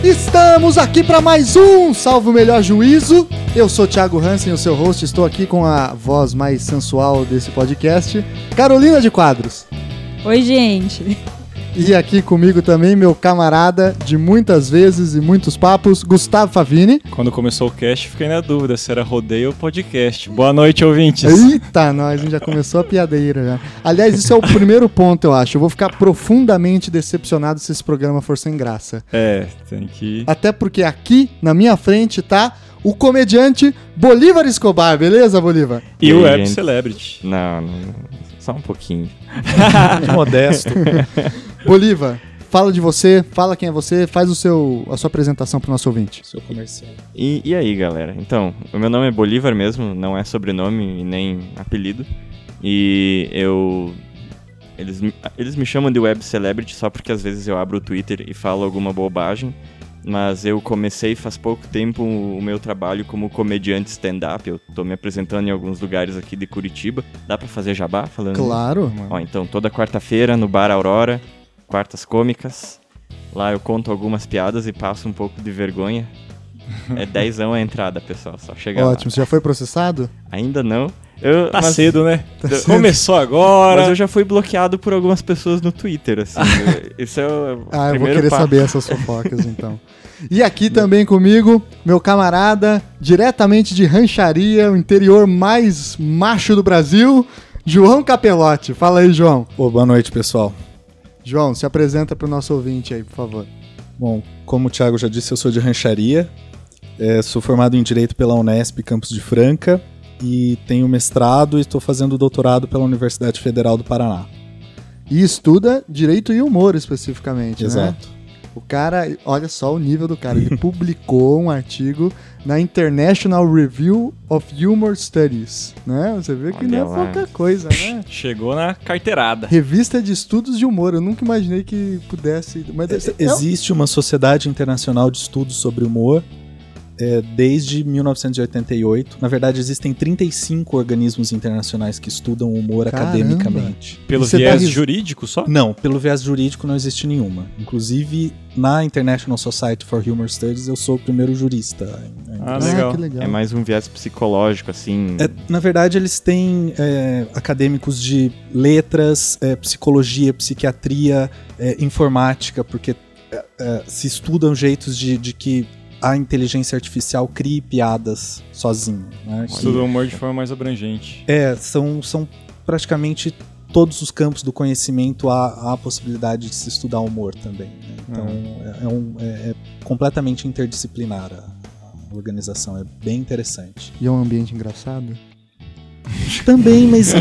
Estamos aqui para mais um Salve o Melhor Juízo. Eu sou Thiago Hansen, o seu host. Estou aqui com a voz mais sensual desse podcast, Carolina de Quadros. Oi, gente. E aqui comigo também, meu camarada de muitas vezes e muitos papos, Gustavo Favini. Quando começou o cast, fiquei na dúvida se era rodeio ou podcast. Boa noite, ouvintes. Eita, nós, a gente já começou a piadeira já. Aliás, isso é o primeiro ponto, eu acho. Eu vou ficar profundamente decepcionado se esse programa for sem graça. É, tem que... Até porque aqui, na minha frente, tá o comediante Bolívar Escobar. Beleza, Bolívar? E o Web gente? Celebrity. Não, só um pouquinho. Que modesto. Bolívar, fala de você, fala quem é você, faz a sua apresentação pro nosso ouvinte. Seu comercial. E aí, galera? Então, o meu nome é Bolívar mesmo, não é sobrenome e nem apelido. E Eles me chamam de Web Celebrity só porque às vezes eu abro o Twitter e falo alguma bobagem. Mas eu comecei faz pouco tempo o meu trabalho como comediante stand-up. Eu tô me apresentando em alguns lugares aqui de Curitiba. Dá pra fazer jabá falando? Claro. Ó, então, toda quarta-feira no Bar Aurora, quartas cômicas. Lá eu conto algumas piadas e passo um pouco de vergonha. É 10ão a entrada, pessoal, só chegar lá. Ótimo, você já foi processado? Ainda não. Tá cedo, né? cedo. Começou agora. Mas eu já fui bloqueado por algumas pessoas no Twitter, assim. Isso é o Eu vou primeiro querer passo. saber essas fofocas, então. E aqui também comigo, meu camarada, diretamente de Rancharia, o interior mais macho do Brasil, João Capelotti. Fala aí, João. Boa noite, pessoal. João, se apresenta pro nosso ouvinte aí, por favor. Bom, como o Thiago já disse, eu sou de Rancharia, sou formado em Direito pela Unesp, Campos de Franca, e tenho mestrado e estou fazendo doutorado pela Universidade Federal do Paraná. E estuda Direito e Humor, especificamente, né? Exato. O cara, olha só o nível do cara, ele publicou um artigo na International Review of Humor Studies, né? Você vê que Olha não é lá. pouca coisa, né? Chegou na carteirada. Revista de Estudos de Humor, eu nunca imaginei que pudesse... Mas Existe uma Sociedade Internacional de Estudos sobre Humor desde 1988. Na verdade, existem 35 organismos internacionais que estudam o humor Caramba. academicamente. Pelo Você viés tá jurídico só? Não, pelo viés jurídico não existe nenhuma. Inclusive, na International Society for Humor Studies, eu sou o primeiro jurista. Ah, legal. que legal. É mais um viés psicológico, assim. Na verdade, eles têm acadêmicos de letras, psicologia, psiquiatria, informática, porque se estudam jeitos de que a inteligência artificial crie piadas sozinho. Né? Estuda o humor de forma mais abrangente. São praticamente todos os campos do conhecimento há a possibilidade de se estudar humor também. Né? Então, é completamente interdisciplinar a organização. É bem interessante. E é um ambiente engraçado? Também, mas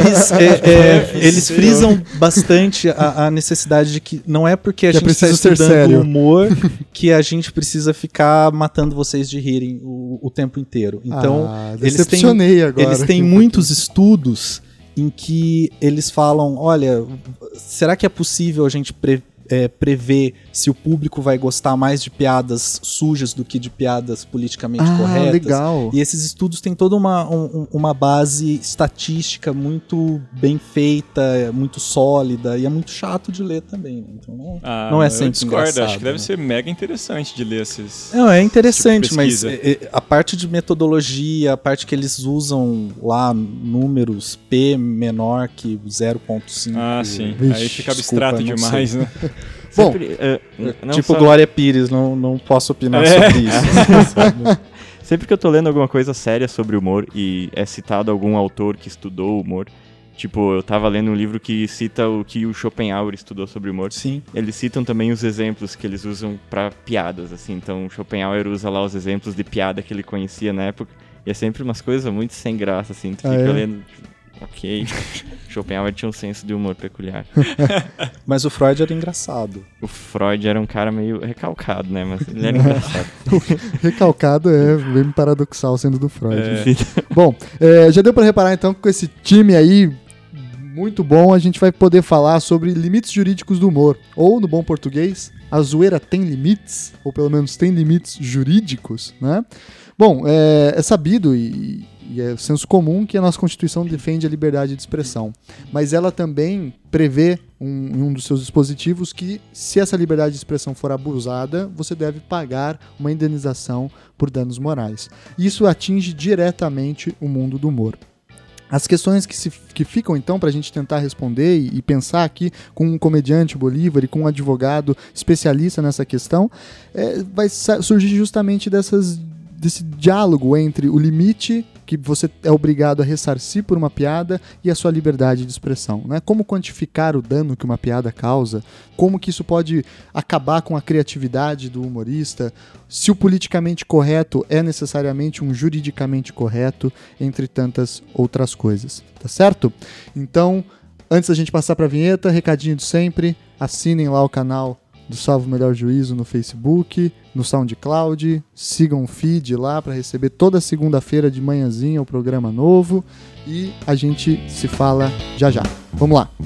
eles frisam bastante a necessidade de que não é porque a Que é gente está preciso ser estudando sério. humor que a gente precisa ficar matando vocês de rirem o tempo inteiro. Então, decepcionei agora. eles têm muitos estudos em que eles falam, olha, será que é possível a gente prever se o público vai gostar mais de piadas sujas do que de piadas politicamente corretas? Legal. E esses estudos têm toda uma base estatística muito bem feita, muito sólida, e é muito chato de ler também. Né? Então não é sempre eu discordo, engraçado. acho que deve né? ser mega interessante de ler esses... Não, é interessante, tipo de mas pesquisa. a parte de metodologia, a parte que eles usam lá números P menor que 0.5. Ah, sim. Vixe, Aí fica abstrato desculpa, não demais, sei. né? Bom, Não tipo só- Glória Pires, não posso opinar sobre isso. Sempre que eu tô lendo alguma coisa séria sobre humor e é citado algum autor que estudou humor, tipo, eu tava lendo um livro que cita o que o Schopenhauer estudou sobre humor. Sim. Eles citam também os exemplos que eles usam pra piadas, assim. Então, o Schopenhauer usa lá os exemplos de piada que ele conhecia na época. E é sempre umas coisas muito sem graça, assim. Tu fica lendo, ok. Schopenhauer tinha um senso de humor peculiar. Mas o Freud era engraçado. O Freud era um cara meio recalcado, né? Mas ele era engraçado. Recalcado é bem paradoxal sendo do Freud. É. Bom, já deu pra reparar então que com esse time aí muito bom a gente vai poder falar sobre limites jurídicos do humor. Ou, no bom português, a zoeira tem limites? Ou pelo menos tem limites jurídicos, né? Bom, é sabido e é senso comum que a nossa Constituição defende a liberdade de expressão. Mas ela também prevê em um dos seus dispositivos que, se essa liberdade de expressão for abusada, você deve pagar uma indenização por danos morais. Isso atinge diretamente o mundo do humor. As questões que ficam, então, para a gente tentar responder e pensar aqui com um comediante, Bolívar, e com um advogado especialista nessa questão, vai surgir justamente desse diálogo entre o limite que você é obrigado a ressarcir por uma piada e a sua liberdade de expressão, né? Como quantificar o dano que uma piada causa, como que isso pode acabar com a criatividade do humorista, se o politicamente correto é necessariamente um juridicamente correto, entre tantas outras coisas, tá certo? Então, antes da gente passar para a vinheta, recadinho de sempre, assinem lá o canal do Salvo Melhor Juízo no Facebook, no SoundCloud, sigam o feed lá para receber toda segunda-feira de manhãzinha o programa novo e a gente se fala já já. Vamos lá!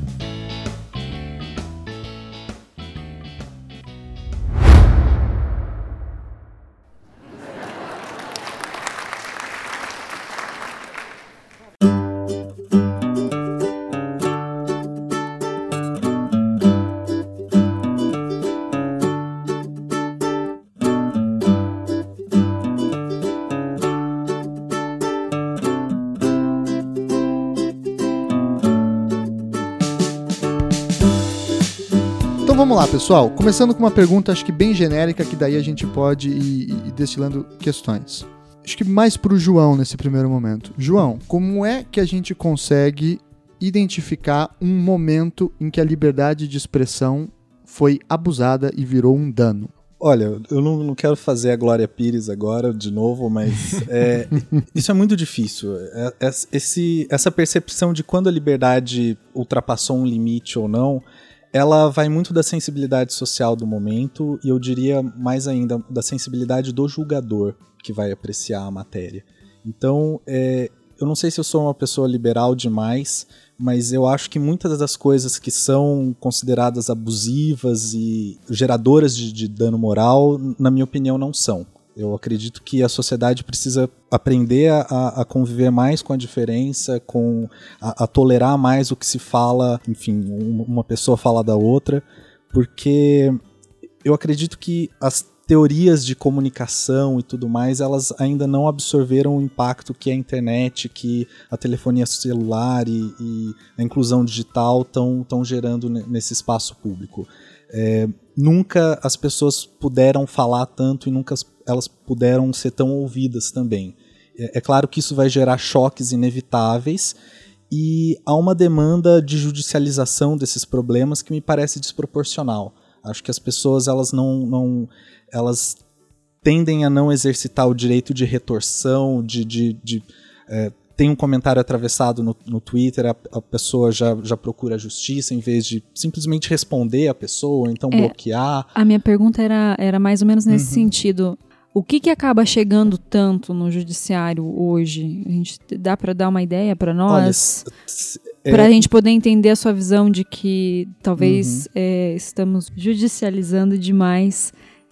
Então vamos lá, pessoal. Começando com uma pergunta, acho que bem genérica, que daí a gente pode ir destilando questões. Acho que mais pro João nesse primeiro momento. João, como é que a gente consegue identificar um momento em que a liberdade de expressão foi abusada e virou um dano? Olha, eu não quero fazer a Glória Pires agora, de novo, mas isso é muito difícil. Essa percepção de quando a liberdade ultrapassou um limite ou não, ela vai muito da sensibilidade social do momento e eu diria mais ainda da sensibilidade do julgador que vai apreciar a matéria. Então, eu não sei se eu sou uma pessoa liberal demais, mas eu acho que muitas das coisas que são consideradas abusivas e geradoras de dano moral, na minha opinião, não são. Eu acredito que a sociedade precisa aprender a conviver mais com a diferença, a tolerar mais o que se fala, enfim, uma pessoa fala da outra, porque eu acredito que as teorias de comunicação e tudo mais, elas ainda não absorveram o impacto que a internet, que a telefonia celular e a inclusão digital estão gerando nesse espaço público. Nunca as pessoas puderam falar tanto e nunca elas puderam ser tão ouvidas também. É claro que isso vai gerar choques inevitáveis e há uma demanda de judicialização desses problemas que me parece desproporcional. Acho que as pessoas elas elas tendem a não exercitar o direito de retorção, tem um comentário atravessado no Twitter, a pessoa já procura a justiça em vez de simplesmente responder a pessoa, ou então bloquear. A minha pergunta era mais ou menos nesse sentido. O que acaba chegando tanto no judiciário hoje? A gente dá para dar uma ideia para nós? Para a gente poder entender a sua visão de que talvez estamos judicializando demais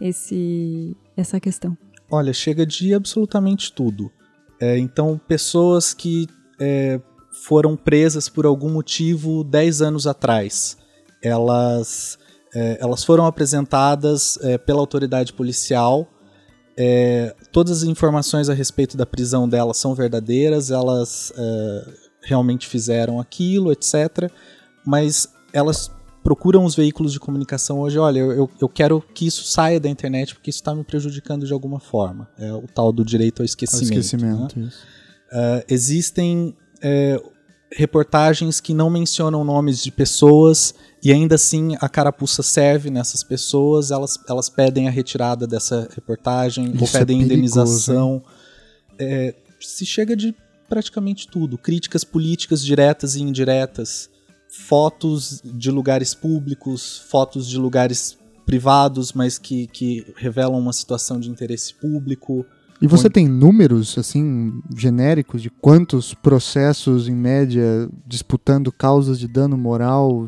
essa questão. Olha, chega de absolutamente tudo. Então, pessoas que foram presas por algum motivo 10 anos atrás, elas foram apresentadas pela autoridade policial, todas as informações a respeito da prisão delas são verdadeiras, elas realmente fizeram aquilo, etc. Mas elas procuram os veículos de comunicação hoje, olha, eu quero que isso saia da internet porque isso está me prejudicando de alguma forma. É o tal do direito ao esquecimento. Né? Isso. Existem reportagens que não mencionam nomes de pessoas e ainda assim a carapuça serve nessas pessoas, elas pedem a retirada dessa reportagem ou pedem indenização. Se chega de praticamente tudo. Críticas políticas diretas e indiretas, fotos de lugares públicos, fotos de lugares privados, mas que revelam uma situação de interesse público. E você tem números, assim, genéricos de quantos processos, em média, disputando causas de dano moral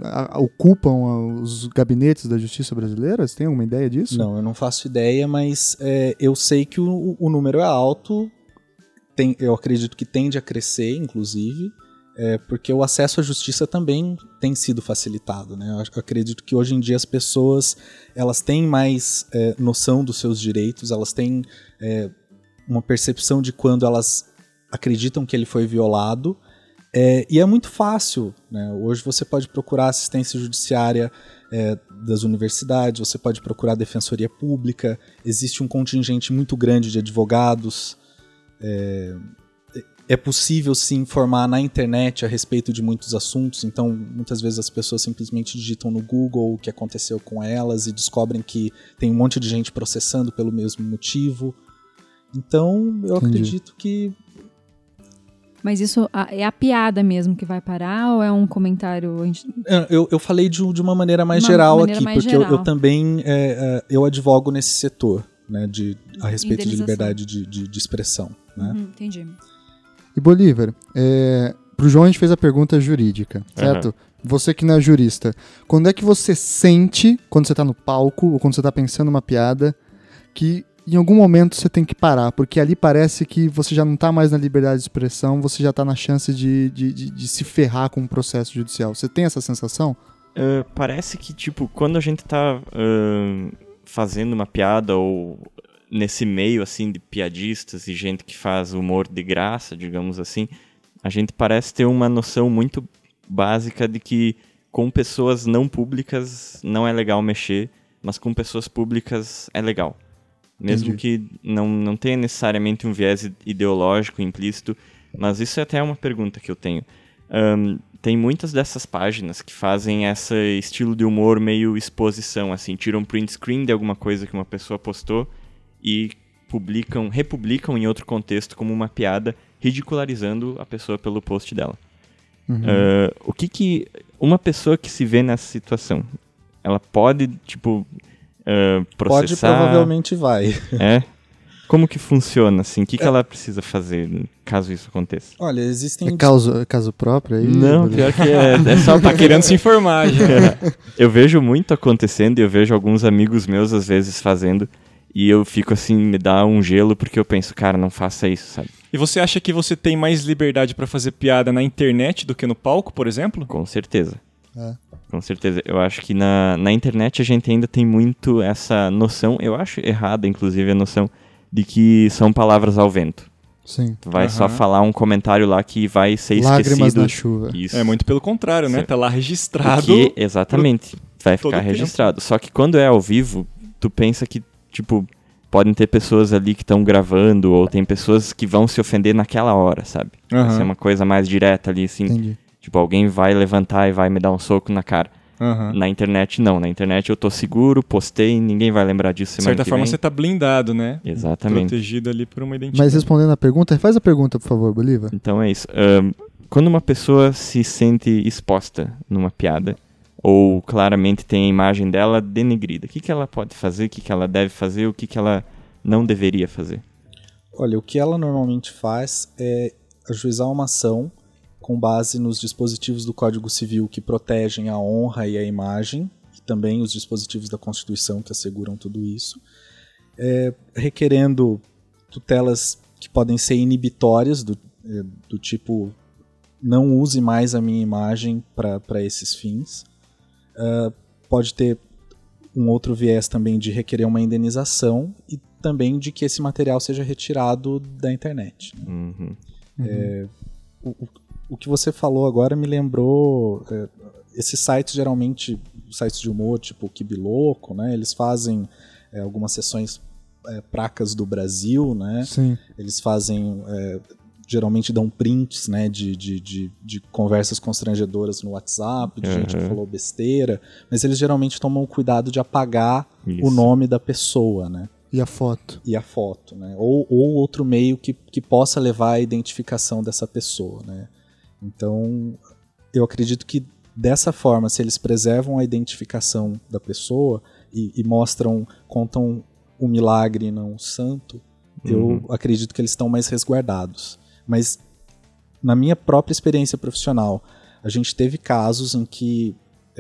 ocupam os gabinetes da justiça brasileira? Você tem alguma ideia disso? Não, eu não faço ideia, mas eu sei que o número é alto, eu acredito que tende a crescer, inclusive. porque o acesso à justiça também tem sido facilitado, né? Eu acredito que hoje em dia as pessoas elas têm mais noção dos seus direitos, elas têm uma percepção de quando elas acreditam que ele foi violado, e é muito fácil, né? Hoje você pode procurar assistência judiciária das universidades, você pode procurar defensoria pública, existe um contingente muito grande de advogados, é possível se informar na internet a respeito de muitos assuntos, então muitas vezes as pessoas simplesmente digitam no Google o que aconteceu com elas e descobrem que tem um monte de gente processando pelo mesmo motivo. Então eu acredito que... Mas isso é a piada mesmo que vai parar ou é um comentário... Eu falei de uma maneira mais geral aqui, porque eu também eu advogo nesse setor, né, a respeito de liberdade de expressão. Né? Entendi. E Bolívar, pro João a gente fez a pergunta jurídica, certo? Você que não é jurista, quando é que você sente, quando você tá no palco ou quando você tá pensando uma piada, que em algum momento você tem que parar, porque ali parece que você já não tá mais na liberdade de expressão, você já tá na chance de se ferrar com um processo judicial. Você tem essa sensação? Parece que, tipo, quando a gente tá fazendo uma piada ou nesse meio, assim, de piadistas e gente que faz humor de graça, digamos assim, a gente parece ter uma noção muito básica de que com pessoas não públicas não é legal mexer, mas com pessoas públicas é legal. Mesmo que não tenha necessariamente um viés ideológico implícito, mas isso é até uma pergunta que eu tenho. Tem muitas dessas páginas que fazem esse estilo de humor meio exposição, assim, tiram um print screen de alguma coisa que uma pessoa postou e republicam em outro contexto como uma piada, ridicularizando a pessoa pelo post dela. O que uma pessoa que se vê nessa situação, ela pode, tipo... processar? Pode, provavelmente vai. Como que funciona, assim? O que ela precisa fazer caso isso aconteça? Olha, existem... É caso próprio aí? Não, pior que é só tá querendo se informar já. Eu vejo muito acontecendo e eu vejo alguns amigos meus às vezes fazendo e eu fico assim, me dá um gelo porque eu penso, cara, não faça isso, sabe? E você acha que você tem mais liberdade pra fazer piada na internet do que no palco, por exemplo? Com certeza. Com certeza. Eu acho que na internet a gente ainda tem muito essa noção, eu acho errada, inclusive, a noção de que são palavras ao vento. Sim. Tu vai só falar um comentário lá que vai ser esquecido. Lágrimas na chuva. Isso. É muito pelo contrário, né? Sim. Tá lá registrado. Exatamente. Vai ficar registrado. Só que quando é ao vivo, tu pensa que, tipo, podem ter pessoas ali que estão gravando ou tem pessoas que vão se ofender naquela hora, sabe? Vai ser uma coisa mais direta ali, assim. Entendi. Tipo, alguém vai levantar e vai me dar um soco na cara. Na internet, não. Na internet eu tô seguro, postei, ninguém vai lembrar disso semana que vem. De certa forma, você tá blindado, né? Exatamente. Protegido ali por uma identidade. Mas respondendo a pergunta, faz a pergunta, por favor, Bolívar. Então é isso. Quando uma pessoa se sente exposta numa piada, ou claramente tem a imagem dela denegrida, o que ela pode fazer, o que ela deve fazer, o que ela não deveria fazer? Olha, o que ela normalmente faz é ajuizar uma ação com base nos dispositivos do Código Civil que protegem a honra e a imagem, e também os dispositivos da Constituição que asseguram tudo isso, requerendo tutelas que podem ser inibitórias, do tipo, não use mais a minha imagem para esses fins. Pode ter um outro viés também de requerer uma indenização e também de que esse material seja retirado da internet. Né? O que você falou agora me lembrou esses sites, geralmente sites de humor, tipo o Kibiloco, né? Eles fazem algumas sessões Pracas do Brasil, né? Sim. Eles fazem, geralmente dão prints, né, de conversas constrangedoras no WhatsApp, de gente que falou besteira, mas eles geralmente tomam o cuidado de apagar o nome da pessoa, né? E a foto. Né? Ou outro meio que possa levar à identificação dessa pessoa, né? Então, eu acredito que dessa forma, se eles preservam a identificação da pessoa e contam um milagre e não um santo, eu acredito que eles estão mais resguardados. Mas, na minha própria experiência profissional, a gente teve casos em que,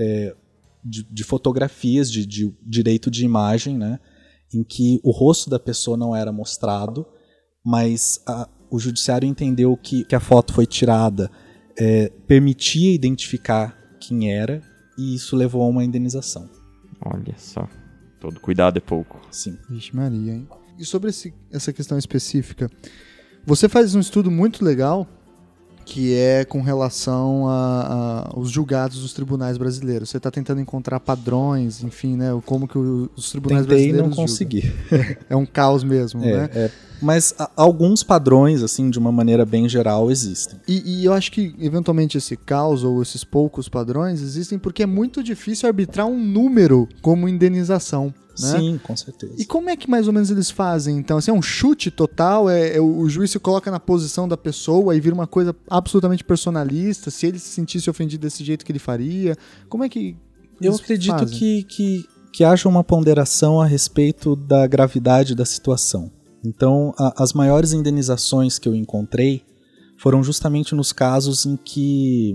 de fotografias de direito de imagem, né, em que o rosto da pessoa não era mostrado, mas o judiciário entendeu que a foto foi tirada permitia identificar quem era, e isso levou a uma indenização. Olha só, todo cuidado é pouco. Sim. Vixe Maria, hein? E sobre essa questão específica, você faz um estudo muito legal, que é com relação aos julgados dos tribunais brasileiros. Você está tentando encontrar padrões, enfim, né? Como que os tribunais brasileiros julgam. Não consegui. É um caos mesmo, né? Mas alguns padrões, assim, de uma maneira bem geral, existem. E eu acho que, eventualmente, esse caos ou esses poucos padrões existem porque é muito difícil arbitrar um número como indenização. Né? Sim, com certeza. E como é que mais ou menos eles fazem, então? Assim, é um chute total? O juiz se coloca na posição da pessoa e vira uma coisa absolutamente personalista? Se ele se sentisse ofendido desse jeito que ele faria? Como é que eu acredito que haja uma ponderação a respeito da gravidade da situação. Então, as maiores indenizações que eu encontrei foram justamente nos casos em que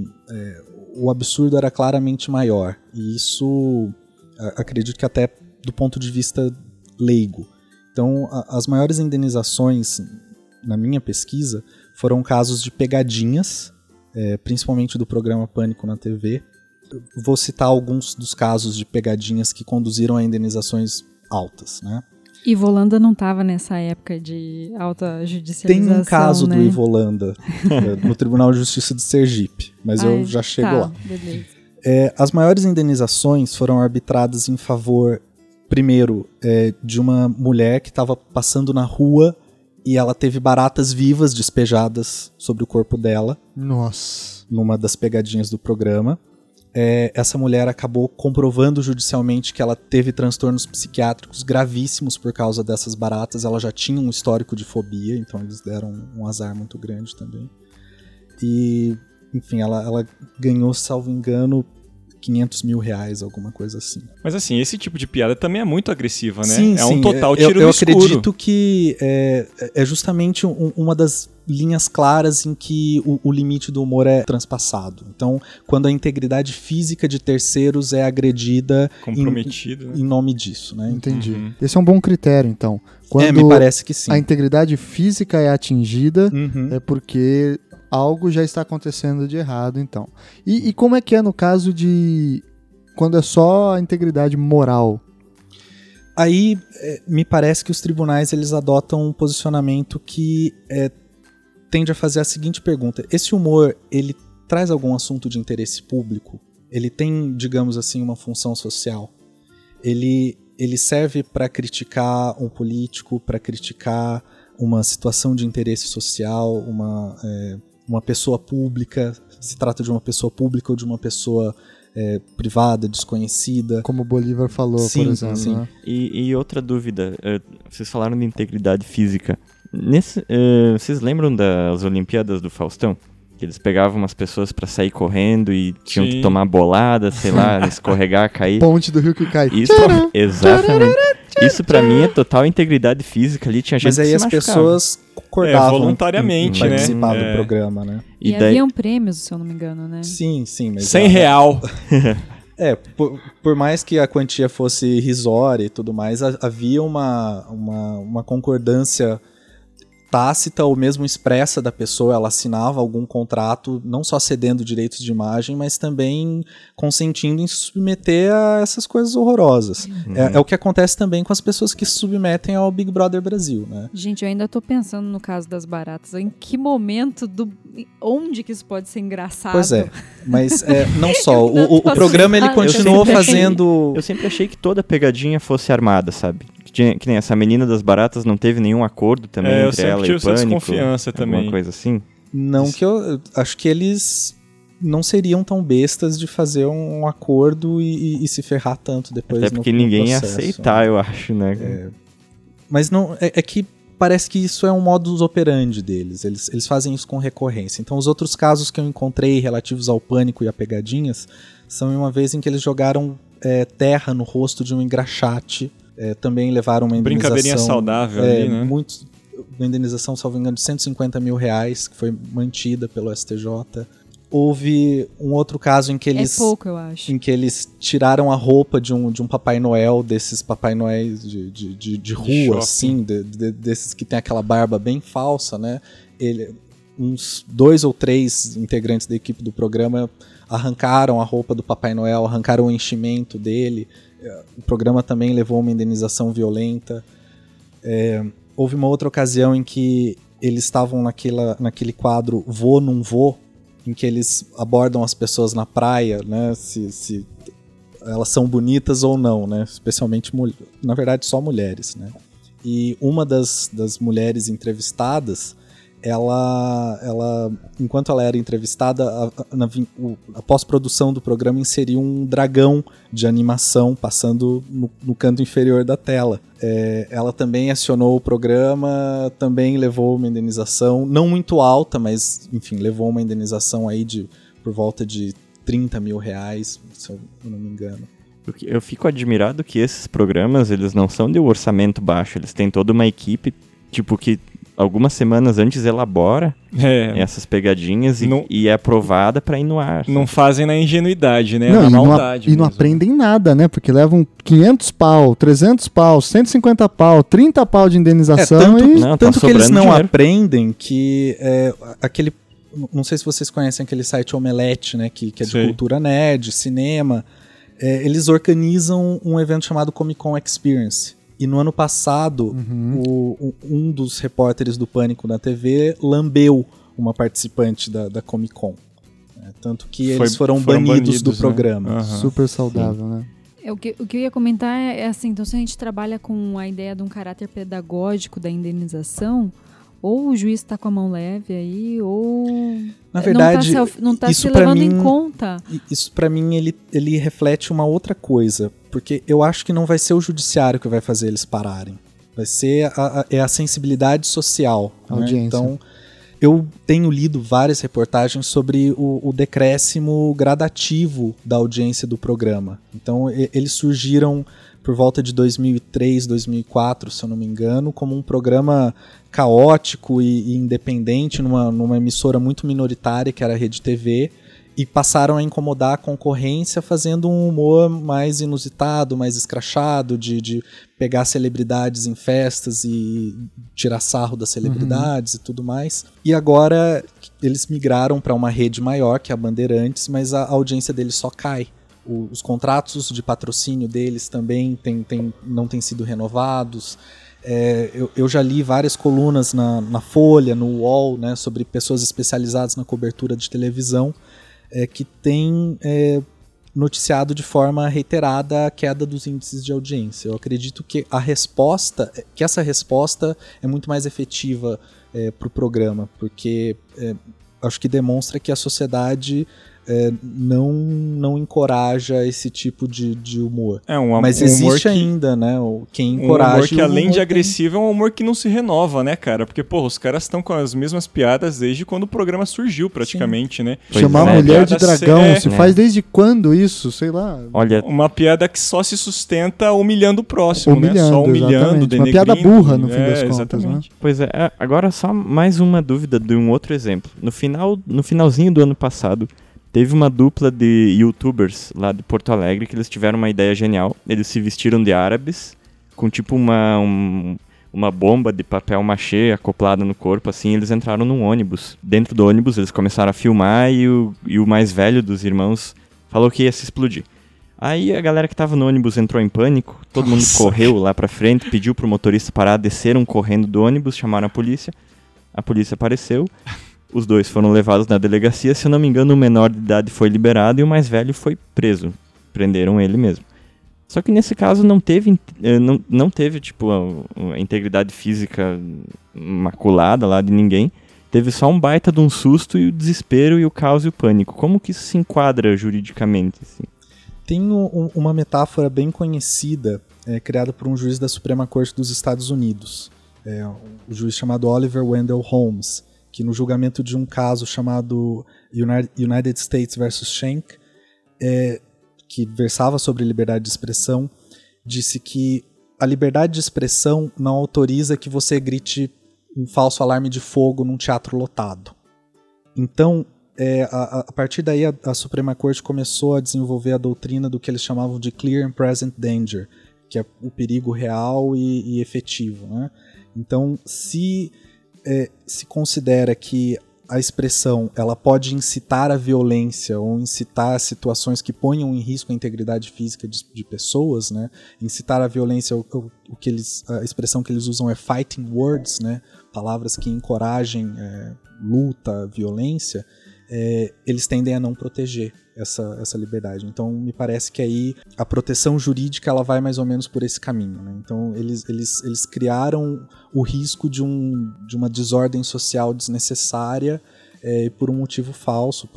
o absurdo era claramente maior. E isso, acredito que até do ponto de vista leigo. Então, as maiores indenizações, na minha pesquisa, foram casos de pegadinhas, principalmente do programa Pânico na TV. Eu vou citar alguns dos casos de pegadinhas que conduziram a indenizações altas, né? Ivolanda não estava nessa época de alta judicialização, Tem um caso né? do Ivolanda no Tribunal de Justiça de Sergipe, mas eu já chego lá. Beleza. As maiores indenizações foram arbitradas em favor, primeiro, de uma mulher que estava passando na rua e ela teve baratas vivas despejadas sobre o corpo dela. Nossa. Numa das pegadinhas do programa. Essa mulher acabou comprovando judicialmente que ela teve transtornos psiquiátricos gravíssimos por causa dessas baratas. Ela já tinha um histórico de fobia, então eles deram um azar muito grande também. E, enfim, ela ganhou, salvo engano, R$500 mil, alguma coisa assim. Mas assim, esse tipo de piada também é muito agressiva, né? Sim, um total tiro no escuro. Eu acredito que é justamente uma das linhas claras em que o limite do humor é transpassado. Então, quando a integridade física de terceiros é agredida comprometida, em nome disso, né? Entendi. Uhum. Esse é um bom critério, então. Quando me parece que sim. A integridade física é atingida, é porque algo já está acontecendo de errado, então. E como é que é no caso de quando é só a integridade moral? Aí, me parece que os tribunais eles adotam um posicionamento que tende a fazer a seguinte pergunta: esse humor, ele traz algum assunto de interesse público? Ele tem, digamos assim, uma função social? Ele serve para criticar um político, para criticar uma situação de interesse social, uma pessoa pública, se trata de uma pessoa pública ou de uma pessoa privada, desconhecida. Como o Bolívar falou, sim, por exemplo. Sim. Né? E outra dúvida, vocês falaram de integridade física. Vocês lembram das Olimpíadas do Faustão? Que eles pegavam umas pessoas pra sair correndo e tinham que tomar bolada, sei lá, escorregar, cair. Ponte do rio que cai. Isso, exatamente. Isso pra mim é total integridade física ali, tinha gente mas aí que se as pessoas concordavam voluntariamente, em participar do programa, né? E haviam prêmios, se eu não me engano, né? Sim. Mas R$100. Por mais que a quantia fosse irrisória e tudo mais, havia uma concordância tácita ou mesmo expressa da pessoa. Ela assinava algum contrato, não só cedendo direitos de imagem, mas também consentindo em se submeter a essas coisas horrorosas. É o que acontece também com as pessoas que se submetem ao Big Brother Brasil, né? Gente, eu ainda tô pensando no caso das baratas. Em que momento, onde que isso pode ser engraçado? Pois é, mas não só. O programa ele continuou fazendo... Eu sempre achei que toda pegadinha fosse armada, sabe? Que nem essa menina das baratas não teve nenhum acordo também entre ela e o Pânico. Desconfiança também. Alguma coisa assim? Não, que eu acho que eles não seriam tão bestas de fazer um acordo e se ferrar tanto depois. Até porque ninguém ia aceitar, eu acho, né? Mas não, é que parece que isso é um modus operandi deles. Eles fazem isso com recorrência. Então, os outros casos que eu encontrei relativos ao Pânico e a pegadinhas são uma vez em que eles jogaram terra no rosto de um engraxate. Também levaram uma indenização... Brincadeirinha saudável ali, né? Uma indenização, salvo engano, de R$150 mil, que foi mantida pelo STJ. Houve um outro caso em que eles... É pouco, eu acho. Em que eles tiraram a roupa de um Papai Noel, desses Papai Noéis de rua, assim, desses que tem aquela barba bem falsa, né? uns 2 ou 3 integrantes da equipe do programa arrancaram a roupa do Papai Noel, arrancaram o enchimento dele. O programa também levou uma indenização violenta. Houve uma outra ocasião em que eles estavam naquele quadro Vou, Não Vou, em que eles abordam as pessoas na praia, né, se elas são bonitas ou não, né, especialmente, na verdade, só mulheres, né. E uma das mulheres entrevistadas, ela, enquanto ela era entrevistada, a pós-produção do programa inseriu um dragão de animação passando no canto inferior da tela. Ela também acionou o programa, também levou uma indenização, não muito alta, mas, enfim, levou uma indenização aí por volta de 30 mil reais, se eu não me engano. Eu fico admirado que esses programas, eles não são de orçamento baixo, eles têm toda uma equipe, tipo, que algumas semanas antes elabora essas pegadinhas e é aprovada pra ir no ar. Não fazem na ingenuidade, né? Não, na maldade. E não aprendem nada, né? Porque levam 500 pau, 300 pau, 150 pau, 30 pau de indenização tanto que eles não aprendem que aquele... Não sei se vocês conhecem aquele site Omelete, né? Que é de cultura nerd, cinema. Eles organizam um evento chamado Comic Con Experience. E no ano passado, um dos repórteres do Pânico na TV lambeu uma participante da Comic Con. Tanto que eles foram banidos do programa. Né? Super saudável, né? O que eu ia comentar é assim, então se a gente trabalha com a ideia de um caráter pedagógico da indenização, ou o juiz está com a mão leve aí, ou na verdade, não está se levando em conta. Isso para mim ele reflete uma outra coisa, porque eu acho que não vai ser o judiciário que vai fazer eles pararem. Vai ser a sensibilidade social. Audiência. Né? Então, eu tenho lido várias reportagens sobre o decréscimo gradativo da audiência do programa. Então, eles surgiram por volta de 2003, 2004, se eu não me engano, como um programa caótico e independente numa emissora muito minoritária, que era a Rede TV, e passaram a incomodar a concorrência fazendo um humor mais inusitado, mais escrachado, de pegar celebridades em festas e tirar sarro das celebridades e tudo mais. E agora eles migraram para uma rede maior, que é a Bandeirantes, mas a audiência deles só cai. Os contratos de patrocínio deles também não têm sido renovados. Eu já li várias colunas na Folha, no UOL, né, sobre pessoas especializadas na cobertura de televisão, que têm noticiado de forma reiterada a queda dos índices de audiência. Eu acredito que essa resposta é muito mais efetiva para o programa, porque acho que demonstra que a sociedade não encoraja esse tipo de humor. Mas existe ainda, né? Quem encoraja. Um humor que, além de agressivo, é um humor que não se renova, né, cara? Porque, os caras estão com as mesmas piadas desde quando o programa surgiu, praticamente, né? Chamar a mulher de dragão, se faz desde quando isso? Sei lá. Olha, uma piada que só se sustenta humilhando o próximo, né? Só humilhando, denegrindo. Uma piada burra, no fim das contas, exatamente. Né? Pois agora só mais uma dúvida de um outro exemplo. No finalzinho do ano passado, teve uma dupla de youtubers lá de Porto Alegre que eles tiveram uma ideia genial. Eles se vestiram de árabes, com tipo uma bomba de papel machê acoplada no corpo, assim. Eles entraram num ônibus. Dentro do ônibus eles começaram a filmar e o mais velho dos irmãos falou que ia se explodir. Aí a galera que tava no ônibus entrou em pânico, todo mundo correu lá pra frente, pediu pro motorista parar, desceram correndo do ônibus, chamaram a polícia apareceu. Os dois foram levados na delegacia, se eu não me engano, o menor de idade foi liberado e o mais velho foi preso. Prenderam ele mesmo. Só que nesse caso não teve tipo, a integridade física maculada lá de ninguém. Teve só um baita de um susto e o desespero e o caos e o pânico. Como que isso se enquadra juridicamente? Assim? Tem uma metáfora bem conhecida, criada por um juiz da Suprema Corte dos Estados Unidos. O juiz chamado Oliver Wendell Holmes, que no julgamento de um caso chamado United States vs. Schenck, que versava sobre liberdade de expressão, disse que a liberdade de expressão não autoriza que você grite um falso alarme de fogo num teatro lotado. Então, a partir daí, a Suprema Corte começou a desenvolver a doutrina do que eles chamavam de Clear and Present Danger, que é o perigo real e efetivo, né? Então, se considera que a expressão ela pode incitar a violência ou incitar situações que ponham em risco a integridade física de pessoas, né? Incitar a violência, a expressão que eles usam é fighting words, né? Palavras que encorajem luta, violência, eles tendem a não proteger essa liberdade. Então me parece que aí a proteção jurídica ela vai mais ou menos por esse caminho, né? Então eles criaram o risco de uma desordem social desnecessária por um motivo falso,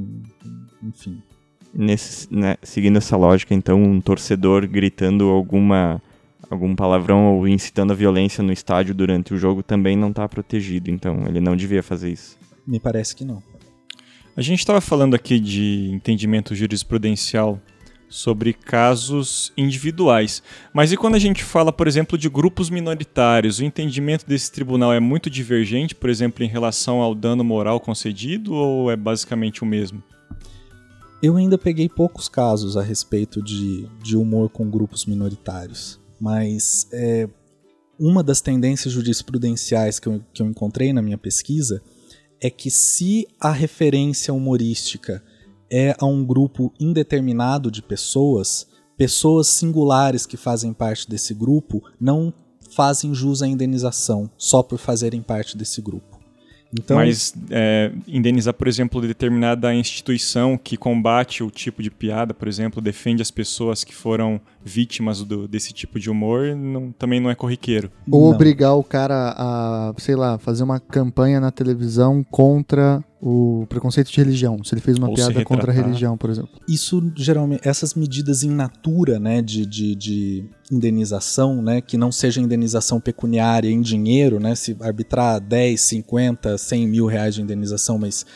enfim. Seguindo essa lógica, então, um torcedor gritando algum palavrão ou incitando a violência no estádio durante o jogo também não está protegido, então ele não devia fazer isso. Me parece que não. A gente estava falando aqui de entendimento jurisprudencial sobre casos individuais, mas e quando a gente fala, por exemplo, de grupos minoritários, o entendimento desse tribunal é muito divergente, por exemplo, em relação ao dano moral concedido, ou é basicamente o mesmo? Eu ainda peguei poucos casos a respeito de humor com grupos minoritários, mas uma das tendências jurisprudenciais que eu encontrei na minha pesquisa é que se a referência humorística é a um grupo indeterminado de pessoas singulares que fazem parte desse grupo não fazem jus à indenização só por fazerem parte desse grupo. Então, mas indenizar, por exemplo, determinada instituição que combate o tipo de piada, por exemplo, defende as pessoas que foram vítimas desse tipo de humor, também não é corriqueiro. Ou obrigar o cara a, sei lá, fazer uma campanha na televisão contra o preconceito de religião, se ele fez uma piada contra a religião, por exemplo. Isso, geralmente, essas medidas in natura, né, de indenização, né, que não seja indenização pecuniária em dinheiro, né, se arbitrar 10, 50, 100 mil reais de indenização, mas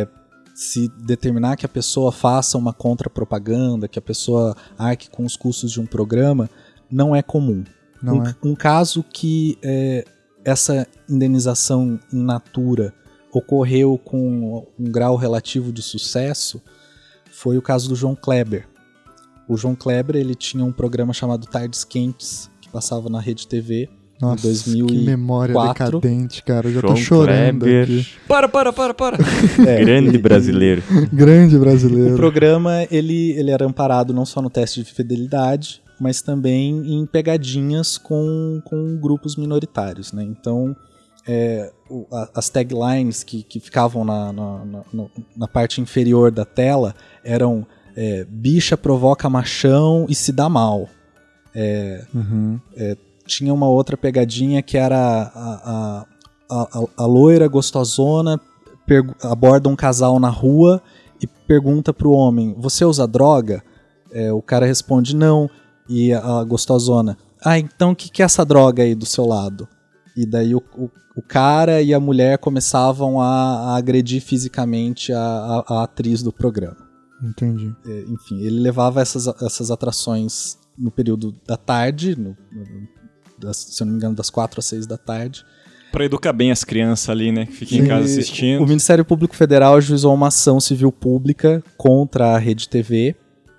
se determinar que a pessoa faça uma contrapropaganda, que a pessoa arque com os custos de um programa, não é comum. Um caso que essa indenização in natura ocorreu com um grau relativo de sucesso foi o caso do João Kleber. O João Kleber ele tinha um programa chamado Tardes Quentes, que passava na Rede TV. Nossa, em 2004. Que memória decadente, cara. Eu já João tô chorando Kleber. aqui. Para! Grande brasileiro. Grande brasileiro. O programa ele era amparado não só no teste de fidelidade, mas também em pegadinhas com grupos minoritários, né? Então, as taglines que ficavam na parte inferior da tela eram bicha provoca machão e se dá mal. Tinha uma outra pegadinha que era a loira gostosona aborda um casal na rua e pergunta pro homem, você usa droga? O cara responde não, e a gostosona, então o que é essa droga aí do seu lado? E daí o cara e a mulher começavam a agredir fisicamente a atriz do programa. Entendi. Enfim, ele levava essas atrações no período da tarde, se eu não me engano, das 4 às 6 da tarde. Pra educar bem as crianças ali, né? Que ficam em casa assistindo. O Ministério Público Federal ajuizou uma ação civil pública contra a Rede TV.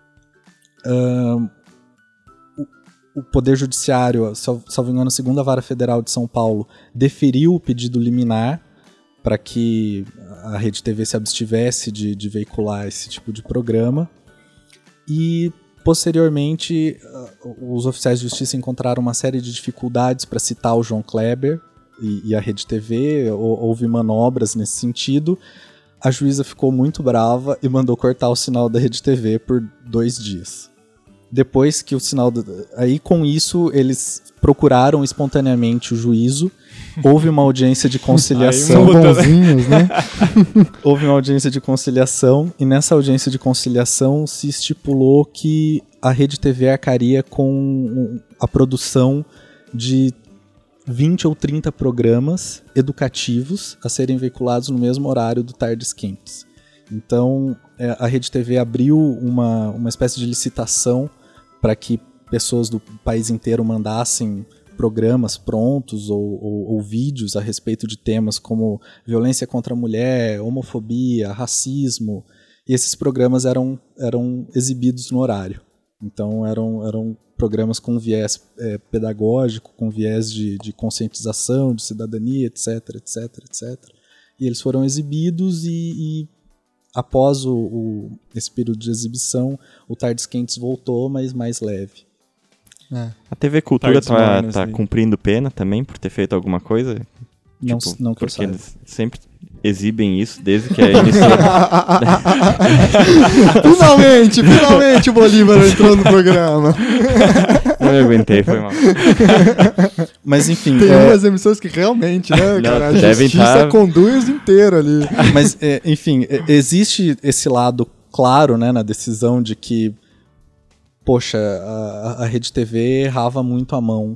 O Poder Judiciário, salvo engano, a Segunda Vara Federal de São Paulo, deferiu o pedido liminar para que a Rede TV se abstivesse de veicular esse tipo de programa. E, posteriormente, os oficiais de justiça encontraram uma série de dificuldades para citar o João Kleber e a Rede TV, houve manobras nesse sentido. A juíza ficou muito brava e mandou cortar o sinal da Rede TV por 2 dias. Depois que o sinal... Aí, com isso, eles procuraram espontaneamente o juízo. Houve uma audiência de conciliação. São bonzinhos, né? Houve uma audiência de conciliação. E nessa audiência de conciliação se estipulou que a Rede TV arcaria com a produção de 20 ou 30 programas educativos a serem veiculados no mesmo horário do Tardes Quentes. Então, a Rede TV abriu uma espécie de licitação para que pessoas do país inteiro mandassem programas prontos ou vídeos a respeito de temas como violência contra a mulher, homofobia, racismo. E esses programas eram exibidos no horário. Então, eram programas com viés pedagógico, com viés de conscientização, de cidadania, etc, etc, etc. E eles foram exibidos e após esse período de exibição, o Tardes Quentes voltou, mas mais leve. A TV Cultura tá cumprindo pena também por ter feito alguma coisa? Não que eu saiba. Eles sempre exibem isso desde que a emissora... Finalmente o Bolívar entrou no programa. Não me aguentei, foi mal. Mas enfim... Tem umas emissoras que realmente, né, cara? A justiça conduz inteiro ali. Mas, enfim, existe esse lado claro, né, na decisão de que, poxa, a Rede TV errava muito a mão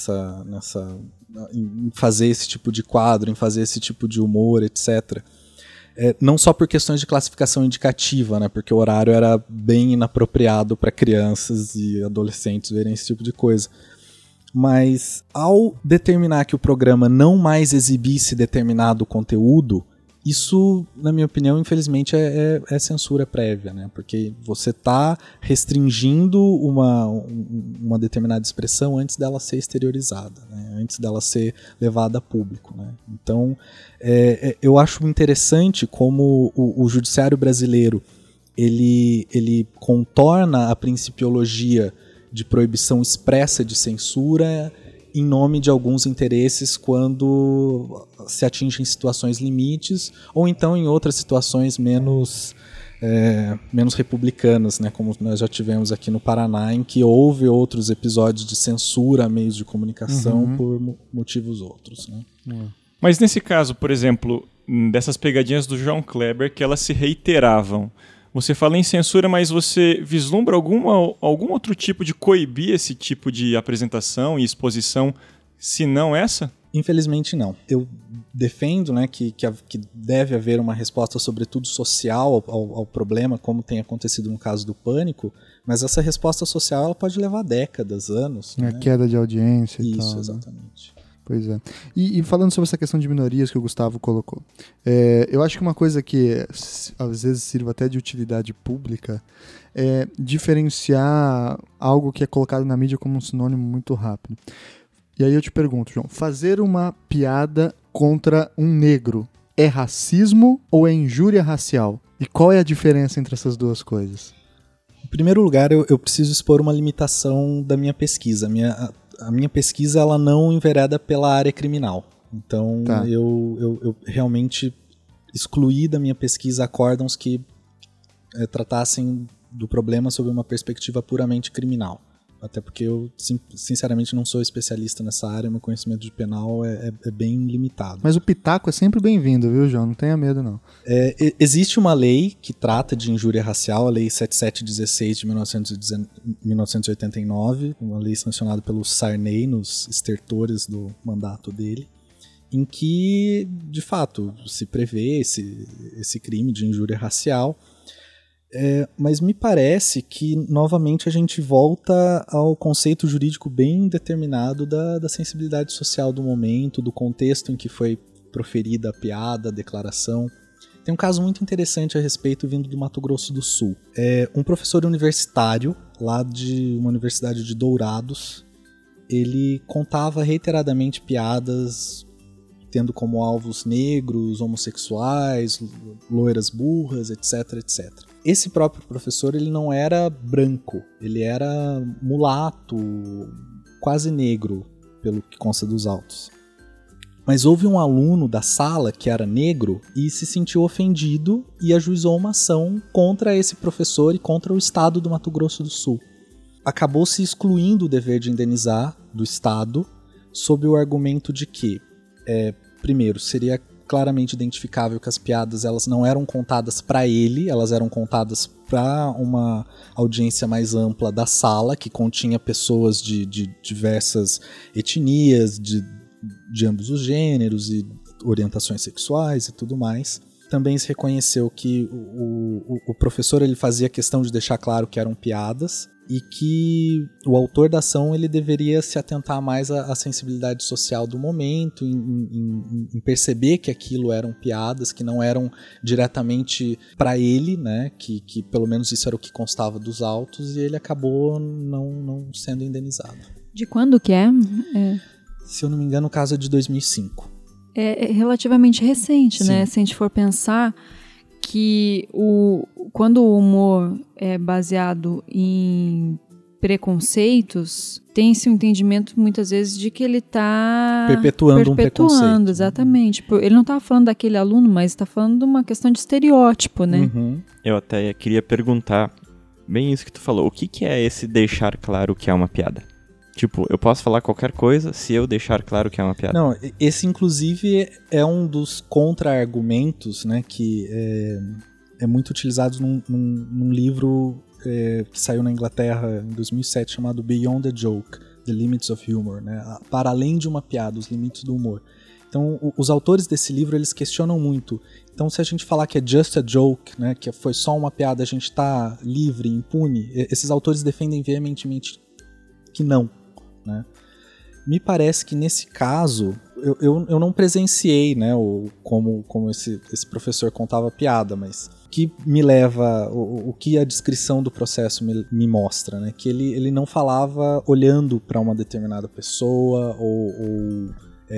em fazer esse tipo de quadro, em fazer esse tipo de humor, etc. Não só por questões de classificação indicativa, né, porque o horário era bem inapropriado para crianças e adolescentes verem esse tipo de coisa. Mas ao determinar que o programa não mais exibisse determinado conteúdo, isso, na minha opinião, infelizmente é censura prévia, né? Porque você está restringindo uma determinada expressão antes dela ser exteriorizada, né? Antes dela ser levada a público, né? Então, eu acho interessante como o judiciário brasileiro ele contorna a principiologia de proibição expressa de censura em nome de alguns interesses quando se atingem situações limites ou então em outras situações menos republicanas, né, como nós já tivemos aqui no Paraná, em que houve outros episódios de censura a meios de comunicação por motivos outros, né? Mas nesse caso, por exemplo, dessas pegadinhas do João Kleber, que elas se reiteravam, você fala em censura, mas você vislumbra algum outro tipo de coibir esse tipo de apresentação e exposição, se não essa? Infelizmente não. Eu defendo, né, que deve haver uma resposta, sobretudo social, ao problema, como tem acontecido no caso do Pânico, mas essa resposta social ela pode levar décadas, anos. A queda de audiência e tal. Isso, exatamente. Né? Pois é. E falando sobre essa questão de minorias que o Gustavo colocou, eu acho que uma coisa que às vezes sirva até de utilidade pública é diferenciar algo que é colocado na mídia como um sinônimo muito rápido. E aí eu te pergunto, João, fazer uma piada contra um negro é racismo ou é injúria racial? E qual é a diferença entre essas duas coisas? Em primeiro lugar, eu preciso expor uma limitação da minha pesquisa. A minha pesquisa ela não envereda pela área criminal. Então, eu realmente excluí da minha pesquisa acórdãos que tratassem do problema sob uma perspectiva puramente criminal. Até porque eu, sinceramente, não sou especialista nessa área, meu conhecimento de penal é bem limitado. Mas o pitaco é sempre bem-vindo, viu, João? Não tenha medo, não. Existe uma lei que trata de injúria racial, a Lei 7716 de 1989, uma lei sancionada pelo Sarney nos estertores do mandato dele, em que, de fato, se prevê esse crime de injúria racial. Mas me parece que, novamente, a gente volta ao conceito jurídico bem determinado da sensibilidade social do momento, do contexto em que foi proferida a piada, a declaração. Tem um caso muito interessante a respeito vindo do Mato Grosso do Sul. Um professor universitário, lá de uma universidade de Dourados, ele contava reiteradamente piadas tendo como alvos negros, homossexuais, loiras burras, etc, etc. Esse próprio professor, ele não era branco, ele era mulato, quase negro, pelo que consta dos autos. Mas houve um aluno da sala que era negro e se sentiu ofendido e ajuizou uma ação contra esse professor e contra o Estado do Mato Grosso do Sul. Acabou se excluindo o dever de indenizar do Estado sob o argumento de que, primeiro, seria claramente identificável que as piadas elas não eram contadas para ele, elas eram contadas para uma audiência mais ampla da sala, que continha pessoas de diversas etnias, de ambos os gêneros e orientações sexuais e tudo mais. Também se reconheceu que o professor ele fazia questão de deixar claro que eram piadas e que o autor da ação ele deveria se atentar mais à sensibilidade social do momento, em perceber que aquilo eram piadas, que não eram diretamente para ele, né? Que pelo menos isso era o que constava dos autos, e ele acabou não sendo indenizado. De quando que é? Se eu não me engano, o caso é de 2005. é relativamente recente, Sim. né? Se a gente for pensar que quando o humor é baseado em preconceitos, tem-se um entendimento muitas vezes de que ele está perpetuando um preconceito. Exatamente. Ele não está falando daquele aluno, mas está falando de uma questão de estereótipo, né? Uhum. Eu até queria perguntar, bem isso que tu falou, o que é esse deixar claro que é uma piada? Tipo, eu posso falar qualquer coisa se eu deixar claro que é uma piada. Não, esse inclusive é um dos contra-argumentos, né, que é muito utilizado num livro que saiu na Inglaterra em 2007 chamado Beyond the Joke, The Limits of Humor, né, para além de uma piada, os limites do humor. Então, os autores desse livro, eles questionam muito. Então, se a gente falar que é just a joke, né, que foi só uma piada, a gente está livre, impune, esses autores defendem veementemente que não. Né? Me parece que nesse caso eu não presenciei, né, como esse professor contava a piada, mas o que me leva, o que a descrição do processo me mostra, né, que ele não falava olhando para uma determinada pessoa ou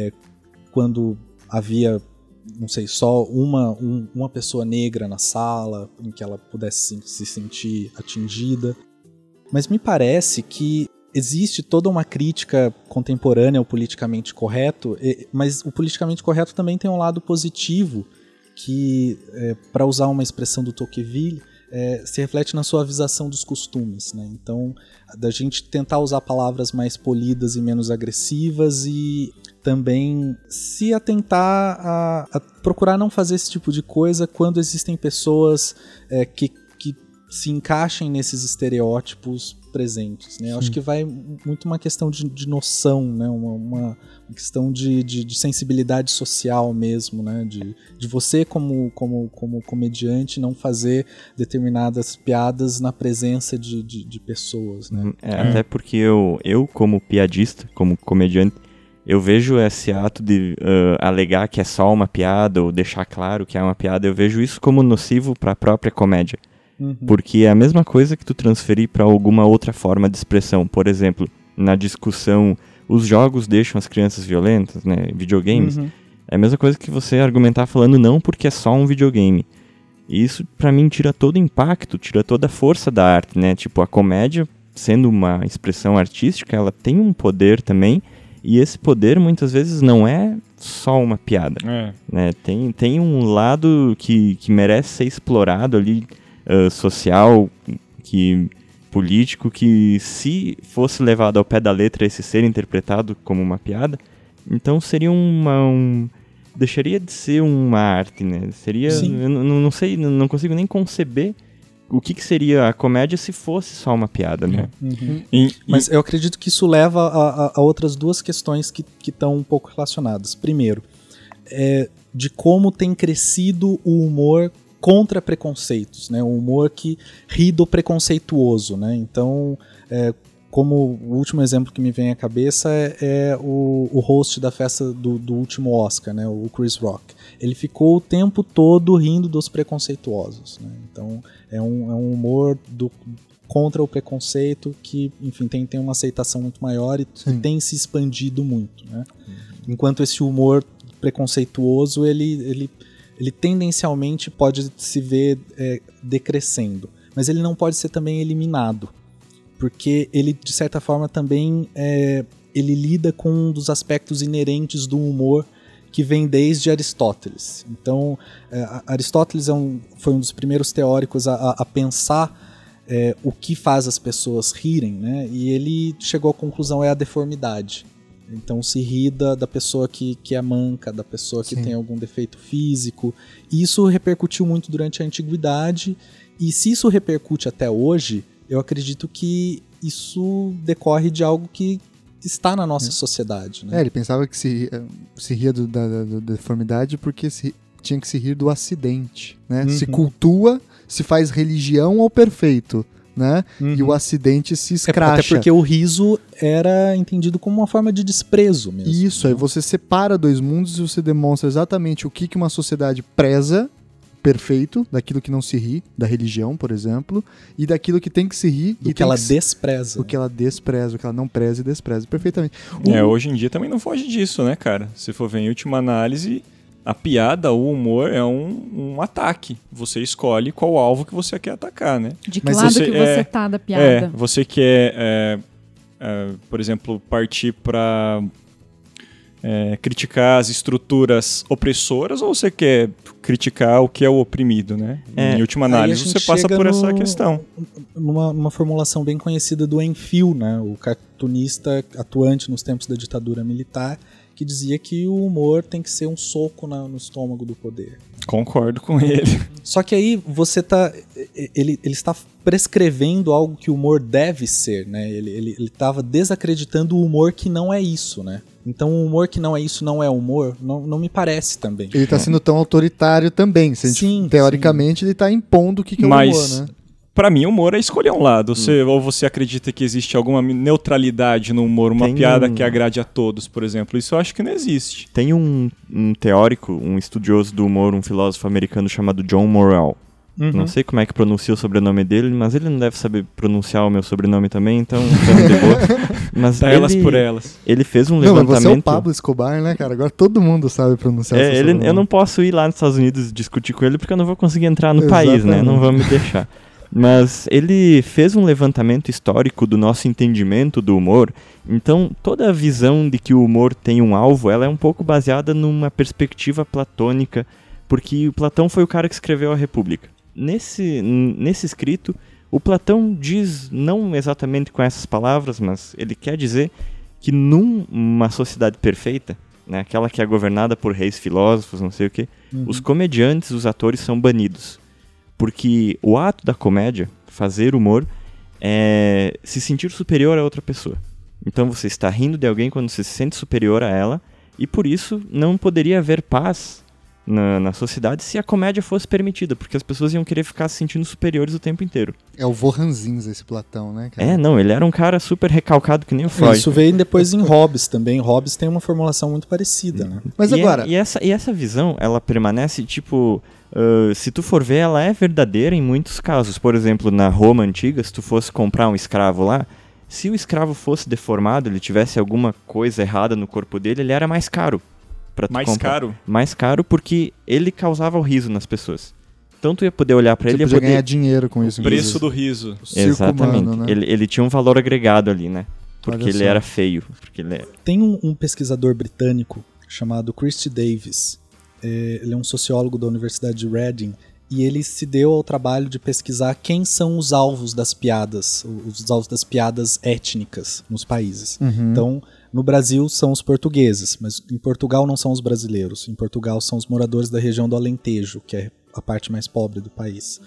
quando havia, não sei, só uma pessoa negra na sala em que ela pudesse se sentir atingida, mas me parece que existe toda uma crítica contemporânea ao politicamente correto, mas o politicamente correto também tem um lado positivo que, para usar uma expressão do Tocqueville, se reflete na suavização dos costumes, né? Então, da gente tentar usar palavras mais polidas e menos agressivas e também se atentar a procurar não fazer esse tipo de coisa quando existem pessoas que se encaixem nesses estereótipos presentes, né? Eu acho que vai muito uma questão de noção, né? Uma questão de sensibilidade social mesmo, né? De você como comediante não fazer determinadas piadas na presença de pessoas, né? Até porque eu como piadista, como comediante, eu vejo esse ato de alegar que é só uma piada ou deixar claro que é uma piada, eu vejo isso como nocivo para a própria comédia. Porque é a mesma coisa que tu transferir para alguma outra forma de expressão. Por exemplo, na discussão, os jogos deixam as crianças violentas, né? Videogames. É a mesma coisa que você argumentar falando não porque é só um videogame. E isso, para mim, tira todo o impacto, tira toda a força da arte, né? Tipo, a comédia, sendo uma expressão artística, ela tem um poder também. E esse poder, muitas vezes, não é só uma piada. Né? Tem um lado que merece ser explorado ali, social, político, que se fosse levado ao pé da letra esse ser interpretado como uma piada, então seria deixaria de ser uma arte, né? Seria, eu não sei, não consigo nem conceber o que seria a comédia se fosse só uma piada, né? Mas eu acredito que isso leva a outras duas questões que estão um pouco relacionadas. Primeiro, de como tem crescido o humor contra preconceitos, né? O humor que ri do preconceituoso, né? Então, como o último exemplo que me vem à cabeça é o host da festa do último Oscar, né? O Chris Rock. Ele ficou o tempo todo rindo dos preconceituosos, né? Então, é um humor contra o preconceito que, enfim, tem uma aceitação muito maior e tem se expandido muito, né? Enquanto esse humor preconceituoso, ele tendencialmente pode se ver decrescendo, mas ele não pode ser também eliminado, porque ele, de certa forma, também ele lida com um dos aspectos inerentes do humor que vem desde Aristóteles. Então, Aristóteles foi um dos primeiros teóricos a pensar o que faz as pessoas rirem, né? E ele chegou à conclusão, a deformidade. Então se ri da pessoa que é manca, da pessoa que tem algum defeito físico. E isso repercutiu muito durante a antiguidade. E se isso repercute até hoje, eu acredito que isso decorre de algo que está na nossa sociedade, né? Ele pensava que se ria da deformidade porque tinha que se rir do acidente, né? Se cultua, se faz religião ao perfeito, né? E o acidente se escracha. Até porque o riso era entendido como uma forma de desprezo mesmo. Isso, aí você separa dois mundos e você demonstra exatamente o que uma sociedade preza perfeito, daquilo que não se ri, da religião, por exemplo, e daquilo que tem que se rir. Do que ela despreza. O que ela despreza, o que ela não preza e despreza, perfeitamente. Hoje em dia também não foge disso, né, cara? Se for ver em última análise, a piada, o humor é um ataque. Você escolhe qual alvo que você quer atacar, né? De que lado que você tá da piada. Você quer, por exemplo, partir para criticar as estruturas opressoras ou você quer criticar o que é o oprimido, né? Em última análise, você passa por essa questão. Numa formulação bem conhecida do Enfield, né? O cartunista atuante nos tempos da ditadura militar, que dizia que o humor tem que ser um soco no estômago do poder. Concordo com ele. Só que aí ele está prescrevendo algo que o humor deve ser, né? Ele estava desacreditando o humor que não é isso, né? Então o humor que não é isso não é humor, não me parece também. Ele está sendo tão autoritário também. Teoricamente ele está impondo o que é o humor, né? Pra mim, o humor é escolher um lado. Ou você acredita que existe alguma neutralidade no humor, uma piada que agrade a todos, por exemplo. Isso eu acho que não existe. Tem um teórico, um estudioso do humor, um filósofo americano chamado John Morrell. Não sei como é que pronuncia o sobrenome dele, mas ele não deve saber pronunciar o meu sobrenome também, então de boa. Mas elas por elas. Ele fez um levantamento... Não, mas você é o Pablo Escobar, né, cara? Agora todo mundo sabe pronunciar o seu sobrenome. Eu não posso ir lá nos Estados Unidos discutir com ele porque eu não vou conseguir entrar no país, né? Não vão me deixar. Mas ele fez um levantamento histórico do nosso entendimento do humor. Então, toda a visão de que o humor tem um alvo, ela é um pouco baseada numa perspectiva platônica, porque o Platão foi o cara que escreveu a República. Nesse escrito, o Platão diz, não exatamente com essas palavras, mas ele quer dizer que numa sociedade perfeita, né, aquela que é governada por reis, filósofos, não sei o quê, os comediantes, os atores são banidos. Porque o ato da comédia, fazer humor, é se sentir superior a outra pessoa. Então você está rindo de alguém quando você se sente superior a ela, e por isso não poderia haver paz na sociedade se a comédia fosse permitida, porque as pessoas iam querer ficar se sentindo superiores o tempo inteiro. É o Vorranzinza esse Platão, né, cara? Ele era um cara super recalcado que nem o Freud. Isso veio depois em Hobbes também. Hobbes tem uma formulação muito parecida, né? Mas agora... E essa visão, ela permanece, tipo... se tu for ver, ela é verdadeira em muitos casos. Por exemplo, na Roma antiga, se tu fosse comprar um escravo lá, se o escravo fosse deformado, ele tivesse alguma coisa errada no corpo dele, ele era mais caro. Mais caro porque ele causava o riso nas pessoas. Então tu ia poder olhar pra ele e podia ganhar dinheiro com isso. O preço do riso. Exatamente. Humano, né? Ele tinha um valor agregado ali, né? Porque ele era feio. Tem um pesquisador britânico chamado Christy Davis. Ele é um sociólogo da Universidade de Reading e ele se deu ao trabalho de pesquisar quem são os alvos das piadas, os alvos das piadas étnicas nos países. Então, no Brasil são os portugueses, mas em Portugal não são os brasileiros. Em Portugal são os moradores da região do Alentejo, que é a parte mais pobre do país.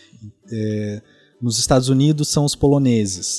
Nos Estados Unidos são os poloneses.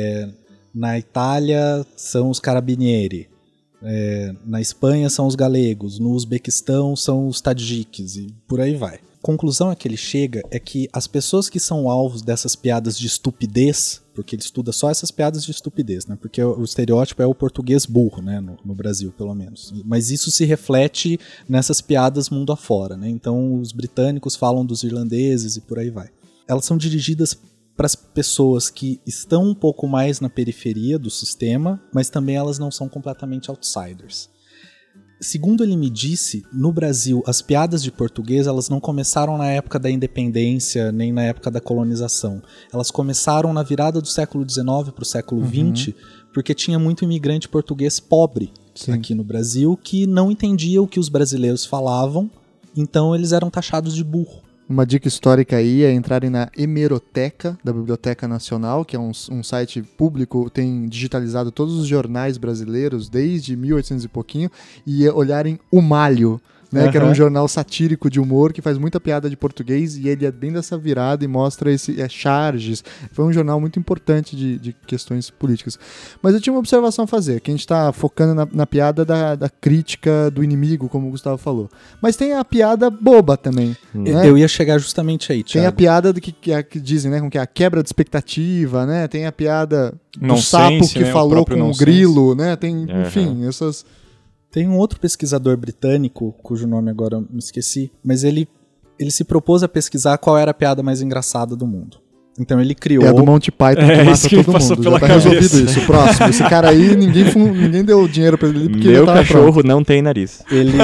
Na Itália são os carabinieri. Na Espanha são os galegos, no Uzbequistão são os tadjiques e por aí vai. A conclusão a que ele chega é que as pessoas que são alvos dessas piadas de estupidez, porque ele estuda só essas piadas de estupidez, né? Porque o estereótipo é o português burro, né? No Brasil, pelo menos. Mas isso se reflete nessas piadas mundo afora, né? Então os britânicos falam dos irlandeses e por aí vai. Elas são dirigidas para as pessoas que estão um pouco mais na periferia do sistema, mas também elas não são completamente outsiders. Segundo ele me disse, no Brasil, as piadas de português elas não começaram na época da independência, nem na época da colonização. Elas começaram na virada do século XIX para o século XX, porque tinha muito imigrante português pobre aqui no Brasil, que não entendia o que os brasileiros falavam, então eles eram taxados de burro. Uma dica histórica aí é entrarem na Hemeroteca da Biblioteca Nacional, que é um site público, tem digitalizado todos os jornais brasileiros desde 1800 e pouquinho, e olharem O Malho, né, que era um jornal satírico de humor que faz muita piada de português, e ele é bem dessa virada e mostra charges. Foi um jornal muito importante de questões políticas. Mas eu tinha uma observação a fazer, que a gente está focando na piada da crítica do inimigo, como o Gustavo falou. Mas tem a piada boba também. Né? Eu ia chegar justamente aí, Thiago. Tem a piada que dizem, né, que é a quebra de expectativa, né? Tem a piada do sapo que falou com o grilo, né? Tem, enfim, essas... Tem um outro pesquisador britânico, cujo nome agora eu me esqueci, mas ele ele se propôs a pesquisar qual era a piada mais engraçada do mundo. Então ele criou... É do Monty Python que mata todo mundo. Pela Já tá cabeça. resolvido isso. Próximo. Esse cara aí, ninguém deu dinheiro pra ele porque Meu ele tava cachorro pronto. não tem nariz.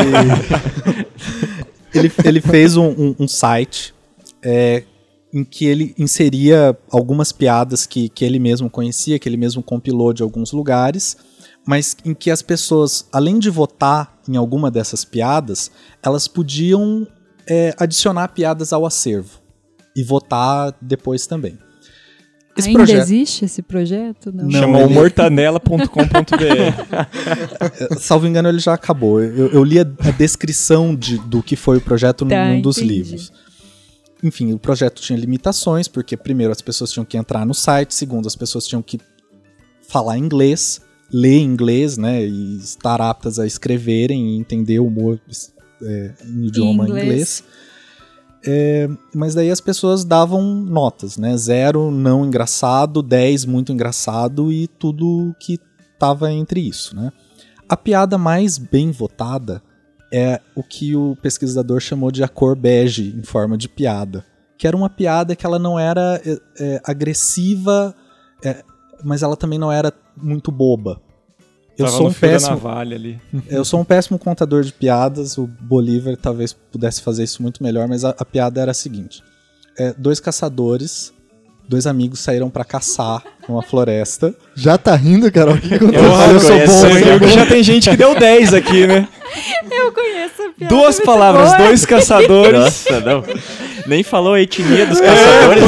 Ele fez um site em que ele inseria algumas piadas que ele mesmo conhecia, que ele mesmo compilou de alguns lugares, mas em que as pessoas, além de votar em alguma dessas piadas, elas podiam adicionar piadas ao acervo e votar depois também. Ainda existe esse projeto? Não. Chama mortanela.com.br. Salvo engano, ele já acabou. Eu li a descrição do que foi o projeto num dos livros. Enfim, o projeto tinha limitações, porque primeiro as pessoas tinham que entrar no site, segundo as pessoas tinham que falar inglês, ler inglês, né, e estar aptas a escreverem e entender o humor em idioma inglês. Mas daí as pessoas davam notas, né? 0, não engraçado, 10, muito engraçado e tudo que estava entre isso, né? A piada mais bem votada é o que o pesquisador chamou de a cor bege em forma de piada, que era uma piada que ela não era agressiva, mas ela também não era muito boba. Eu sou um péssimo contador de piadas. O Bolívar talvez pudesse fazer isso muito melhor, mas a piada era a seguinte: 2 caçadores, 2 amigos saíram pra caçar numa floresta. Já tá rindo, Carol? O que aconteceu? Eu sou bom, hein? Já tem gente que deu 10 aqui, né? Eu conheço a piada. 2 palavras, boa. 2 caçadores. Nossa, não. Nem falou a etnia dos caçadores.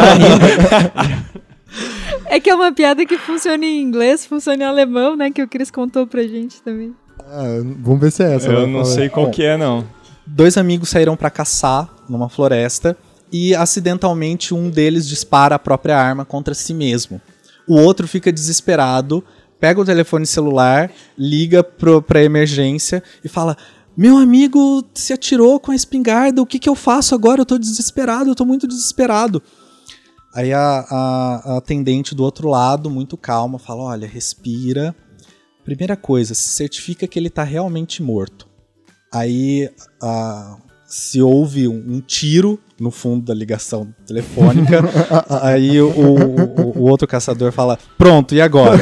É que é uma piada que funciona em inglês, funciona em alemão, né? Que o Chris contou pra gente também. Vamos ver se é essa. Eu não sei qual que é, não. 2 amigos saíram pra caçar numa floresta e acidentalmente um deles dispara a própria arma contra si mesmo. O outro fica desesperado, pega o telefone celular, liga pra emergência e fala: meu amigo se atirou com a espingarda, o que eu faço agora? Eu tô desesperado, eu tô muito desesperado. Aí a atendente do outro lado, muito calma, fala: olha, respira. Primeira coisa, se certifica que ele tá realmente morto. Aí se houve um tiro no fundo da ligação telefônica, aí o outro caçador fala: pronto, e agora?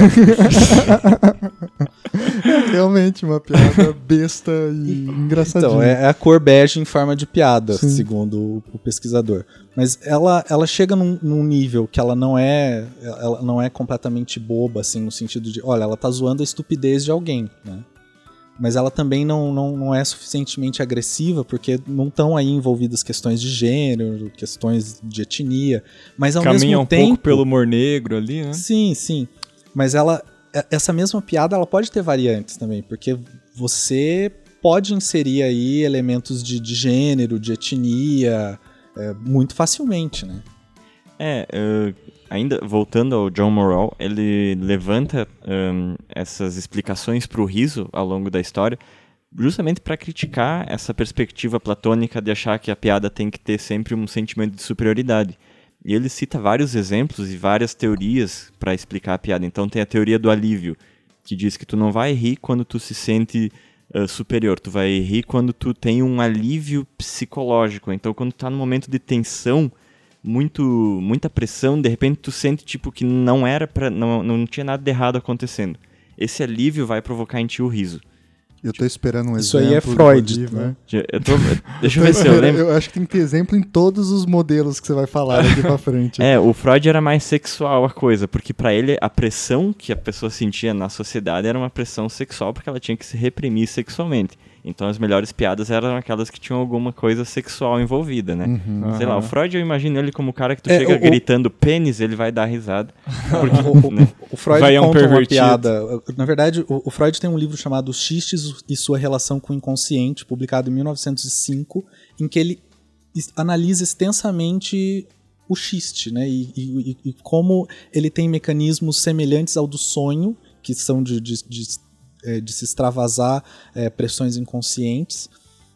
Realmente uma piada besta e engraçadinha. Então, é a cor bege em forma de piada, Sim. segundo o pesquisador. Mas ela chega num nível que ela não é completamente boba, assim, no sentido de, olha, ela tá zoando a estupidez de alguém, né? Mas ela também não é suficientemente agressiva, porque não estão aí envolvidas questões de gênero, questões de etnia, mas ao Caminha mesmo tempo... pouco pelo humor negro ali, né? Sim, sim. Mas essa mesma piada ela pode ter variantes também, porque você pode inserir aí elementos de gênero, de etnia, muito facilmente, né? Ainda voltando ao John Morrell, ele levanta essas explicações para o riso ao longo da história, justamente para criticar essa perspectiva platônica de achar que a piada tem que ter sempre um sentimento de superioridade. E ele cita vários exemplos e várias teorias para explicar a piada. Então tem a teoria do alívio, que diz que tu não vai rir quando tu se sente superior, tu vai rir quando tu tem um alívio psicológico. Então quando tu tá num momento de tensão, muita pressão, de repente tu sente tipo que não tinha nada de errado acontecendo. Esse alívio vai provocar em ti o riso. Eu tô esperando um Isso exemplo. aí é Freud, né? Deixa eu ver se eu lembro. Eu acho que tem que ter exemplo em todos os modelos que você vai falar daqui pra frente. O Freud era mais sexual a coisa, porque pra ele a pressão que a pessoa sentia na sociedade era uma pressão sexual, porque ela tinha que se reprimir sexualmente. Então as melhores piadas eram aquelas que tinham alguma coisa sexual envolvida, né? Uhum. Sei lá, o Freud, eu imagino ele como o cara que tu chega gritando pênis, ele vai dar risada. Porque, o Freud Vai conta uma pervertido. piada. Na verdade, o Freud tem um livro chamado Xistes e Sua Relação com o Inconsciente, publicado em 1905, em que ele analisa extensamente o xiste, né? E como ele tem mecanismos semelhantes ao do sonho, que são de se extravasar pressões inconscientes,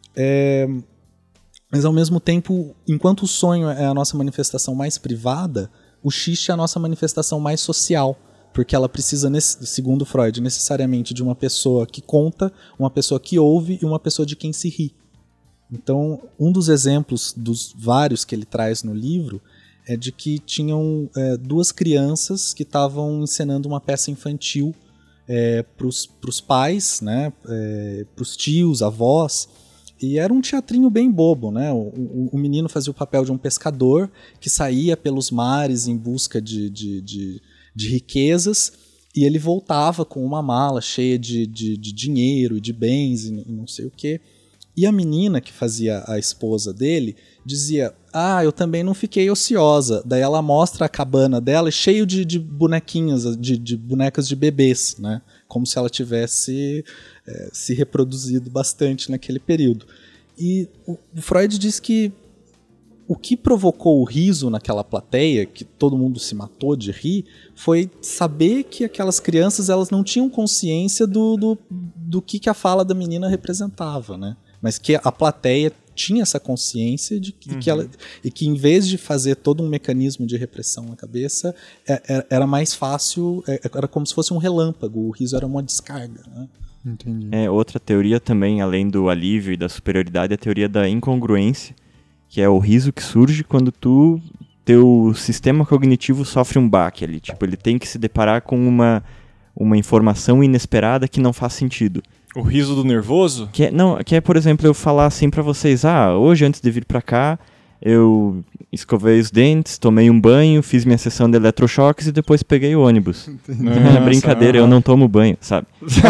mas ao mesmo tempo, enquanto o sonho é a nossa manifestação mais privada, o xiste é a nossa manifestação mais social, porque ela precisa, segundo Freud, necessariamente de uma pessoa que conta, uma pessoa que ouve e uma pessoa de quem se ri. Então, um dos exemplos dos vários que ele traz no livro é de que tinham 2 crianças que estavam encenando uma peça infantil para os pais, né, para os tios, avós, e era um teatrinho bem bobo, né? O menino fazia o papel de um pescador que saía pelos mares em busca de riquezas, e ele voltava com uma mala cheia de dinheiro e de bens e não sei o quê. E a menina que fazia a esposa dele dizia: eu também não fiquei ociosa. Daí ela mostra a cabana dela cheio de bonequinhas, de bonecas de bebês, né? Como se ela tivesse se reproduzido bastante naquele período. E o Freud diz que o que provocou o riso naquela plateia, que todo mundo se matou de rir, foi saber que aquelas crianças elas não tinham consciência do que a fala da menina representava, né? Mas que a plateia tinha essa consciência de que ela, e que em vez de fazer todo um mecanismo de repressão na cabeça, era mais fácil, era como se fosse um relâmpago, o riso era uma descarga, né? Entendi. Outra teoria também, além do alívio e da superioridade, é a teoria da incongruência, que é o riso que surge quando teu sistema cognitivo sofre um baque ali. Tipo, ele tem que se deparar com uma informação inesperada que não faz sentido. O riso do nervoso? Que é, por exemplo, eu falar assim pra vocês: hoje antes de vir pra cá, eu escovei os dentes, tomei um banho, fiz minha sessão de eletrochoques e depois peguei o ônibus. Brincadeira, eu não tomo banho, sabe?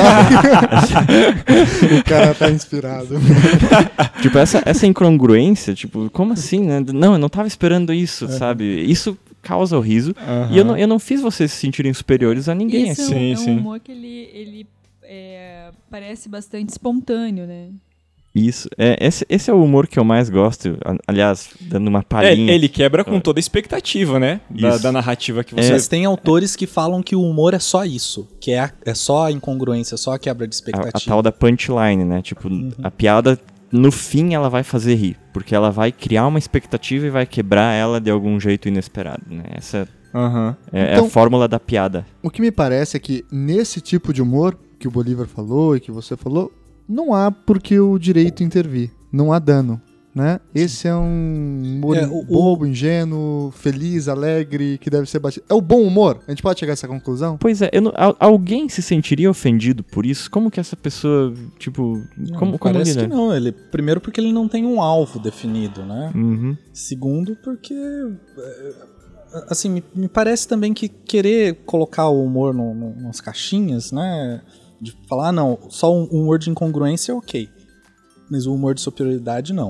O cara tá inspirado. Tipo, essa incongruência, tipo, como assim, né? Não, eu não tava esperando isso, sabe? Isso causa o riso. E eu não fiz vocês se sentirem superiores a ninguém. Isso é um humor que ele parece bastante espontâneo, né? Isso, esse é o humor que eu mais gosto, aliás, dando uma palhinha. Ele quebra com toda a expectativa, né? Da narrativa que você... Mas tem autores que falam que o humor é só isso, que é só a incongruência, só a quebra de expectativa. A tal da punchline, né? Tipo, a piada, no fim, ela vai fazer rir, porque ela vai criar uma expectativa e vai quebrar ela de algum jeito inesperado, né? Essa é a fórmula da piada. O que me parece é que nesse tipo de humor que o Bolívar falou e que você falou, não há porque o direito intervir, não há dano, né? Esse é um humor bobo, ingênuo, feliz, alegre, que deve ser batido. É o bom humor? A gente pode chegar a essa conclusão? Pois é, alguém se sentiria ofendido por isso? Como que essa pessoa, tipo... Como parece que não, primeiro porque ele não tem um alvo definido, né? Segundo porque... Assim, me parece também que querer colocar o humor nas caixinhas, né? De falar, não, só um humor de incongruência é ok, mas o humor de superioridade não.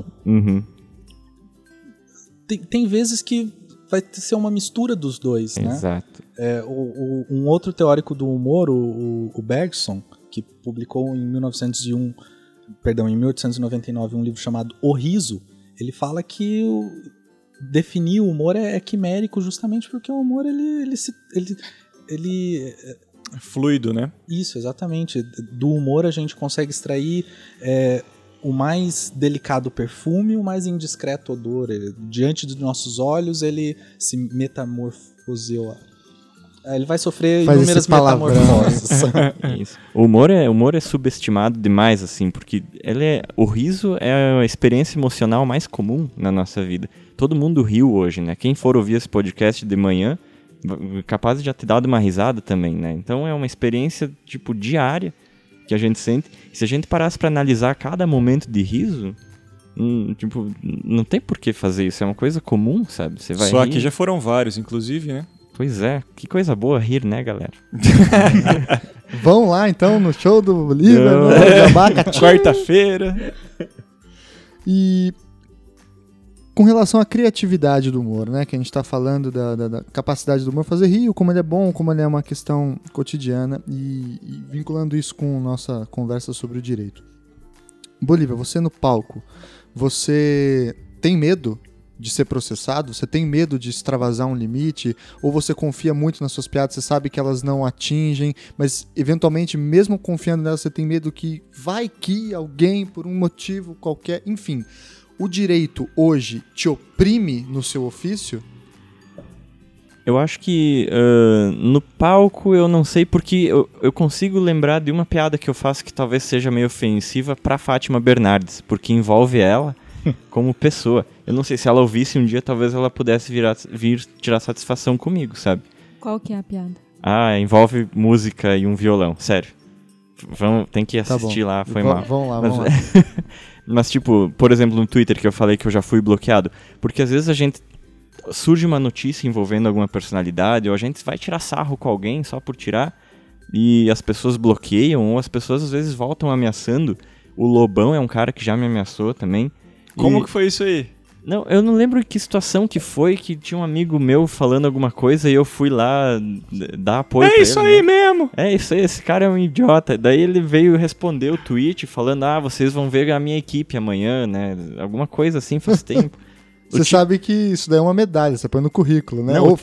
Tem vezes que vai ser uma mistura dos dois, né? Exato. Um outro teórico do humor, o Bergson, que publicou em 1899 um livro chamado O Riso, ele fala que definir o humor é quimérico justamente porque o humor ele fluido, né? Isso, exatamente. Do humor a gente consegue extrair o mais delicado perfume e o mais indiscreto odor. Diante dos nossos olhos, ele se metamorfoseou. Ele vai sofrer inúmeras metamorfoses. Isso. O humor é subestimado demais, assim, porque o riso é a experiência emocional mais comum na nossa vida. Todo mundo riu hoje, né? Quem for ouvir esse podcast de manhã, capaz de já ter dado uma risada também, né? Então é uma experiência, tipo, diária que a gente sente. E se a gente parasse pra analisar cada momento de riso, tipo, não tem por que fazer isso. É uma coisa comum, sabe? Você vai Só rir. Aqui já foram vários, inclusive, né? Pois é. Que coisa boa rir, né, galera? Vão lá, então, no show do Bolívar, quarta-feira. E... com relação à criatividade do humor, né? Que a gente está falando da capacidade do humor fazer rir, como ele é bom, como ele é uma questão cotidiana e vinculando isso com nossa conversa sobre o direito. Bolívar, você no palco, você tem medo de ser processado? Você tem medo de extravasar um limite? Ou você confia muito nas suas piadas, você sabe que elas não atingem, mas eventualmente, mesmo confiando nelas, você tem medo que vai que alguém, por um motivo qualquer, enfim... O direito hoje te oprime no seu ofício? Eu acho que no palco eu não sei, porque eu consigo lembrar de uma piada que eu faço que talvez seja meio ofensiva pra Fátima Bernardes, porque envolve ela como pessoa. Eu não sei, se ela ouvisse um dia, talvez ela pudesse vir tirar satisfação comigo, sabe? Qual que é a piada? Envolve música e um violão, sério. Tem que assistir lá, foi mal. Vamos lá. Mas tipo, por exemplo, no Twitter que eu falei que eu já fui bloqueado, porque às vezes surge uma notícia envolvendo alguma personalidade, ou a gente vai tirar sarro com alguém só por tirar, e as pessoas bloqueiam, ou as pessoas às vezes voltam ameaçando. O Lobão é um cara que já me ameaçou também. Como que foi isso aí? Não, eu não lembro que situação que foi, que tinha um amigo meu falando alguma coisa e eu fui lá dar apoio pra ele. É isso aí mesmo! É isso aí, esse cara é um idiota. Daí ele veio responder o tweet falando, vocês vão ver a minha equipe amanhã, né? Alguma coisa assim, faz tempo. Você sabe que isso daí é uma medalha, você põe no currículo, né? Não,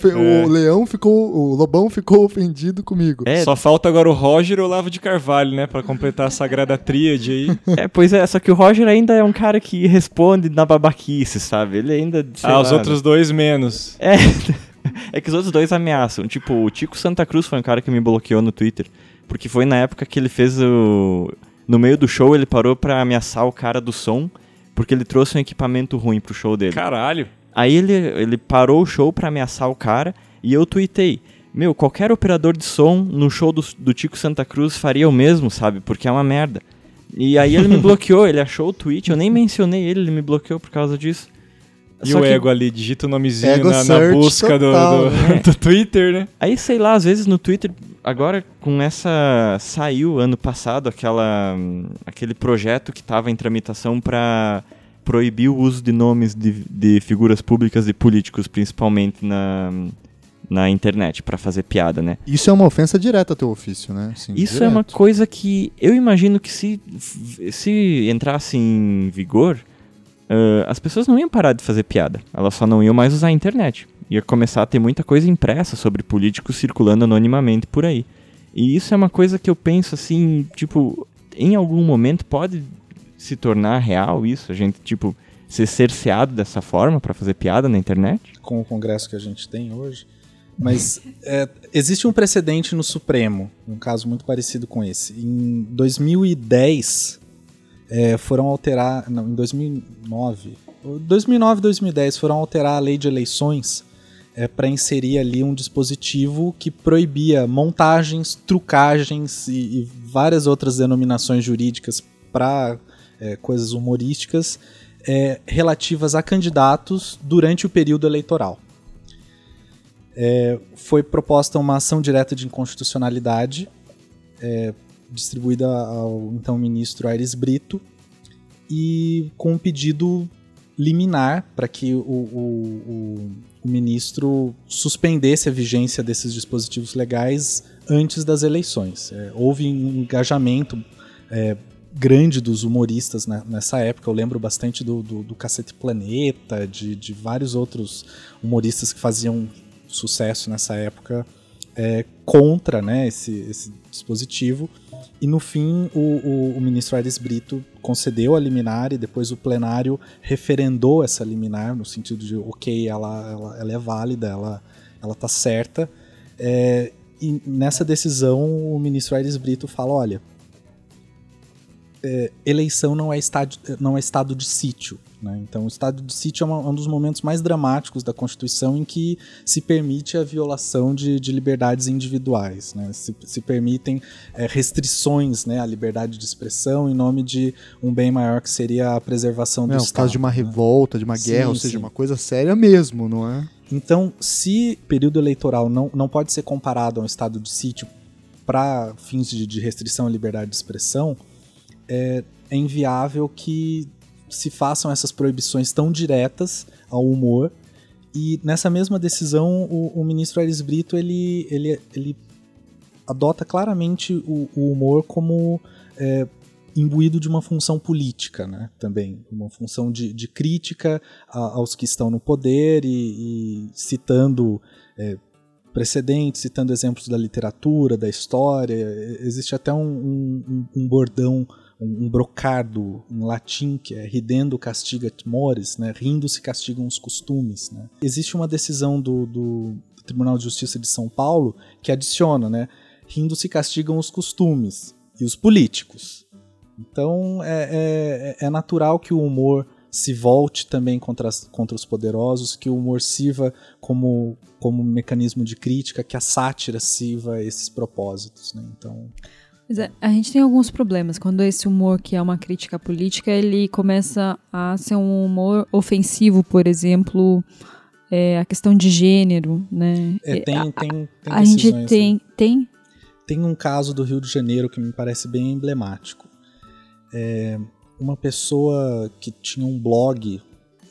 o Lobão ficou ofendido comigo. Só falta agora o Roger e o Olavo de Carvalho, né? Pra completar a sagrada tríade aí. Pois é, só que o Roger ainda é um cara que responde na babaquice, sabe? Ele ainda... Os outros dois menos. É que os outros dois ameaçam. Tipo, o Tico Santa Cruz foi um cara que me bloqueou no Twitter. Porque foi na época que ele fez no meio do show, ele parou pra ameaçar o cara do som, porque ele trouxe um equipamento ruim pro show dele. Caralho! Aí ele parou o show pra ameaçar o cara, e eu tuitei, qualquer operador de som no show do Tico Santa Cruz faria o mesmo, sabe? Porque é uma merda. E aí ele me bloqueou, ele achou o tweet, eu nem mencionei ele me bloqueou por causa disso. E o ego ali, digita o nomezinho na busca total, do Twitter, né? Aí, sei lá, às vezes no Twitter, agora com saiu ano passado aquele projeto que estava em tramitação para proibir o uso de nomes de figuras públicas e políticos, principalmente na internet, para fazer piada, né? Isso é uma ofensa direta ao teu ofício, né? Assim, isso direto. É uma coisa que eu imagino que se entrasse em vigor, as pessoas não iam parar de fazer piada. Elas só não iam mais usar a internet. Ia começar a ter muita coisa impressa sobre políticos circulando anonimamente por aí. E isso é uma coisa que eu penso assim, tipo, em algum momento pode se tornar real isso? A gente, tipo, ser cerceado dessa forma para fazer piada na internet? Com o congresso que a gente tem hoje. Mas existe um precedente no Supremo, um caso muito parecido com esse. Em 2010... foram alterar, não, em 2009 e 2010 foram alterar a lei de eleições para inserir ali um dispositivo que proibia montagens, trucagens e várias outras denominações jurídicas para coisas humorísticas relativas a candidatos durante o período eleitoral. Foi proposta uma ação direta de inconstitucionalidade distribuída ao então ministro Aires Brito, e com um pedido liminar para que o ministro suspendesse a vigência desses dispositivos legais antes das eleições. Houve um engajamento grande dos humoristas nessa época. Eu lembro bastante do Cacete Planeta, de vários outros humoristas que faziam sucesso nessa época contra, né, esse dispositivo. E no fim o ministro Aires Brito concedeu a liminar, e depois o plenário referendou essa liminar no sentido de ok, ela é válida, ela tá certa. E nessa decisão o ministro Aires Brito fala, olha, eleição não é estado de sítio, né? Então o estado de sítio é um dos momentos mais dramáticos da Constituição em que se permite a violação de liberdades individuais, né? Se permitem restrições, né, à liberdade de expressão em nome de um bem maior que seria a preservação do Estado. No caso de uma revolta, de uma guerra, ou seja, uma coisa séria mesmo, não é? Então, se período eleitoral não pode ser comparado a um estado de sítio para fins de restrição à liberdade de expressão, é inviável que se façam essas proibições tão diretas ao humor. E nessa mesma decisão o ministro Aires Brito ele adota claramente o humor como imbuído de uma função política, né? Também uma função de crítica aos que estão no poder, e citando precedentes, citando exemplos da literatura, da história. Existe até um bordão, um brocardo em latim, que é ridendo castigat mores, né? Rindo se castigam os costumes, né? Existe uma decisão Tribunal de Justiça de São Paulo, que adiciona, né? Rindo se castigam os costumes e os políticos. Então é natural que o humor se volte também contra os poderosos, que o humor sirva como mecanismo de crítica, que a sátira sirva esses propósitos, né? Então... A gente tem alguns problemas quando esse humor, que é uma crítica política, ele começa a ser um humor ofensivo, por exemplo, a questão de gênero, né? Tem a gente tem um caso do Rio de Janeiro que me parece bem emblemático. Uma pessoa que tinha um blog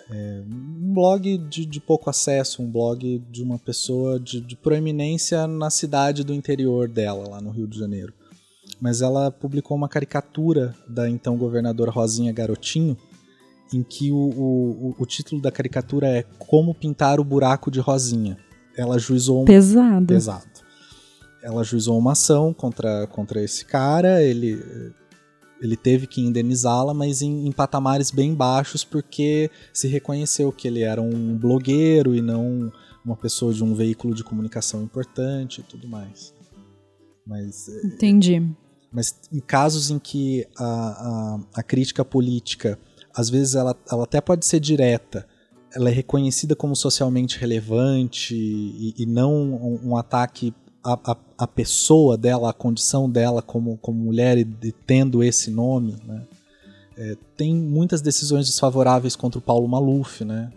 de pouco acesso, um blog de uma pessoa de proeminência na cidade do interior dela, lá no Rio de Janeiro. Mas ela publicou uma caricatura da então governadora Rosinha Garotinho, em que o título da caricatura é Como Pintar o Buraco de Rosinha. Ela ajuizou... Pesado. Exato. Ela ajuizou uma ação contra esse cara, ele teve que indenizá-la, mas em patamares bem baixos, porque se reconheceu que ele era um blogueiro e não uma pessoa de um veículo de comunicação importante e tudo mais. Entendi. Mas em casos em que a crítica política, às vezes ela até pode ser direta, ela é reconhecida como socialmente relevante e não um ataque à pessoa dela, à condição dela como mulher e tendo esse nome, né? Tem muitas decisões desfavoráveis contra o Paulo Maluf, né?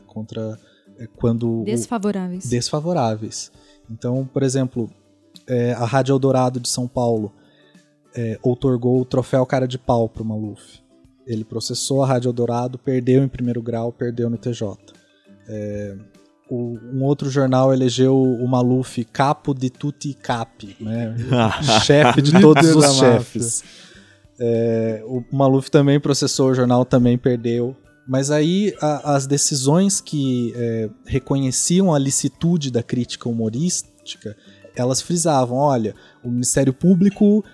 Desfavoráveis. Então, por exemplo, a Rádio Eldorado de São Paulo outorgou o troféu Cara de Pau para o Maluf. Ele processou a Rádio Eldorado, perdeu em primeiro grau, perdeu no TJ. Um outro jornal elegeu o Maluf capo de tutti capi, né? Chefe de todos os chefes. O Maluf também processou o jornal, também perdeu. Mas aí as decisões que reconheciam a licitude da crítica humorística, elas frisavam, olha, o Ministério Público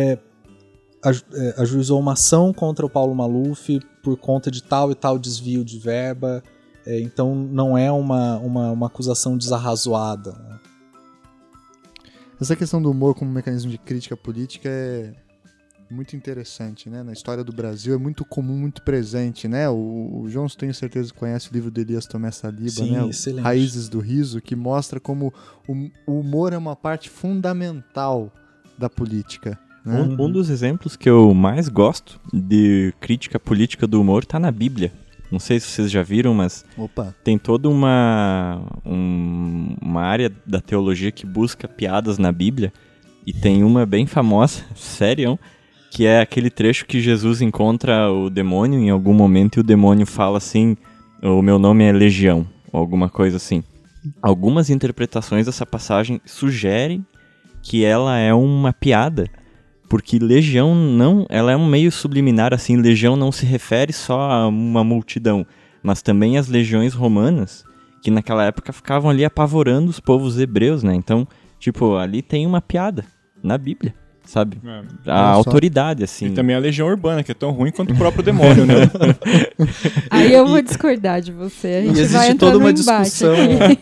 ajuizou uma ação contra o Paulo Maluf por conta de tal e tal desvio de verba, então não é uma acusação desarrazoada, né? Essa questão do humor como mecanismo de crítica política é muito interessante, né? Na história do Brasil é muito comum, muito presente, né? O João, tenho certeza que conhece o livro de Elias Tomé Saliba, sim, né? Excelente. Raízes do Riso, que mostra como o humor é uma parte fundamental da política. Né? Um dos exemplos que eu mais gosto de crítica política do humor está na Bíblia. Não sei se vocês já viram, mas tem toda uma área da teologia que busca piadas na Bíblia. E tem uma bem famosa, sério, que é aquele trecho que Jesus encontra o demônio em algum momento e o demônio fala assim, o meu nome é Legião, ou alguma coisa assim. Algumas interpretações dessa passagem sugerem que ela é uma piada, porque legião não, ela é um meio subliminar, assim, legião não se refere só a uma multidão, mas também às legiões romanas, que naquela época ficavam ali apavorando os povos hebreus, né? Então, tipo, ali tem uma piada na Bíblia, sabe? A autoridade, assim. E também a legião urbana, que é tão ruim quanto o próprio demônio, né? Aí eu vou discordar de você. A gente vai entrar toda no uma embate discussão.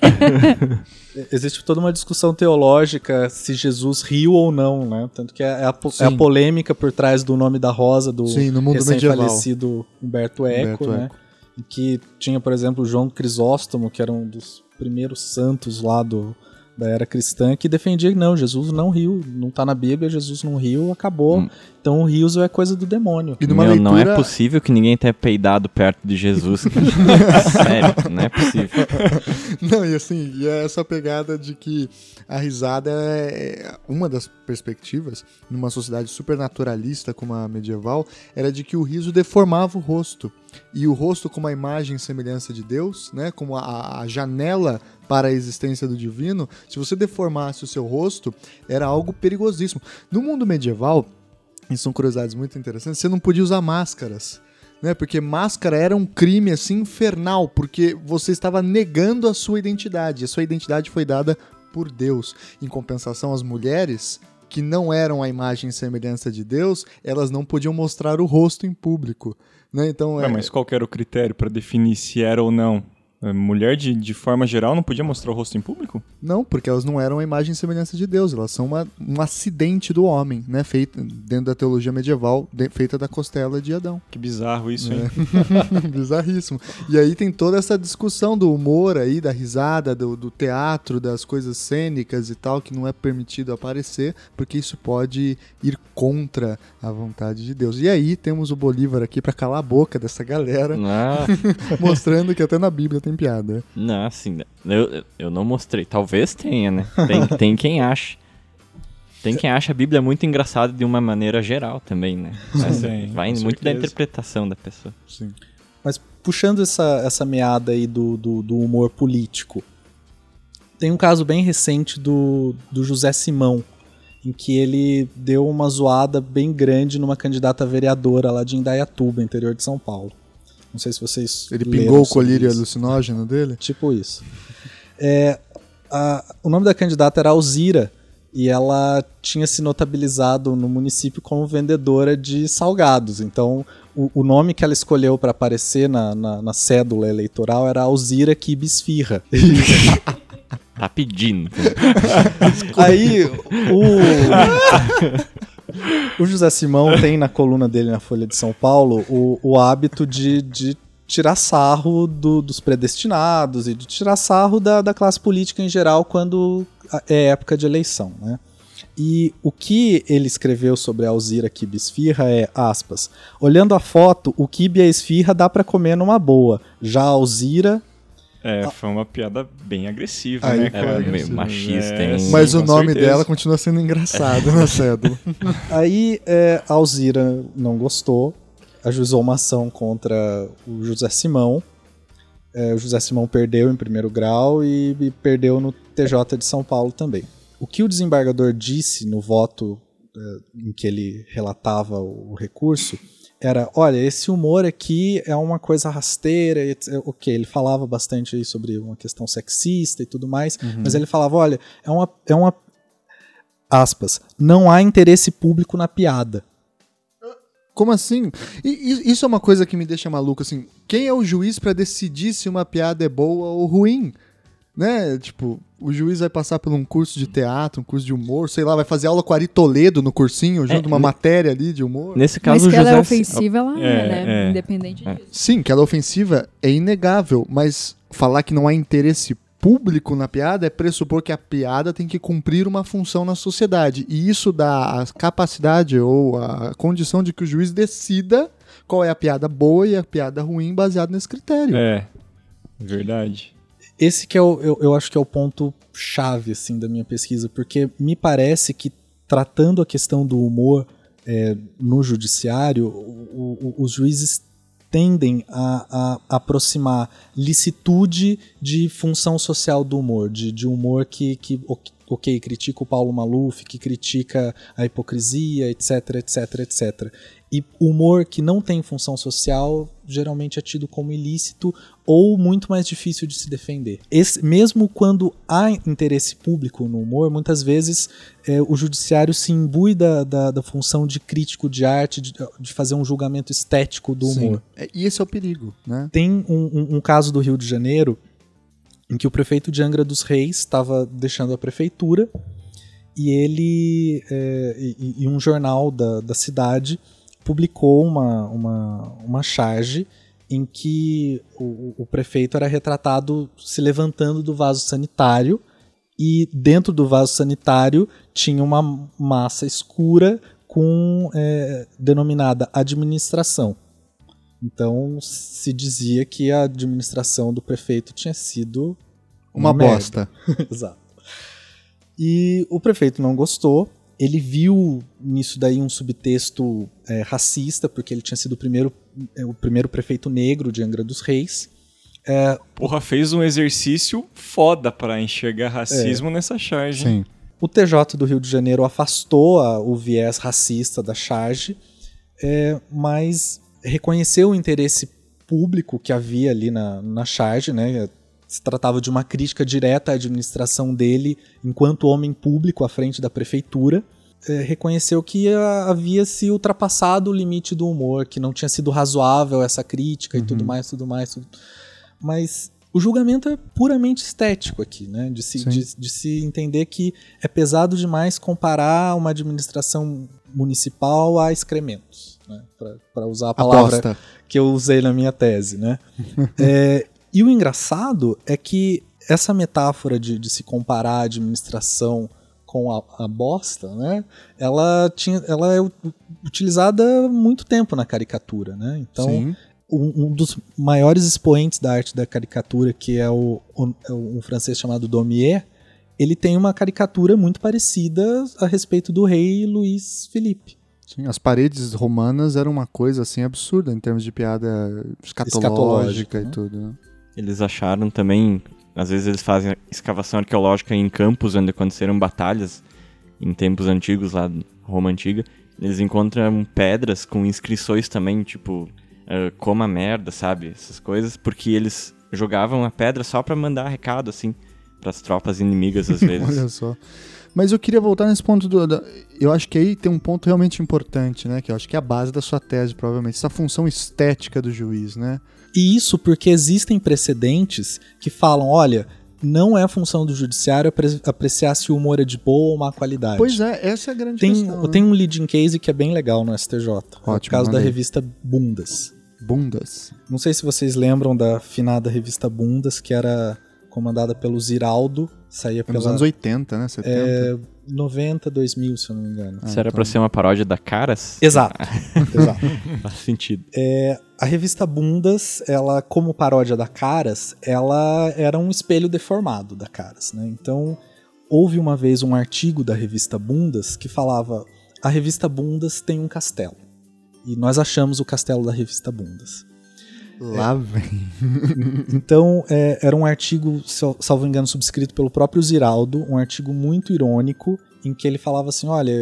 Existe toda uma discussão teológica se Jesus riu ou não, né? Tanto que é a polêmica por trás do Nome da Rosa do recém-falecido Humberto Eco, né? Em que tinha, por exemplo, João Crisóstomo, que era um dos primeiros santos lá da era cristã, que defendia que não, Jesus não riu, não tá na Bíblia, Jesus não riu, acabou. Então o riso é coisa do demônio. E numa leitura... Não é possível que ninguém tenha peidado perto de Jesus. Sério, não é possível. Não, e assim, e é essa pegada de que a risada é uma das perspectivas, numa sociedade supernaturalista como a medieval, era de que o riso deformava o rosto. E o rosto como a imagem e semelhança de Deus, né, como a janela para a existência do divino, se você deformasse o seu rosto, era algo perigosíssimo. No mundo medieval, e são curiosidades muito interessantes, você não podia usar máscaras, né? Porque máscara era um crime assim infernal, porque você estava negando a sua identidade. A sua identidade foi dada por Deus. Em compensação, as mulheres, que não eram a imagem e semelhança de Deus, elas não podiam mostrar o rosto em público, né? Então, mas qual que era o critério para definir se era ou não? Mulher, de forma geral, não podia mostrar o rosto em público? Não, porque elas não eram a imagem e semelhança de Deus. Elas são um acidente do homem, né? Feita dentro da teologia medieval, feita da costela de Adão. Que bizarro isso, hein? Bizarríssimo. E aí tem toda essa discussão do humor aí, da risada, do teatro, das coisas cênicas e tal, que não é permitido aparecer, porque isso pode ir contra a vontade de Deus. E aí temos o Bolívar aqui pra calar a boca dessa galera, mostrando que até na Bíblia tem piada. Não, assim, eu não mostrei. Talvez tenha, né? Tem quem acha. Tem quem acha a Bíblia muito engraçada de uma maneira geral também, né? Vai muito da interpretação da pessoa. Sim. Mas puxando essa meada aí do humor político, tem um caso bem recente do José Simão, em que ele deu uma zoada bem grande numa candidata vereadora lá de Indaiatuba, interior de São Paulo. Não sei se vocês Ele pingou o colírio alucinógeno dele? Tipo isso. O nome da candidata era Alzira, e ela tinha se notabilizado no município como vendedora de salgados. Então, o nome que ela escolheu para aparecer na cédula eleitoral era Alzira Quibe Esfirra. Tá pedindo. Aí, o José Simão tem na coluna dele na Folha de São Paulo o hábito de tirar sarro dos predestinados e de tirar sarro da classe política em geral quando é época de eleição, né? E o que ele escreveu sobre a Alzira Quibe Esfirra é, aspas, olhando a foto, o quibe e a esfirra dá pra comer numa boa, já a Alzira... Foi uma piada bem agressiva, aí, né, cara? Meio machista, hein? Mas Sim, o nome certeza. dela continua sendo engraçado na cédula. Aí a Alzira não gostou, ajuizou uma ação contra o José Simão. O José Simão perdeu em primeiro grau e perdeu no TJ de São Paulo também. O que o desembargador disse no voto em que ele relatava o recurso era, olha, esse humor aqui é uma coisa rasteira, ok, ele falava bastante aí sobre uma questão sexista e tudo mais, mas ele falava, olha, é uma aspas, não há interesse público na piada. Como assim? Isso é uma coisa que me deixa maluco, assim, quem é o juiz pra decidir se uma piada é boa ou ruim? Né? Tipo, o juiz vai passar por um curso de teatro, um curso de humor, sei lá, vai fazer aula com a Ari Toledo no cursinho, junto uma matéria ali de humor. Nesse caso, mas que o José... ela é ofensiva, ela né? Independente disso. Sim, que ela é ofensiva é inegável, mas falar que não há interesse público na piada é pressupor que a piada tem que cumprir uma função na sociedade. E isso dá a capacidade ou a condição de que o juiz decida qual é a piada boa e a piada ruim baseado nesse critério. Verdade. Esse que eu acho que é o ponto chave assim, da minha pesquisa, porque me parece que tratando a questão do humor no judiciário, os juízes tendem a aproximar licitude de função social do humor, de humor que critica o Paulo Maluf, que critica a hipocrisia, etc, etc, etc. E humor que não tem função social geralmente é tido como ilícito ou muito mais difícil de se defender. Mesmo quando há interesse público no humor, muitas vezes o judiciário se imbui da função de crítico de arte, de fazer um julgamento estético do humor. Sim. E esse é o perigo, né? Tem um caso do Rio de Janeiro em que o prefeito de Angra dos Reis estava deixando a prefeitura e ele e um jornal da cidade publicou uma charge em que o prefeito era retratado se levantando do vaso sanitário e dentro do vaso sanitário tinha uma massa escura denominada administração. Então se dizia que a administração do prefeito tinha sido uma bosta. Exato. E o prefeito não gostou. Ele viu nisso daí um subtexto racista, porque ele tinha sido o primeiro prefeito negro de Angra dos Reis. Porra, fez um exercício foda pra enxergar racismo nessa charge. Sim. O TJ do Rio de Janeiro afastou o viés racista da charge, mas reconheceu o interesse público que havia ali na charge, né? Se tratava de uma crítica direta à administração dele enquanto homem público à frente da prefeitura. Reconheceu que havia se ultrapassado o limite do humor, que não tinha sido razoável essa crítica e tudo mais. Mas O julgamento é puramente estético aqui, né? De se entender que é pesado demais comparar uma administração municipal a excrementos, né? Para usar a palavra que eu usei na minha tese, né? E o engraçado é que essa metáfora de se comparar a administração com a bosta, né? Ela é utilizada há muito tempo na caricatura, né? Então, sim. Um dos maiores expoentes da arte da caricatura, que é um francês chamado Daumier, ele tem uma caricatura muito parecida a respeito do rei Luís Felipe. Sim, as paredes romanas eram uma coisa assim absurda em termos de piada escatológica e tudo, né? Eles acharam também, às vezes eles fazem escavação arqueológica em campos onde aconteceram batalhas em tempos antigos, lá Roma Antiga. Eles encontram pedras com inscrições também, tipo, coma merda, sabe? Essas coisas, porque eles jogavam a pedra só pra mandar recado, assim, pras tropas inimigas, às vezes. Olha só. Mas eu queria voltar nesse ponto eu acho que aí tem um ponto realmente importante, né? Que eu acho que é a base da sua tese, provavelmente. Essa função estética do juiz, né? E isso porque existem precedentes que falam, olha, não é a função do judiciário apreciar se o humor é de boa ou má qualidade. Pois é, essa é a grande questão. Tem um leading case que é bem legal no STJ. Ótimo, é o caso da revista Bundas. Bundas. Não sei se vocês lembram da finada revista Bundas, que era comandada pelo Ziraldo. Saía nos anos 80, né? 70. 90, 2000, se eu não me engano. Isso era pra ser uma paródia da Caras? Exato. Exato. Faz sentido. A revista Bundas, ela, como paródia da Caras, ela era um espelho deformado da Caras, né? Então, houve uma vez um artigo da revista Bundas que falava: a revista Bundas tem um castelo. E nós achamos o castelo da revista Bundas. Lá vem. Então, era um artigo, salvo engano, subscrito pelo próprio Ziraldo, um artigo muito irônico, em que ele falava assim, olha,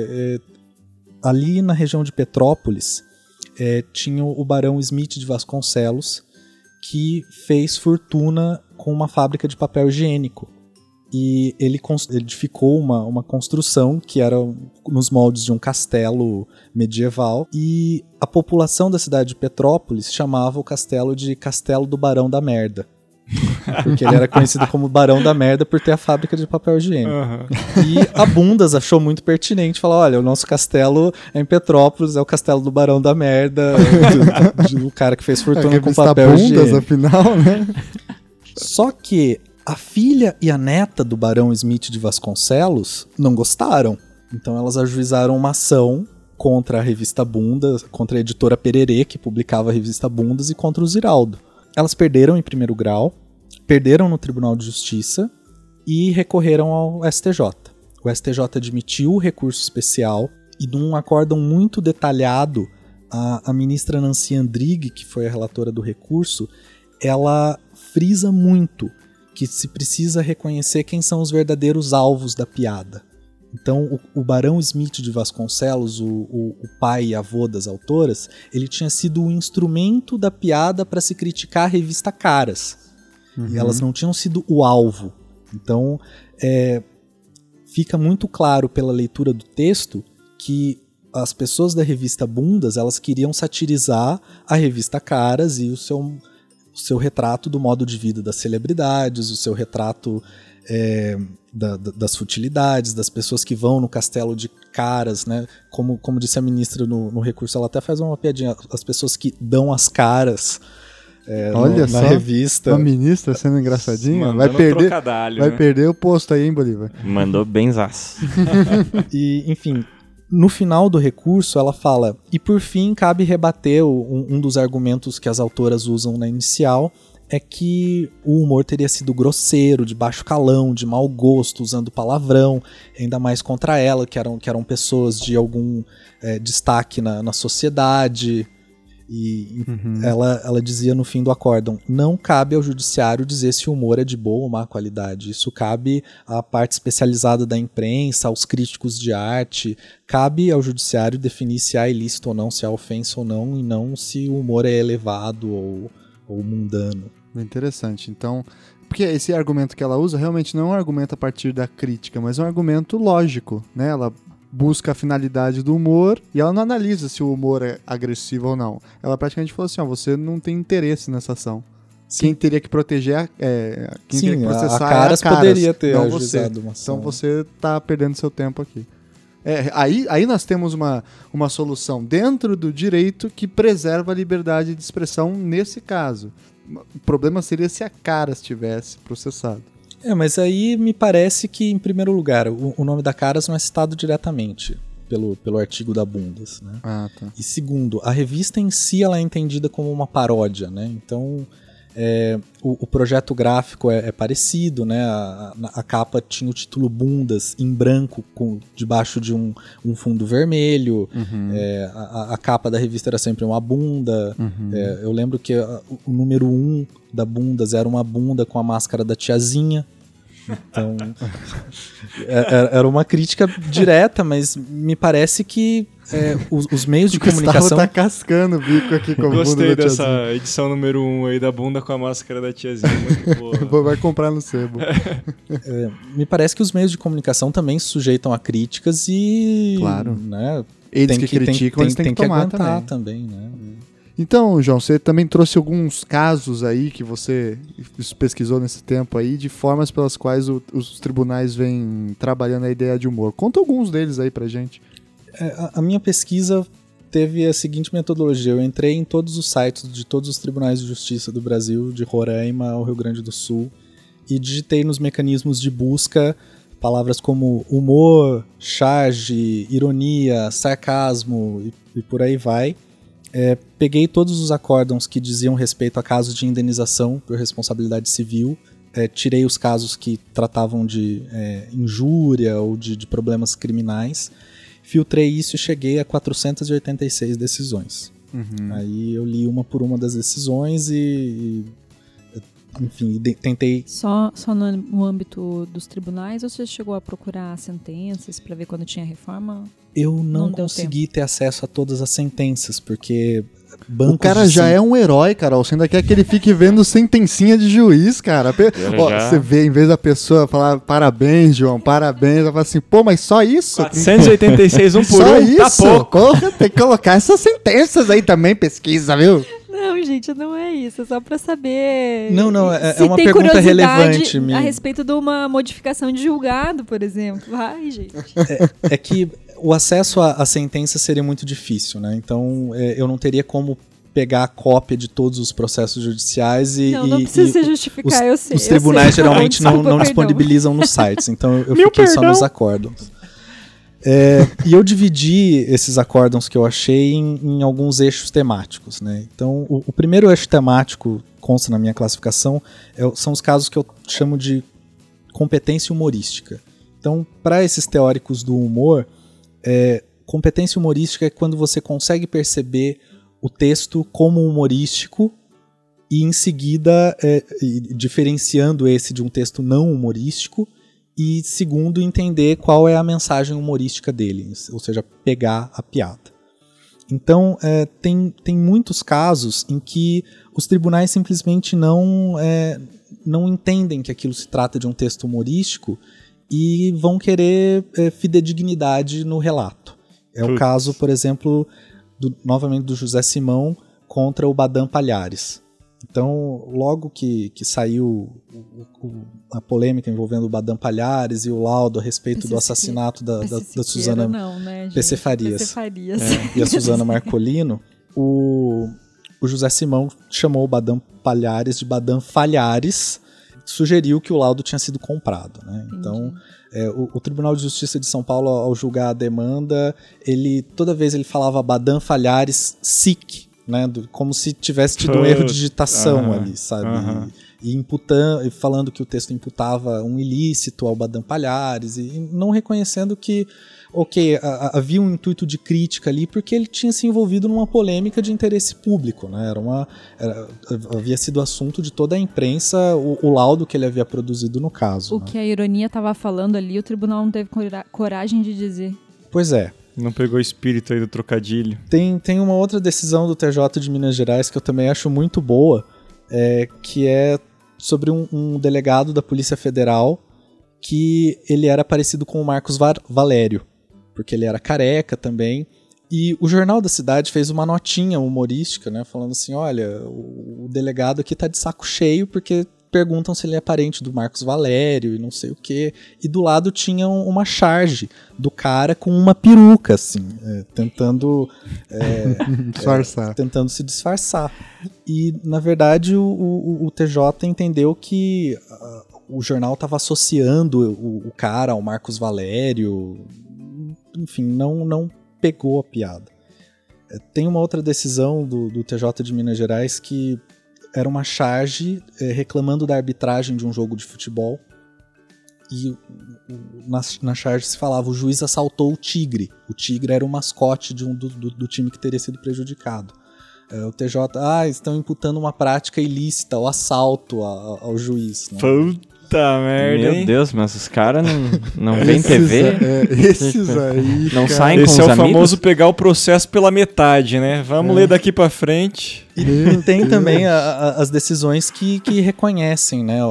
ali na região de Petrópolis, tinha o barão Smith de Vasconcelos, que fez fortuna com uma fábrica de papel higiênico. E ele edificou uma construção que era nos moldes de um castelo medieval, e a população da cidade de Petrópolis chamava o castelo de Castelo do Barão da Merda. Porque ele era conhecido como Barão da Merda por ter a fábrica de papel higiênico. Uhum. E a Bundas achou muito pertinente falar, olha, o nosso castelo é em Petrópolis, é o castelo do Barão da Merda, do cara que fez fortuna com papel higiênico. Afinal, né? Só que a filha e a neta do Barão Smith de Vasconcelos não gostaram. Então elas ajuizaram uma ação contra a revista Bundas, contra a editora Pererê, que publicava a revista Bundas, e contra o Ziraldo. Elas perderam em primeiro grau, perderam no Tribunal de Justiça e recorreram ao STJ. O STJ admitiu o recurso especial e, num acórdão muito detalhado, a ministra Nancy Andrighi, que foi a relatora do recurso, ela frisa muito que se precisa reconhecer quem são os verdadeiros alvos da piada. Então, o Barão Smith de Vasconcelos, o pai e avô das autoras, ele tinha sido o instrumento da piada para se criticar a revista Caras. Uhum. E elas não tinham sido o alvo. Então, fica muito claro pela leitura do texto que as pessoas da revista Bundas, elas queriam satirizar a revista Caras e o seu retrato do modo de vida das celebridades, o seu retrato das futilidades, das pessoas que vão no castelo de Caras, né? Como disse a ministra no recurso, ela até faz uma piadinha, as pessoas que dão as caras Olha só, na revista. Uma ministra sendo engraçadinha, vai perder o posto aí, hein, Bolívar? Mandou benzaço. E, enfim, no final do recurso, ela fala, e por fim cabe rebater um dos argumentos que as autoras usam na inicial, é que o humor teria sido grosseiro, de baixo calão, de mau gosto, usando palavrão, ainda mais contra ela, que eram pessoas de algum destaque na sociedade. E ela dizia no fim do acórdão, não cabe ao judiciário dizer se o humor é de boa ou má qualidade. Isso cabe à parte especializada da imprensa, aos críticos de arte. Cabe ao judiciário definir se há ilícito ou não, se há ofensa ou não, e não se o humor é elevado ou mundano. Interessante. Então, porque esse argumento que ela usa realmente não é um argumento a partir da crítica, mas é um argumento lógico, né? Ela busca a finalidade do humor e ela não analisa se o humor é agressivo ou não. Ela praticamente falou assim, você não tem interesse nessa ação. quem teria que proteger, quem teria que processar a Caras poderia ter não ajuizado você. uma ação. Então você está perdendo seu tempo aqui. Aí nós temos uma solução dentro do direito que preserva a liberdade de expressão nesse caso. O problema seria se a Caras tivesse processado. Mas aí me parece que, em primeiro lugar, o nome da Caras não é citado diretamente pelo artigo da Bundes, né? Ah, tá. E segundo, a revista em si ela é entendida como uma paródia, né? Então, o projeto gráfico é parecido, né? A capa tinha o título Bundas em branco, debaixo de um fundo vermelho. Uhum. A capa da revista era sempre uma bunda. Uhum. Eu lembro que o número 1 da Bundas era uma bunda com a máscara da tiazinha. Então, era uma crítica direta, mas me parece que os meios de comunicação... Gustavo tá cascando o bico aqui com a bunda Gostei da dessa tiazinha. edição número 1 aí da bunda com a máscara da tiazinha. Muito boa. Vai comprar no sebo. Me parece que os meios de comunicação também se sujeitam a críticas e... Claro. Né, Eles que criticam, eles têm que tomar aguentar também, né? Então, João, você também trouxe alguns casos aí que você pesquisou nesse tempo aí, de formas pelas quais os tribunais vêm trabalhando a ideia de humor. Conta alguns deles aí pra gente. A minha pesquisa teve a seguinte metodologia. Eu entrei em todos os sites de todos os tribunais de justiça do Brasil, de Roraima ao Rio Grande do Sul, e digitei nos mecanismos de busca palavras como humor, charge, ironia, sarcasmo e por aí vai. Peguei todos os acórdãos que diziam respeito a casos de indenização por responsabilidade civil, tirei os casos que tratavam de injúria ou de problemas criminais, filtrei isso e cheguei a 486 decisões. Uhum. Aí eu li uma por uma das decisões e enfim, tentei... Só no âmbito dos tribunais, ou você chegou a procurar sentenças para ver quando tinha reforma? Eu não consegui ter acesso a todas as sentenças, porque... O cara já é um herói, Carol. Você ainda quer que ele fique vendo sentencinha de juiz, cara. Você vê, em vez da pessoa falar parabéns, João, parabéns, ela fala assim, pô, mas só isso? 486, um por só um, isso? tá pouco. Porra, tem que colocar essas sentenças aí também, pesquisa, viu? Não, gente, não é isso. É só pra saber... Não, se uma tem pergunta relevante. A respeito de uma modificação de julgado, por exemplo. Ai, gente. É que o acesso à sentença seria muito difícil, né? Então, eu não teria como pegar a cópia de todos os processos judiciais não precisa se justificar, eu sei. Os tribunais geralmente não perdão. disponibilizam nos sites, então eu fiquei só nos acórdãos. E eu dividi esses acórdãos que eu achei em alguns eixos temáticos, né? Então, o primeiro eixo temático, consta na minha classificação, são os casos que eu chamo de competência humorística. Então, para esses teóricos do humor, competência humorística é quando você consegue perceber o texto como humorístico e, em seguida, diferenciando esse de um texto não humorístico, e, segundo, entender qual é a mensagem humorística dele, ou seja, pegar a piada. Então, tem muitos casos em que os tribunais simplesmente não entendem que aquilo se trata de um texto humorístico e vão querer fidedignidade no relato. O caso, por exemplo, novamente do José Simão contra o Badam Palhares. Então, logo que saiu a polêmica envolvendo o Badam Palhares e o laudo a respeito do assassinato da Suzana PC Farias e a Suzana Marcolino, o José Simão chamou o Badam Palhares de Badam Falhares, sugeriu que o laudo tinha sido comprado, né? Então, o Tribunal de Justiça de São Paulo, ao julgar a demanda, toda vez ele falava Badam Falhares SIC, né? Como se tivesse tido um erro de digitação ali, sabe? E falando que o texto imputava um ilícito ao Badam Palhares e não reconhecendo que, havia um intuito de crítica ali porque ele tinha se envolvido numa polêmica de interesse público, né? Havia sido assunto de toda a imprensa o laudo que ele havia produzido no caso. O que a ironia estava falando ali, o tribunal não teve coragem de dizer. Pois é. Não pegou o espírito aí do trocadilho. Tem uma outra decisão do TJ de Minas Gerais que eu também acho muito boa, que é sobre um delegado da Polícia Federal que ele era parecido com o Marcos Valério, porque ele era careca também, E o Jornal da Cidade fez uma notinha humorística, né, falando assim, olha, o delegado aqui tá de saco cheio porque perguntam se ele é parente do Marcos Valério e não sei o quê. E do lado tinha uma charge do cara com uma peruca, assim, tentando disfarçar. Tentando se disfarçar. E, na verdade, o TJ entendeu que o jornal estava associando o cara ao Marcos Valério. Enfim, não pegou a piada. Tem uma outra decisão do TJ de Minas Gerais que era uma charge reclamando da arbitragem de um jogo de futebol. E na charge se falava, o juiz assaltou o tigre. O tigre era o mascote do time que teria sido prejudicado. O TJ, estão imputando uma prática ilícita, o assalto ao juiz. Né? Puta merda, Meu Deus, mas os caras não veem TV? Esses aí, não cara. saem com os Esse é o amigos? famoso pegar o processo pela metade, né? Vamos ler daqui pra frente. E tem também as decisões que reconhecem, né,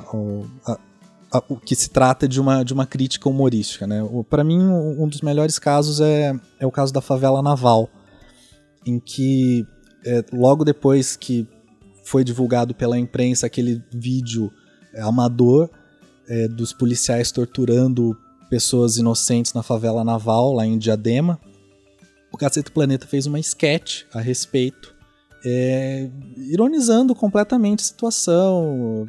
o que se trata de uma crítica humorística. Né? Para mim, um dos melhores casos é o caso da favela naval, em que logo depois que foi divulgado pela imprensa aquele vídeo amador dos policiais torturando pessoas inocentes na favela naval, lá em Diadema, o Cacete Planeta fez uma sketch a respeito, ironizando completamente a situação.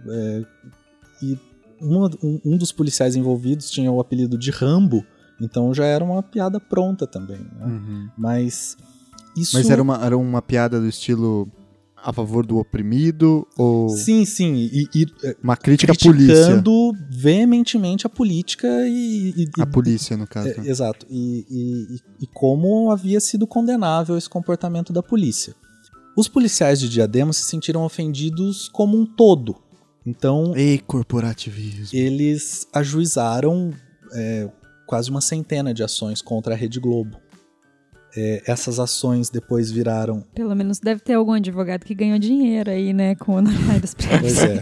E um dos policiais envolvidos tinha o apelido de Rambo, então já era uma piada pronta também. Né? Uhum. Mas era uma piada do estilo a favor do oprimido? Ou sim. Uma crítica à polícia. Criticando veementemente a política a polícia, no caso. Né? Exato. E como havia sido condenável esse comportamento da polícia. Os policiais de Diadema se sentiram ofendidos como um todo. Então, corporativismo. Eles ajuizaram quase uma centena de ações contra a Rede Globo. Essas ações depois viraram... Pelo menos deve ter algum advogado que ganhou dinheiro aí, né, com o honorários presos.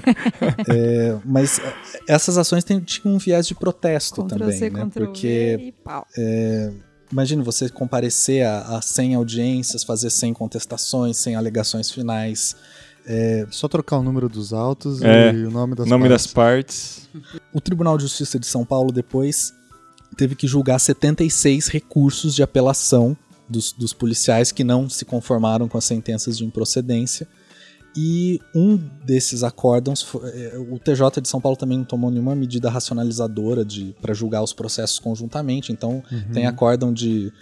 Pois mas essas ações tinham um viés de protesto Ctrl também, C, né? Ctrl Porque V e pau. Imagina você comparecer a 100 audiências, fazer 100 contestações, 100 alegações finais. Só trocar o número dos autos e o nome das partes. O Tribunal de Justiça de São Paulo depois teve que julgar 76 recursos de apelação dos policiais que não se conformaram com as sentenças de improcedência. E um desses acórdãos, o TJ de São Paulo também não tomou nenhuma medida racionalizadora para julgar os processos conjuntamente, então tem acórdão de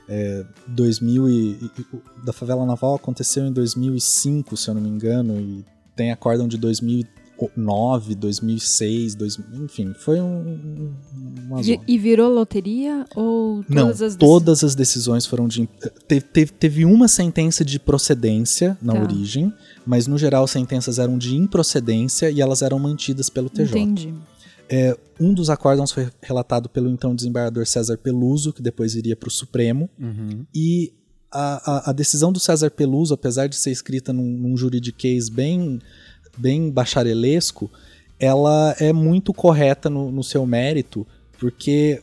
2000 da favela naval aconteceu em 2005, se eu não me engano, e tem acórdão de 2009, 2006, enfim, foi uma zona. E virou loteria ou todas as decisões foram de... Teve uma sentença de procedência na origem, mas no geral as sentenças eram de improcedência e elas eram mantidas pelo TJ. Entendi. Um dos acórdãos foi relatado pelo então desembargador César Peluso, que depois iria para o Supremo, e a decisão do César Peluso, apesar de ser escrita num juridiquês bem bacharelesco, ela é muito correta no seu mérito, porque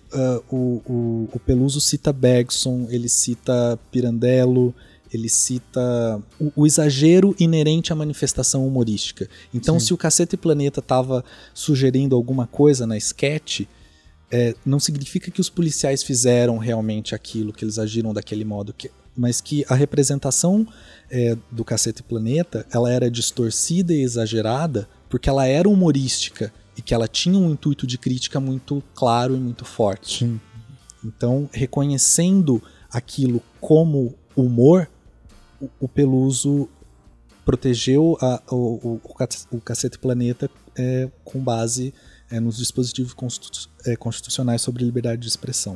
o Peluso cita Bergson, ele cita Pirandello, ele cita o exagero inerente à manifestação humorística. Então, se o Cacete Planeta estava sugerindo alguma coisa na sketch, não significa que os policiais fizeram realmente aquilo, que eles agiram daquele modo, mas que a representação do Cacete Planeta, ela era distorcida e exagerada porque ela era humorística e que ela tinha um intuito de crítica muito claro e muito forte. Sim. Então, reconhecendo aquilo como humor, o Peluso protegeu o Cacete Planeta com base nos dispositivos constitucionais sobre liberdade de expressão.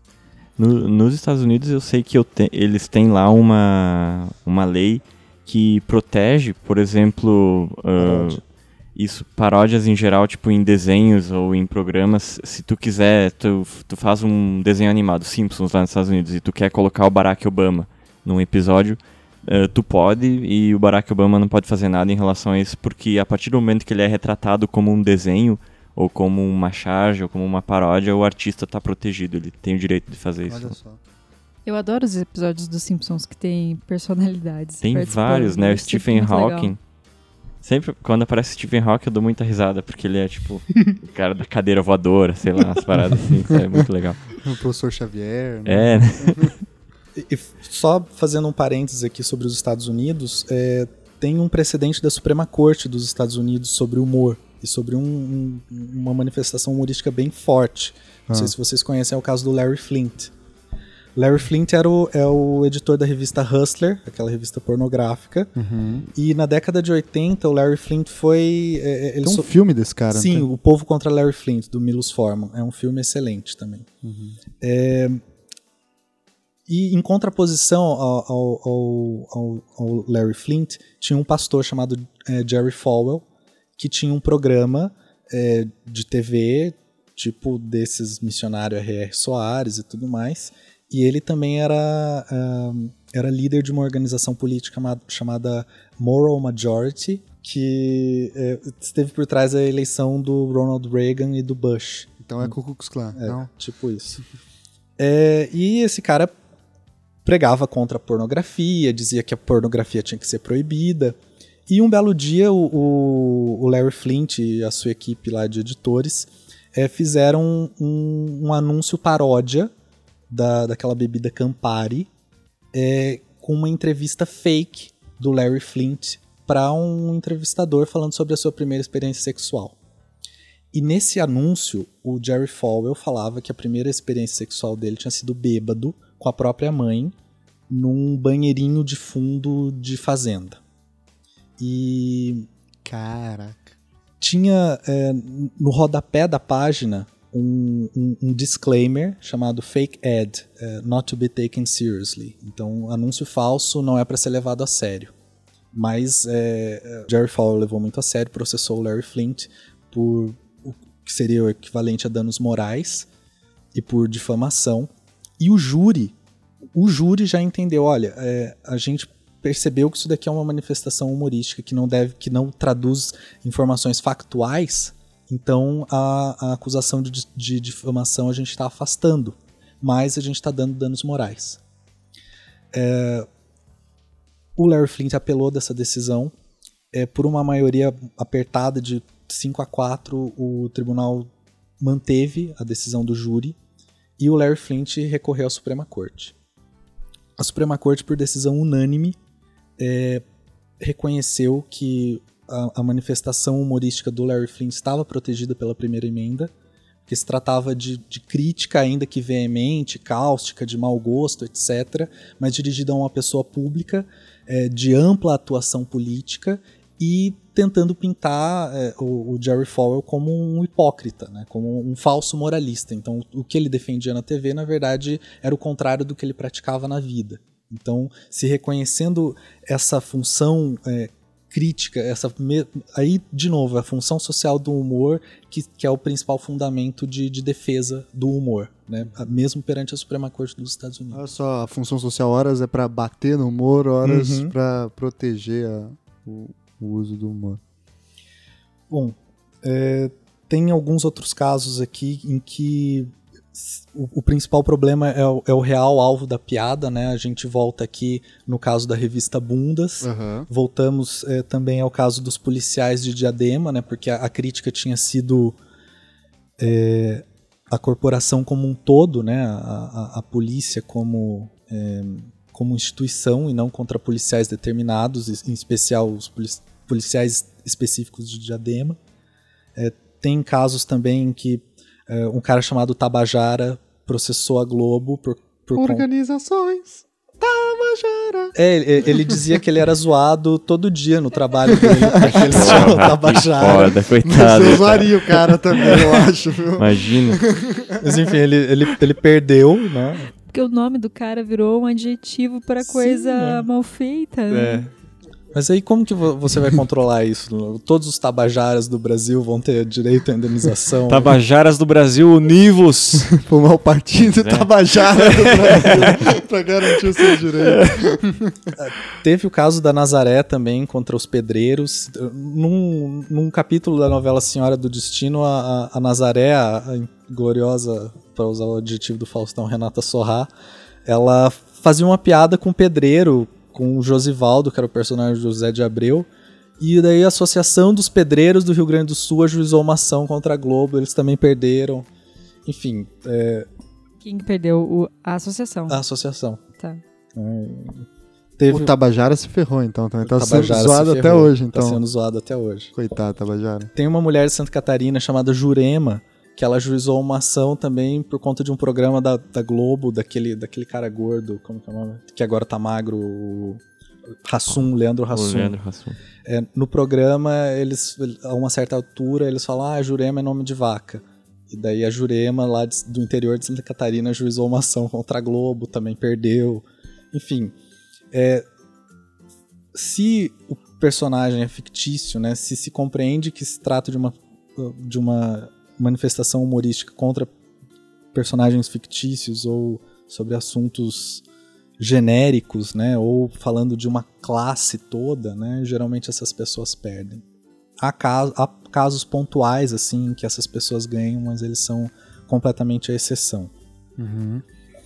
Nos Estados Unidos eu sei que eles têm lá uma lei que protege, por exemplo, paródias em geral, tipo em desenhos ou em programas. Se tu quiser, tu faz um desenho animado, Simpsons lá nos Estados Unidos, e tu quer colocar o Barack Obama num episódio, tu pode, e o Barack Obama não pode fazer nada em relação a isso, porque a partir do momento que ele é retratado como um desenho, ou como uma charge, ou como uma paródia, o artista está protegido, ele tem o direito de fazer isso. Olha só. Eu adoro os episódios dos Simpsons que tem personalidades. Tem vários, né? O Stephen Hawking. Sempre, quando aparece Stephen Hawking, eu dou muita risada, porque ele é, tipo, o cara da cadeira voadora, sei lá, as paradas assim, é muito legal. O professor Xavier, né? É, né? E só fazendo um parênteses aqui sobre os Estados Unidos, tem um precedente da Suprema Corte dos Estados Unidos sobre humor e sobre uma manifestação humorística bem forte. Não sei se vocês conhecem, é o caso do Larry Flynt. Larry Flynt é o editor da revista Hustler, aquela revista pornográfica. Uhum. E na década de 80, o Larry Flynt foi... Tem um filme desse cara. Sim, O Povo contra Larry Flynt, do Milos Forman. É um filme excelente também. Uhum. E em contraposição ao Larry Flynt, tinha um pastor chamado Jerry Falwell, que tinha um programa de TV, tipo desses missionários R.R. Soares e tudo mais. E ele também era líder de uma organização política chamada Moral Majority, que esteve por trás da eleição do Ronald Reagan e do Bush. Então é Ku Klux Klan, não? Tipo isso. E esse cara pregava contra a pornografia, dizia que a pornografia tinha que ser proibida. E um belo dia o Larry Flynt e a sua equipe lá de editores fizeram um anúncio paródia daquela bebida Campari, com uma entrevista fake do Larry Flynt para um entrevistador falando sobre a sua primeira experiência sexual. E nesse anúncio, o Jerry Falwell falava que a primeira experiência sexual dele tinha sido bêbado com a própria mãe num banheirinho de fundo de fazenda. E... Caraca. Tinha no rodapé da página um disclaimer chamado Fake Ad, Not to be Taken Seriously. Então, anúncio falso não é para ser levado a sério. Mas Jerry Falwell levou muito a sério, processou o Larry Flynt por o que seria o equivalente a danos morais e por difamação. E o júri já entendeu, olha, a gente percebeu que isso daqui é uma manifestação humorística que não traduz informações factuais. Então, a acusação de difamação a gente está afastando, mas a gente está dando danos morais. O Larry Flynt apelou dessa decisão. Por uma maioria apertada de 5-4, o tribunal manteve a decisão do júri e o Larry Flynt recorreu à Suprema Corte. A Suprema Corte, por decisão unânime, reconheceu que a manifestação humorística do Larry Flynt estava protegida pela primeira emenda, que se tratava de crítica ainda que veemente, cáustica, de mau gosto, etc., mas dirigida a uma pessoa pública, de ampla atuação política e tentando pintar o Jerry Falwell como um hipócrita, né, como um falso moralista. Então, o que ele defendia na TV, na verdade, era o contrário do que ele praticava na vida. Então, se reconhecendo essa função crítica, aí, de novo, a função social do humor, que é o principal fundamento de defesa do humor, né? Mesmo perante a Suprema Corte dos Estados Unidos. Olha só, a função social, horas é para bater no humor, horas para proteger o uso do humor. Bom, tem alguns outros casos aqui em que o principal problema é o real alvo da piada, né? A gente volta aqui no caso da revista Bundas, voltamos também ao caso dos policiais de Diadema, né? Porque a crítica tinha sido a corporação como um todo, né? A polícia como instituição e não contra policiais determinados, em especial os policiais específicos de Diadema. Tem casos também em que um cara chamado Tabajara processou a Globo por organizações Tabajara. Ele dizia que ele era zoado todo dia no trabalho dele, porque eles chamam Tabajara. Foda, coitado. Você usaria o cara também, eu acho. Viu? Imagina. Mas enfim, ele perdeu, né? Porque o nome do cara virou um adjetivo para coisa mal feita, né? Mas aí como que você vai controlar isso? Todos os tabajaras do Brasil vão ter direito à indenização? Tabajaras do Brasil univos! Formar o partido Tabajara do Brasil para garantir o seu direito. Teve o caso da Nazaré também contra os pedreiros. Num capítulo da novela Senhora do Destino, a Nazaré, a gloriosa, para usar o adjetivo do Faustão, Renata Sorrá, ela fazia uma piada com o pedreiro, com o Josivaldo, que era o personagem do José de Abreu, e daí a Associação dos Pedreiros do Rio Grande do Sul ajuizou uma ação contra a Globo, eles também perderam. Enfim. Quem perdeu? A associação. A associação. Tá. O Tabajara se ferrou, então. Também tá sendo zoado até hoje, então. Tá sendo zoado até hoje. Coitado, Tabajara. Tem uma mulher de Santa Catarina chamada Jurema, que ela ajuizou uma ação também por conta de um programa da Globo, daquele cara gordo, como que é o nome? Que agora tá magro, o Leandro Hassum. No programa, a uma certa altura, eles falam, Jurema é nome de vaca. E daí a Jurema, lá do interior de Santa Catarina, ajuizou uma ação contra a Globo, também perdeu. Enfim, se o personagem é fictício, né, se compreende que se trata de uma manifestação humorística contra personagens fictícios ou sobre assuntos genéricos, né, ou falando de uma classe toda, né, geralmente essas pessoas perdem. Há casos pontuais assim que essas pessoas ganham, mas eles são completamente a exceção. Uhum.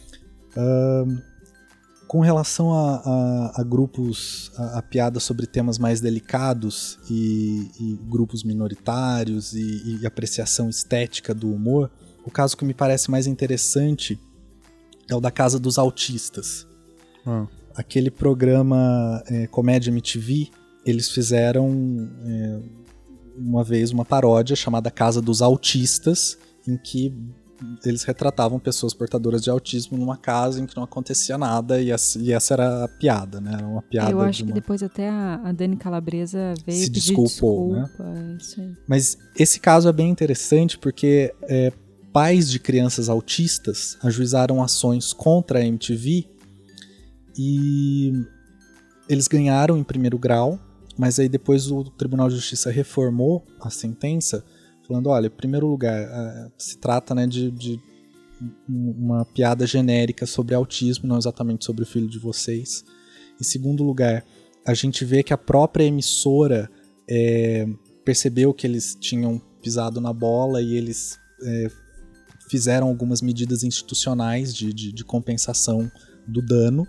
Com relação a grupos, a piadas sobre temas mais delicados e grupos minoritários e apreciação estética do humor, o caso que me parece mais interessante é o da Casa dos Autistas. Aquele programa Comédia MTV, eles fizeram uma vez uma paródia chamada Casa dos Autistas, em que eles retratavam pessoas portadoras de autismo numa casa em que não acontecia nada, e essa era a piada, né? Era uma piada. Eu acho que depois até a Dani Calabresa veio se pedir desculpou, desculpa, né? Isso aí. Mas esse caso é bem interessante porque pais de crianças autistas ajuizaram ações contra a MTV e eles ganharam em primeiro grau, mas aí depois o Tribunal de Justiça reformou a sentença, falando, olha, em primeiro lugar, se trata, né, de uma piada genérica sobre autismo, não exatamente sobre o filho de vocês. Em segundo lugar, a gente vê que a própria emissora percebeu que eles tinham pisado na bola e eles fizeram algumas medidas institucionais de compensação do dano.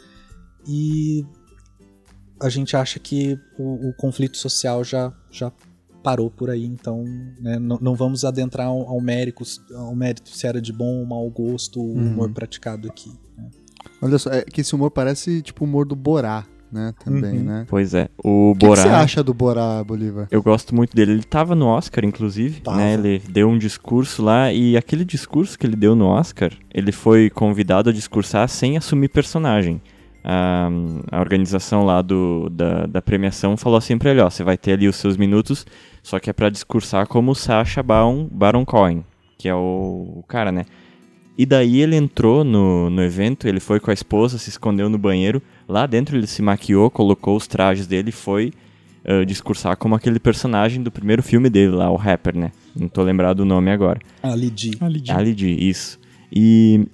E a gente acha que o conflito social já parou por aí, então, né, não vamos adentrar ao mérito se era de bom ou mau gosto o humor praticado aqui. Né? Olha só, que esse humor parece tipo o humor do Borá, né, também, né? Pois é, o Borá... O que você acha do Borá, Bolívar? Eu gosto muito dele, ele tava no Oscar, inclusive, né, ele deu um discurso lá, e aquele discurso que ele deu no Oscar, ele foi convidado a discursar sem assumir personagem. A organização lá da premiação falou assim pra ele, ó, você vai ter ali os seus minutos, só que é pra discursar como o Sacha Baron Cohen, que é o cara, né? E daí ele entrou no evento, ele foi com a esposa, se escondeu no banheiro, lá dentro ele se maquiou, colocou os trajes dele e foi discursar como aquele personagem do primeiro filme dele lá, o rapper, né? Não tô lembrado o nome agora. Ali G, isso. E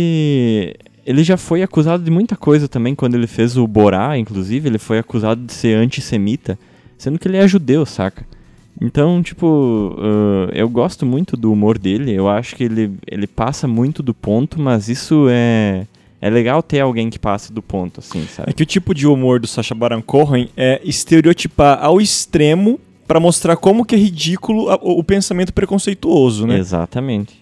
ele já foi acusado de muita coisa também, quando ele fez o Borá, inclusive, ele foi acusado de ser antissemita, sendo que ele é judeu, saca? Então, tipo, eu gosto muito do humor dele, eu acho que ele passa muito do ponto, mas isso é legal ter alguém que passa do ponto, assim, sabe? É que o tipo de humor do Sacha Baron Cohen é estereotipar ao extremo pra mostrar como que é ridículo o pensamento preconceituoso, né? Exatamente.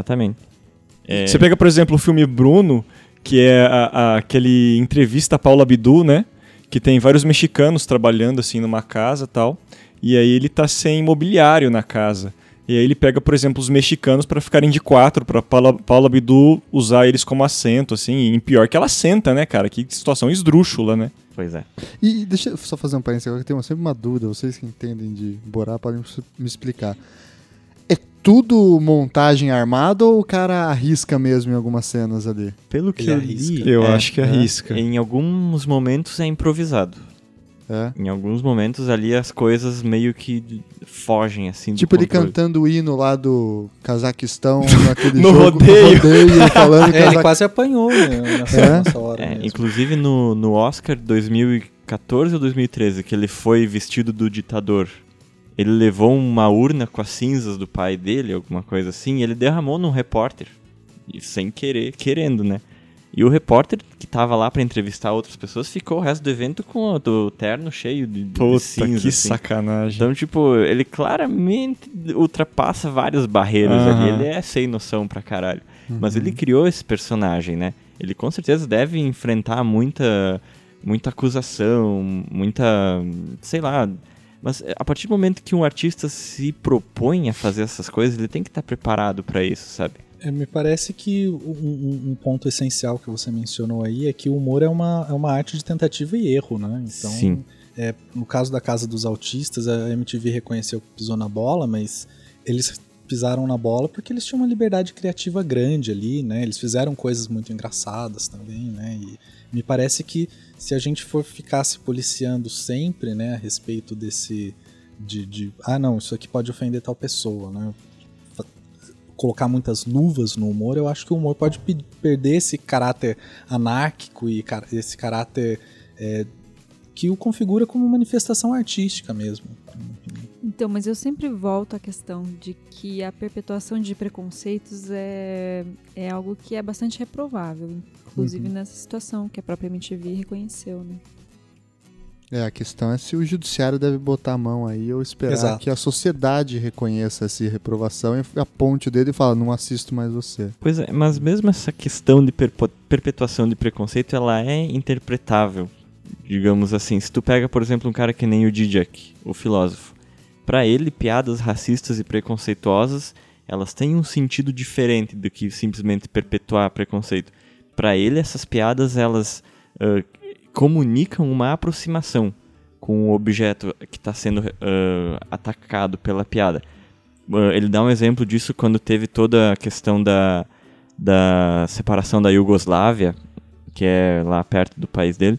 Você pega, por exemplo, o filme Bruno, que é aquele entrevista a Paula Abdul, né? Que tem vários mexicanos trabalhando assim numa casa e tal. E aí ele tá sem mobiliário na casa. E aí ele pega, por exemplo, os mexicanos pra ficarem de quatro, pra Paula Abdul usar eles como assento, assim. E pior que ela senta, né, cara? Que situação esdrúxula, né? Pois é. E deixa eu só fazer um parênteses agora, que eu tenho sempre uma dúvida. Vocês que entendem de Borá podem me explicar. É tudo montagem armada ou o cara arrisca mesmo em algumas cenas ali? Pelo que eu li, eu acho que arrisca. Em alguns momentos é improvisado. Em alguns momentos ali as coisas meio que fogem, assim, tipo ele cantando o hino lá do Cazaquistão naquele no jogo, rodeio. falando ele quase apanhou, né, nessa hora. Inclusive no Oscar 2014 ou 2013, que ele foi vestido do ditador, ele levou uma urna com as cinzas do pai dele, alguma coisa assim, e ele derramou num repórter, sem querer, querendo, né? E o repórter que tava lá pra entrevistar outras pessoas ficou o resto do evento com o terno cheio de cinza. Que assim. sacanagem. Então, tipo, ele claramente ultrapassa várias barreiras ali. Ele é sem noção pra caralho. Mas ele criou esse personagem, né? Ele com certeza deve enfrentar muita acusação, sei lá. Mas a partir do momento que um artista se propõe a fazer essas coisas, ele tem que estar preparado pra isso, sabe? Me parece que um ponto essencial que você mencionou aí é que o humor é uma arte de tentativa e erro, né? Então, sim. No caso da Casa dos Autistas, a MTV reconheceu que pisou na bola, mas eles pisaram na bola porque eles tinham uma liberdade criativa grande ali, né? Eles fizeram coisas muito engraçadas também, né? E me parece que se a gente for ficar se policiando sempre, né, a respeito desse não, isso aqui pode ofender tal pessoa, né? Colocar muitas luvas no humor, eu acho que o humor pode perder esse caráter anárquico e esse caráter que o configura como manifestação artística mesmo. Então, mas eu sempre volto à questão de que a perpetuação de preconceitos é algo que é bastante reprovável, inclusive nessa situação que a própria MTV reconheceu, né? A questão é se o judiciário deve botar a mão aí ou esperar que a sociedade reconheça essa reprovação e aponte o dedo e fala, não assisto mais você. Pois é, mas mesmo essa questão de perpetuação de preconceito, ela é interpretável, digamos assim. Se tu pega, por exemplo, um cara que nem o Zizek, o filósofo, para ele, piadas racistas e preconceituosas, elas têm um sentido diferente do que simplesmente perpetuar preconceito. Para ele, essas piadas, elas comunicam uma aproximação com o objeto que está sendo atacado pela piada. Ele dá um exemplo disso quando teve toda a questão da separação da Iugoslávia, que é lá perto do país dele.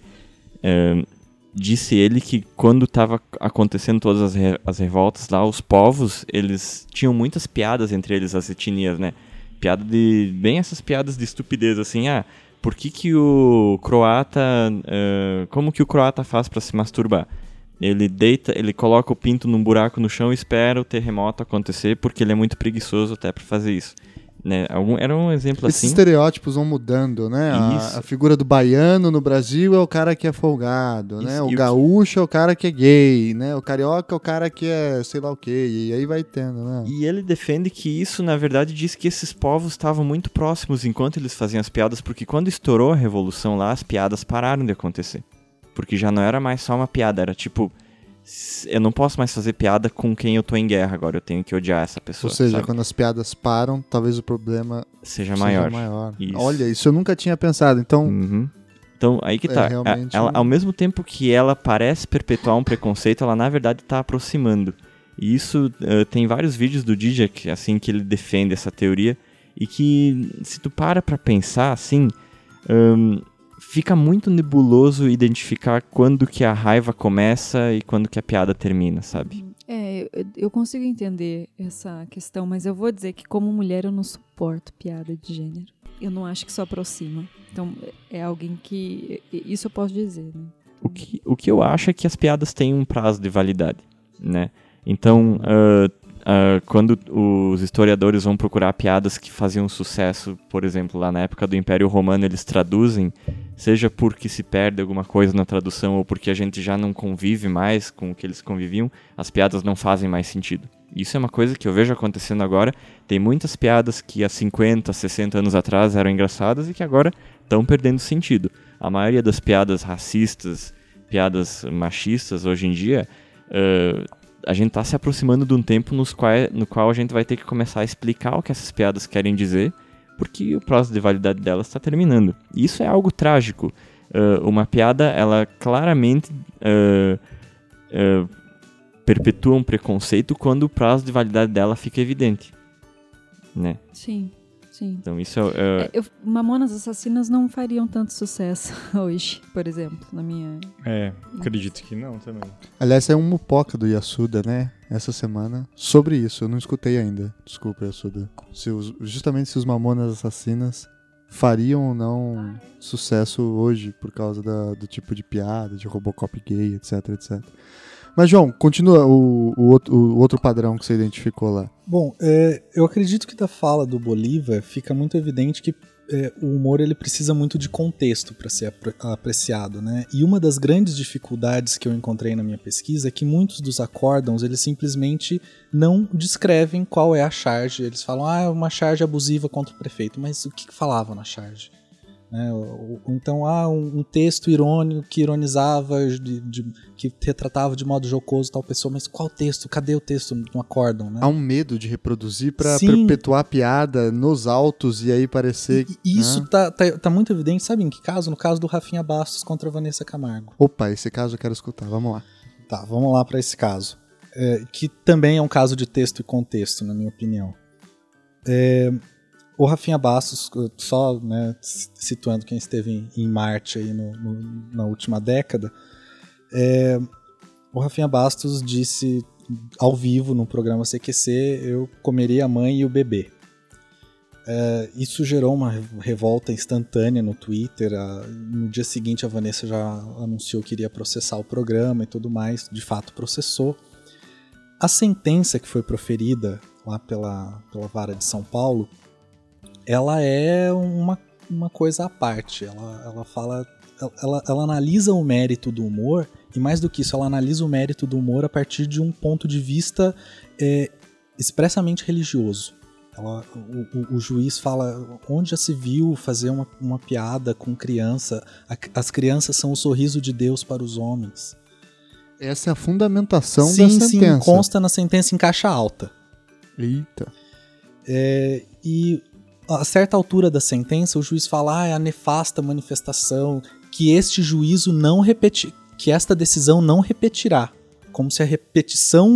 Disse ele que quando estava acontecendo todas as revoltas lá, os povos, eles tinham muitas piadas entre eles, as etnias, né? Bem essas piadas de estupidez, assim, por que o croata, como que o croata faz para se masturbar? Ele coloca o pinto num buraco no chão e espera o terremoto acontecer, porque ele é muito preguiçoso até para fazer isso. Né? Era um exemplo Esses assim. Esses estereótipos vão mudando, né? A figura do baiano no Brasil é o cara que é folgado, né? O gaúcho é o cara que é gay, né? O carioca é o cara que é sei lá o quê, e aí vai tendo, né? E ele defende que isso, na verdade, diz que esses povos estavam muito próximos enquanto eles faziam as piadas, porque quando estourou a revolução lá, as piadas pararam de acontecer. Porque já não era mais só uma piada, era tipo... Eu não posso mais fazer piada com quem eu tô em guerra agora, eu tenho que odiar essa pessoa. Ou seja, sabe? Quando as piadas param, talvez o problema seja maior. Isso. Olha, isso eu nunca tinha pensado, então... Então, aí que tá. Realmente... Ela, ao mesmo tempo que ela parece perpetuar um preconceito, ela na verdade tá aproximando. E isso, tem vários vídeos do Zizek, assim, que ele defende essa teoria, e que, se tu pra pensar, assim... fica muito nebuloso identificar quando que a raiva começa e quando que a piada termina, sabe? Eu consigo entender essa questão, mas eu vou dizer que como mulher eu não suporto piada de gênero. Eu não acho que isso aproxima. Então é alguém que... Isso eu posso dizer, né? O que eu acho é que as piadas têm um prazo de validade, né? Então... quando os historiadores vão procurar piadas que faziam sucesso, por exemplo, lá na época do Império Romano, eles traduzem, seja porque se perde alguma coisa na tradução ou porque a gente já não convive mais com o que eles conviviam, as piadas não fazem mais sentido. Isso é uma coisa que eu vejo acontecendo agora. Tem muitas piadas que há 50, 60 anos atrás eram engraçadas e que agora estão perdendo sentido. A maioria das piadas racistas, piadas machistas hoje em dia... a gente está se aproximando de um tempo no qual a gente vai ter que começar a explicar o que essas piadas querem dizer, porque o prazo de validade delas está terminando. E isso é algo trágico. Uma piada, ela claramente perpetua um preconceito quando o prazo de validade dela fica evidente, né? Sim. Então isso Mamonas Assassinas não fariam tanto sucesso hoje, por exemplo, na minha... acredito que não também. Aliás, é um mupoca do Yasuda, né? Essa semana, sobre isso. Eu não escutei ainda. Desculpa, Yasuda. Justamente se os Mamonas Assassinas fariam ou não sucesso hoje por causa do tipo de piada, de Robocop gay, etc, etc. Mas, João, continua o outro padrão que você identificou lá. Bom, eu acredito que da fala do Bolívar fica muito evidente que o humor ele precisa muito de contexto para ser apreciado, né? E uma das grandes dificuldades que eu encontrei na minha pesquisa é que muitos dos acórdãos eles simplesmente não descrevem qual é a charge. Eles falam, é uma charge abusiva contra o prefeito, mas o que falavam na charge? Então, um texto irônico que ironizava, que retratava de modo jocoso tal pessoa, mas qual texto? Cadê o texto no acórdão? Né? Há um medo de reproduzir para perpetuar a piada nos autos e aí parecer... E isso tá muito evidente, sabe em que caso? No caso do Rafinha Bastos contra a Vanessa Camargo. Opa, esse caso eu quero escutar, vamos lá. Tá, vamos lá para esse caso. Que também é um caso de texto e contexto, na minha opinião. O Rafinha Bastos, só situando quem esteve em Marte aí na última década, o Rafinha Bastos disse ao vivo no programa CQC, eu comeria a mãe e o bebê. Isso gerou uma revolta instantânea no Twitter. No dia seguinte a Vanessa já anunciou que iria processar o programa e tudo mais, de fato processou. A sentença que foi proferida lá pela Vara de São Paulo, ela é uma coisa à parte. Ela analisa o mérito do humor, e mais do que isso, ela analisa o mérito do humor a partir de um ponto de vista expressamente religioso. O juiz fala, onde já se viu fazer uma piada com criança? As crianças são o sorriso de Deus para os homens. Essa é a fundamentação da sentença. Sim, consta na sentença em caixa alta. Eita. E a certa altura da sentença, o juiz fala, é a nefasta manifestação que este juízo não repeti, que esta decisão não repetirá. Como se a repetição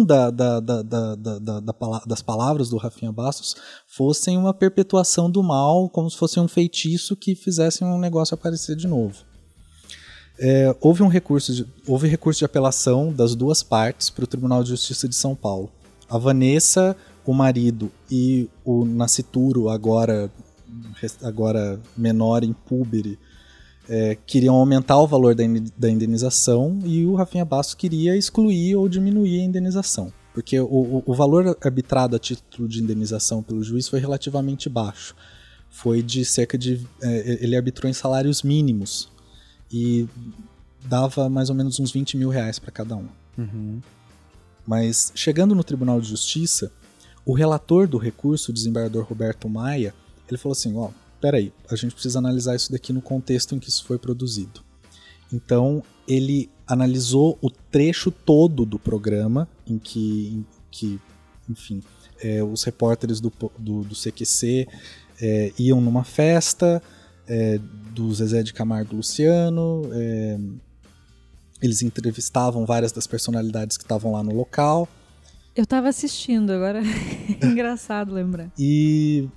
das palavras do Rafinha Bastos fossem uma perpetuação do mal, como se fosse um feitiço que fizessem um negócio aparecer de novo. Houve recurso de apelação das duas partes para o Tribunal de Justiça de São Paulo. A Vanessa, o marido, e o nascituro, agora menor em púbere, queriam aumentar o valor da indenização, e o Rafinha Bastos queria excluir ou diminuir a indenização, porque o valor arbitrado a título de indenização pelo juiz foi relativamente baixo. Foi de cerca de... ele arbitrou em salários mínimos e dava mais ou menos uns 20 mil reais para cada um. Uhum. Mas chegando no Tribunal de Justiça, o relator do recurso, o desembargador Roberto Maia, ele falou assim, peraí, a gente precisa analisar isso daqui no contexto em que isso foi produzido. Então, ele analisou o trecho todo do programa em que enfim, os repórteres do CQC iam numa festa do Zezé de Camargo e Luciano, eles entrevistavam várias das personalidades que estavam lá no local. Eu tava assistindo, agora é engraçado lembrar. E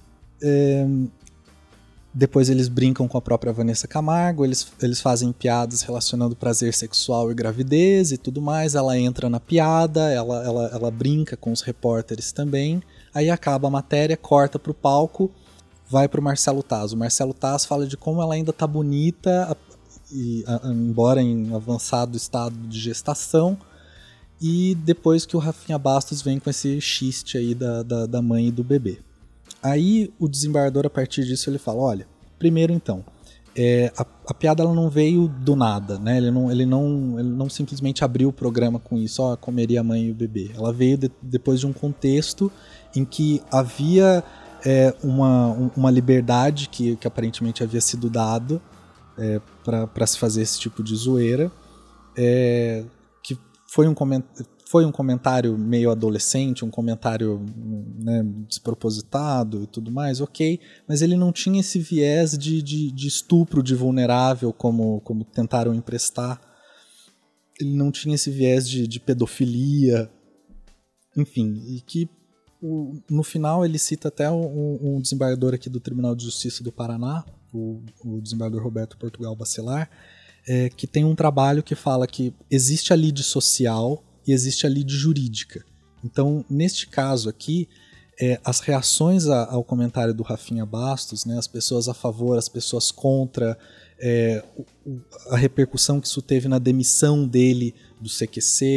depois eles brincam com a própria Vanessa Camargo, eles fazem piadas relacionando prazer sexual e gravidez e tudo mais, ela entra na piada, ela brinca com os repórteres também, aí acaba a matéria, corta pro palco, vai pro Marcelo Taz. O Marcelo Taz fala de como ela ainda tá bonita, embora em avançado estado de gestação, e depois que o Rafinha Bastos vem com esse xiste aí da mãe e do bebê. Aí o desembargador, a partir disso, ele fala, olha, primeiro então, a piada ela não veio do nada, né? Ele não simplesmente abriu o programa com isso, comeria a mãe e o bebê. Ela veio depois de um contexto em que havia uma liberdade que aparentemente havia sido dado para se fazer esse tipo de zoeira, que foi um comentário meio adolescente, um comentário, né, despropositado e tudo mais, ok, mas ele não tinha esse viés de estupro de vulnerável como tentaram emprestar, ele não tinha esse viés de pedofilia, enfim, e que no final ele cita até um desembargador aqui do Tribunal de Justiça do Paraná, o desembargador Roberto Portugal Bacelar, que tem um trabalho que fala que existe a lide social e existe a lide jurídica. Então, neste caso aqui, as reações ao comentário do Rafinha Bastos, né, as pessoas a favor, as pessoas contra, a repercussão que isso teve na demissão dele do CQC,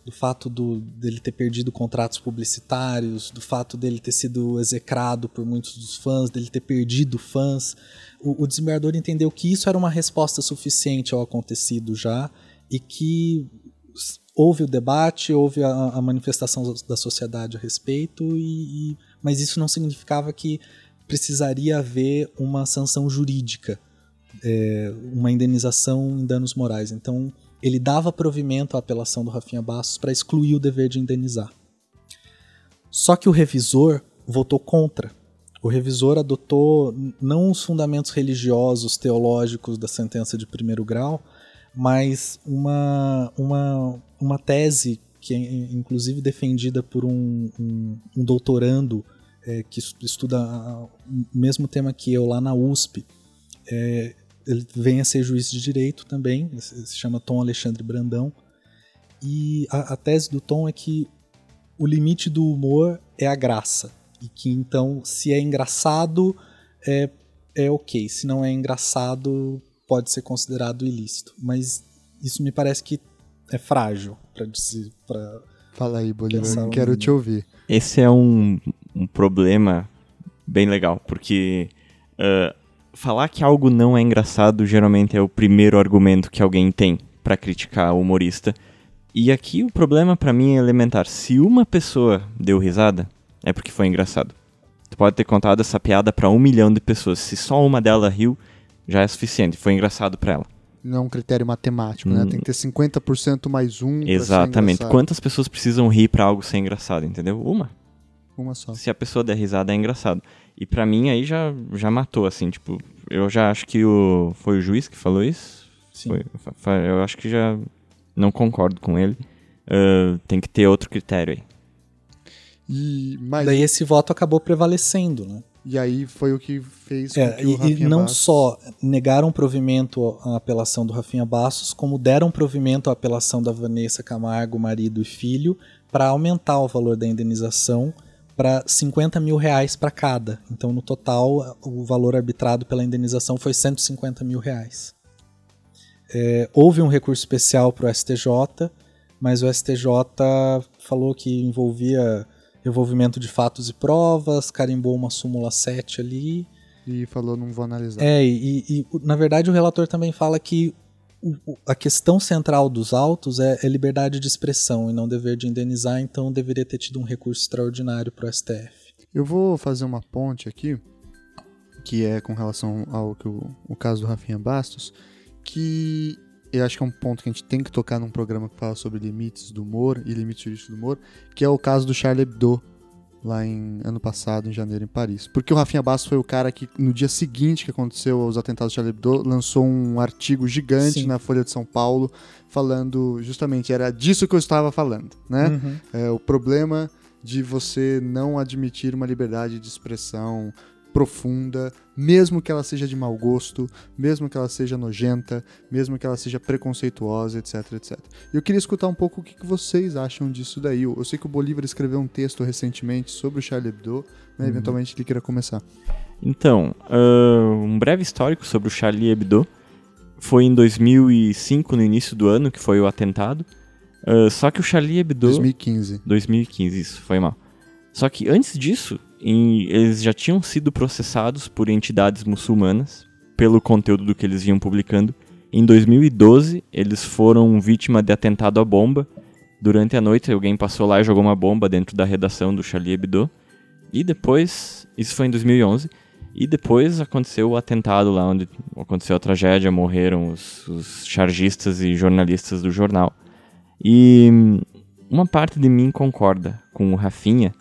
do fato dele ter perdido contratos publicitários, do fato dele ter sido execrado por muitos dos fãs, dele ter perdido fãs. O desembargador entendeu que isso era uma resposta suficiente ao acontecido já, e que houve o debate, houve a manifestação da sociedade a respeito, mas isso não significava que precisaria haver uma sanção jurídica, uma indenização em danos morais. Então, ele dava provimento à apelação do Rafinha Bastos para excluir o dever de indenizar. Só que o revisor votou contra. O revisor adotou não os fundamentos religiosos, teológicos da sentença de primeiro grau, mas uma tese que é inclusive defendida por um doutorando que estuda o mesmo tema que eu lá na USP. Ele vem a ser juiz de direito também, se chama Tom Alexandre Brandão, e a tese do Tom é que o limite do humor é a graça, e que então se é engraçado é ok, se não é engraçado pode ser considerado ilícito, mas isso me parece que é frágil para dizer. Fala aí, Bolívar, quero te ouvir. Esse é um problema bem legal, porque falar que algo não é engraçado geralmente é o primeiro argumento que alguém tem para criticar o humorista. E aqui o problema para mim é elementar. Se uma pessoa deu risada, é porque foi engraçado. Tu pode ter contado essa piada para 1 milhão de pessoas. Se só uma delas riu, já é suficiente. Foi engraçado para ela. Não é um critério matemático, né? Tem que ter 50% mais um. Exatamente. Quantas pessoas precisam rir para algo ser engraçado, entendeu? Uma só. Se a pessoa der risada, é engraçado. E pra mim aí já matou, assim, tipo, eu já acho que foi o juiz que falou isso? Sim. Eu acho que já não concordo com ele. Tem que ter outro critério aí. Daí esse voto acabou prevalecendo, né? E aí foi o que fez com que o Rafinha E não Bastos... só negaram provimento à apelação do Rafinha Bastos, como deram provimento à apelação da Vanessa Camargo, marido e filho, para aumentar o valor da indenização para 50 mil reais para cada. Então, no total, o valor arbitrado pela indenização foi 150 mil reais. Houve um recurso especial para o STJ, mas o STJ falou que envolvia envolvimento de fatos e provas, carimbou uma súmula 7 ali. E falou, não vou analisar. Na verdade, o relator também fala que a questão central dos autos é liberdade de expressão e não dever de indenizar, então deveria ter tido um recurso extraordinário para o STF. Eu vou fazer uma ponte aqui, que é com relação ao que o caso do Rafinha Bastos, que eu acho que é um ponto que a gente tem que tocar num programa que fala sobre limites do humor e limites jurídicos do humor, que é o caso do Charlie Hebdo, lá ano passado, em janeiro, em Paris. Porque o Rafinha Bastos foi o cara que, no dia seguinte que aconteceu os atentados do Charlie Hebdo, lançou um artigo gigante na Folha de São Paulo, falando justamente, era disso que eu estava falando, né? O problema de você não admitir uma liberdade de expressão profunda, mesmo que ela seja de mau gosto, mesmo que ela seja nojenta, mesmo que ela seja preconceituosa, etc, etc. E eu queria escutar um pouco o que vocês acham disso daí. Eu sei que o Bolívar escreveu um texto recentemente sobre o Charlie Hebdo, né? Eventualmente ele queira começar. Então, um breve histórico sobre o Charlie Hebdo. Foi em 2005, no início do ano, que foi o atentado. Só que o Charlie Hebdo... 2015, isso, foi mal. Só que antes disso, eles já tinham sido processados por entidades muçulmanas pelo conteúdo do que eles vinham publicando. Em 2012, eles foram vítima de atentado à bomba. Durante a noite, alguém passou lá e jogou uma bomba dentro da redação do Charlie Hebdo. E depois, isso foi em 2011, e depois aconteceu o atentado lá onde aconteceu a tragédia, morreram os chargistas e jornalistas do jornal. E uma parte de mim concorda com o Rafinha,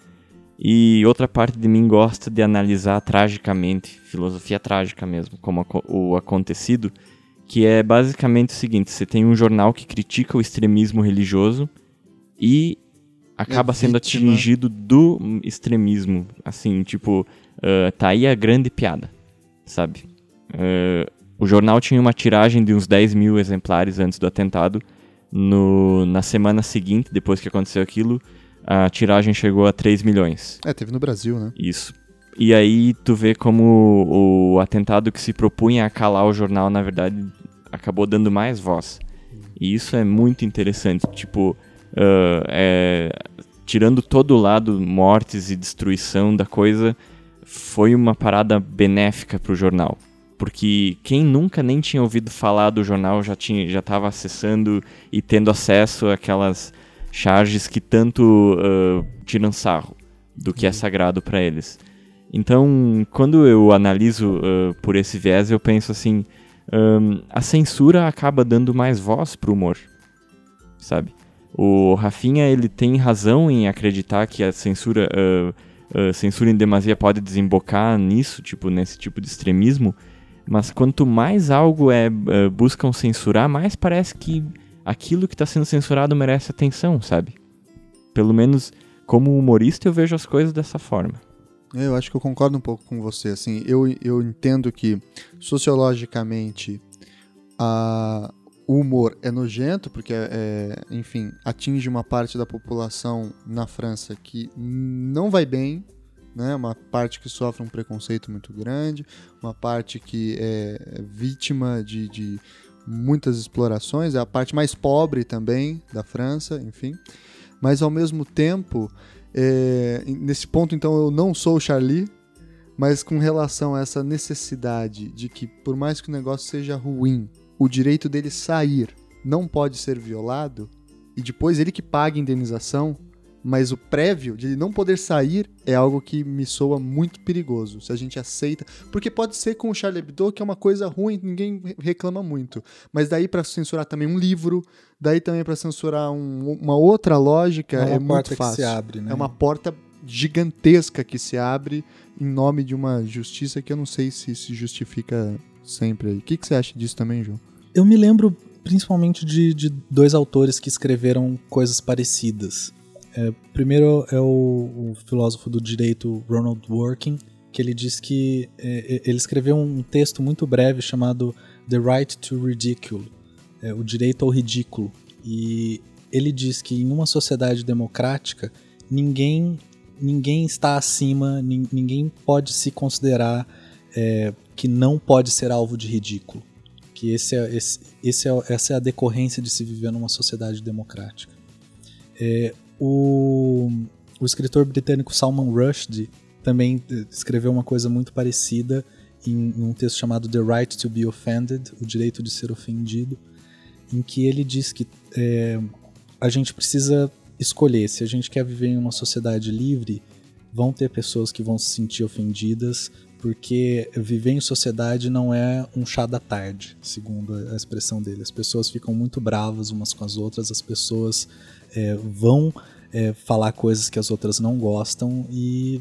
e outra parte de mim gosta de analisar tragicamente, filosofia trágica mesmo, como o acontecido, que é basicamente o seguinte: você tem um jornal que critica o extremismo religioso e acaba sendo atingido do extremismo, assim, tipo, tá aí a grande piada, sabe? O jornal tinha uma tiragem de uns 10 mil exemplares antes do atentado. Na semana seguinte, depois que aconteceu aquilo, a tiragem chegou a 3 milhões. Teve no Brasil, né? Isso. E aí tu vê como o atentado que se propunha a calar o jornal, na verdade, acabou dando mais voz. E isso é muito interessante. Tipo, tirando todo o lado mortes e destruição da coisa, foi uma parada benéfica pro jornal. Porque quem nunca nem tinha ouvido falar do jornal já estava acessando e tendo acesso àquelas charges que tanto tiram sarro do que é sagrado para eles. Então, quando eu analiso por esse viés, eu penso assim, a censura acaba dando mais voz pro humor, sabe? O Rafinha, ele tem razão em acreditar que a censura em demasia pode desembocar nisso, nesse tipo de extremismo, mas quanto mais algo buscam censurar, mais parece que aquilo que está sendo censurado merece atenção, sabe? Pelo menos, como humorista, eu vejo as coisas dessa forma. Eu acho que eu concordo um pouco com você. Assim, eu entendo que, sociologicamente, o humor é nojento, porque, enfim, atinge uma parte da população na França que não vai bem, né? Uma parte que sofre um preconceito muito grande, uma parte que é vítima de muitas explorações, é a parte mais pobre também da França, enfim. Mas, ao mesmo tempo, nesse ponto, então, eu não sou o Charlie, mas com relação a essa necessidade de que, por mais que o negócio seja ruim, o direito dele sair não pode ser violado, e depois ele que paga a indenização, mas o prévio de ele não poder sair é algo que me soa muito perigoso, se a gente aceita, porque pode ser com o Charlie Hebdo, que é uma coisa ruim, ninguém reclama muito, mas daí para censurar também um livro, daí também para censurar uma outra lógica, é muito fácil. Que se abre, né? É uma porta gigantesca que se abre em nome de uma justiça que eu não sei se justifica sempre aí. O que você acha disso também, João? Eu me lembro principalmente de dois autores que escreveram coisas parecidas. Primeiro é o filósofo do direito Ronald Dworkin, que ele diz que ele escreveu um texto muito breve chamado The Right to Ridicule, o direito ao ridículo. E ele diz que em uma sociedade democrática ninguém está acima, ninguém pode se considerar que não pode ser alvo de ridículo. Que essa é a decorrência de se viver numa sociedade democrática. O escritor britânico Salman Rushdie também escreveu uma coisa muito parecida em um texto chamado The Right to be Offended, o direito de ser ofendido, em que ele diz que a gente precisa escolher. Se a gente quer viver em uma sociedade livre, vão ter pessoas que vão se sentir ofendidas, porque viver em sociedade não é um chá da tarde, segundo a expressão dele. As pessoas ficam muito bravas umas com as outras, as pessoas vão falar coisas que as outras não gostam e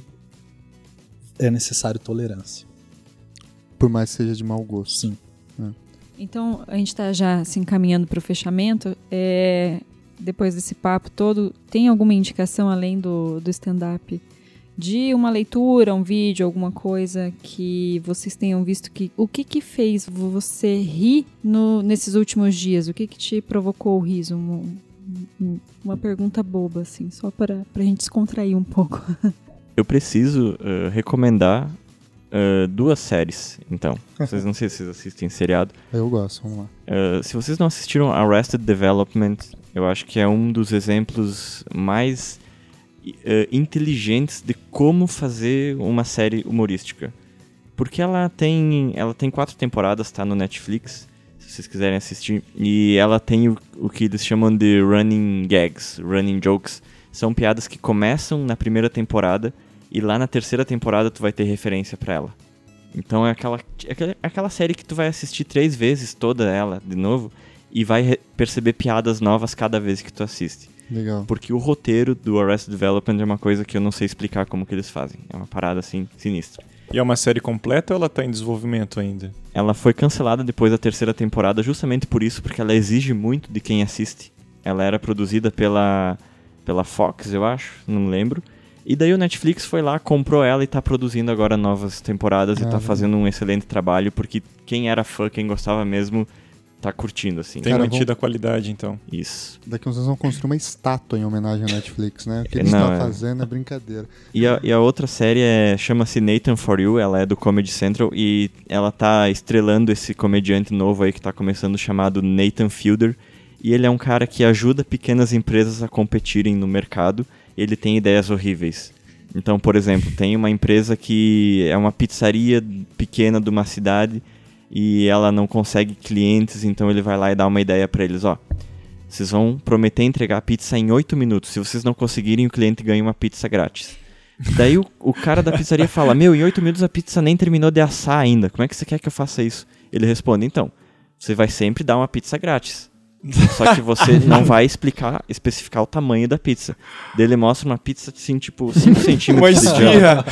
é necessário tolerância. Por mais que seja de mau gosto. Sim. Então, a gente está já se encaminhando para o fechamento. Depois desse papo todo, tem alguma indicação além do stand-up? De uma leitura, um vídeo, alguma coisa que vocês tenham visto, o que fez você rir nesses últimos dias? O que te provocou o riso? Uma pergunta boba, assim, só para a gente descontrair um pouco. Eu preciso recomendar duas séries, então. Não sei se vocês assistem seriado. Eu gosto, vamos lá. Se vocês não assistiram Arrested Development, eu acho que é um dos exemplos mais inteligentes de como fazer uma série humorística. Porque ela tem 4 temporadas, tá no Netflix, se vocês quiserem assistir. E ela tem o que eles chamam de running gags, running jokes. São piadas que começam na primeira temporada e lá na terceira temporada tu vai ter referência pra ela. Então é aquela série que tu vai assistir 3 vezes toda ela de novo e vai perceber piadas novas cada vez que tu assiste. Legal. Porque o roteiro do Arrested Development é uma coisa que eu não sei explicar como que eles fazem. É uma parada assim, sinistra. E é uma série completa ou ela tá em desenvolvimento ainda? Ela foi cancelada depois da terceira temporada justamente por isso, porque ela exige muito de quem assiste. Ela era produzida pela Fox, eu acho, não lembro. E daí o Netflix foi lá, comprou ela e tá produzindo agora novas temporadas e tá fazendo um excelente trabalho, porque quem era fã, quem gostava mesmo, tá curtindo, assim. Tem mantido a qualidade, então. Isso. Daqui uns anos vão construir uma estátua em homenagem à Netflix, né? O que eles estão fazendo é brincadeira. E a outra série chama-se Nathan For You, ela é do Comedy Central e ela tá estrelando esse comediante novo aí que tá começando, chamado Nathan Fielder. e ele é um cara que ajuda pequenas empresas a competirem no mercado. Ele tem ideias horríveis. Então, por exemplo, tem uma empresa que é uma pizzaria pequena de uma cidade e ela não consegue clientes, então ele vai lá e dá uma ideia para eles, vocês vão prometer entregar a pizza em 8 minutos. Se vocês não conseguirem, o cliente ganha uma pizza grátis. Daí o cara da pizzaria fala, em 8 minutos a pizza nem terminou de assar ainda. Como é que você quer que eu faça isso? Ele responde, então, você vai sempre dar uma pizza grátis. Só que você não vai especificar o tamanho da pizza. Daí ele mostra uma pizza assim, tipo, 5 centímetros de diâmetro.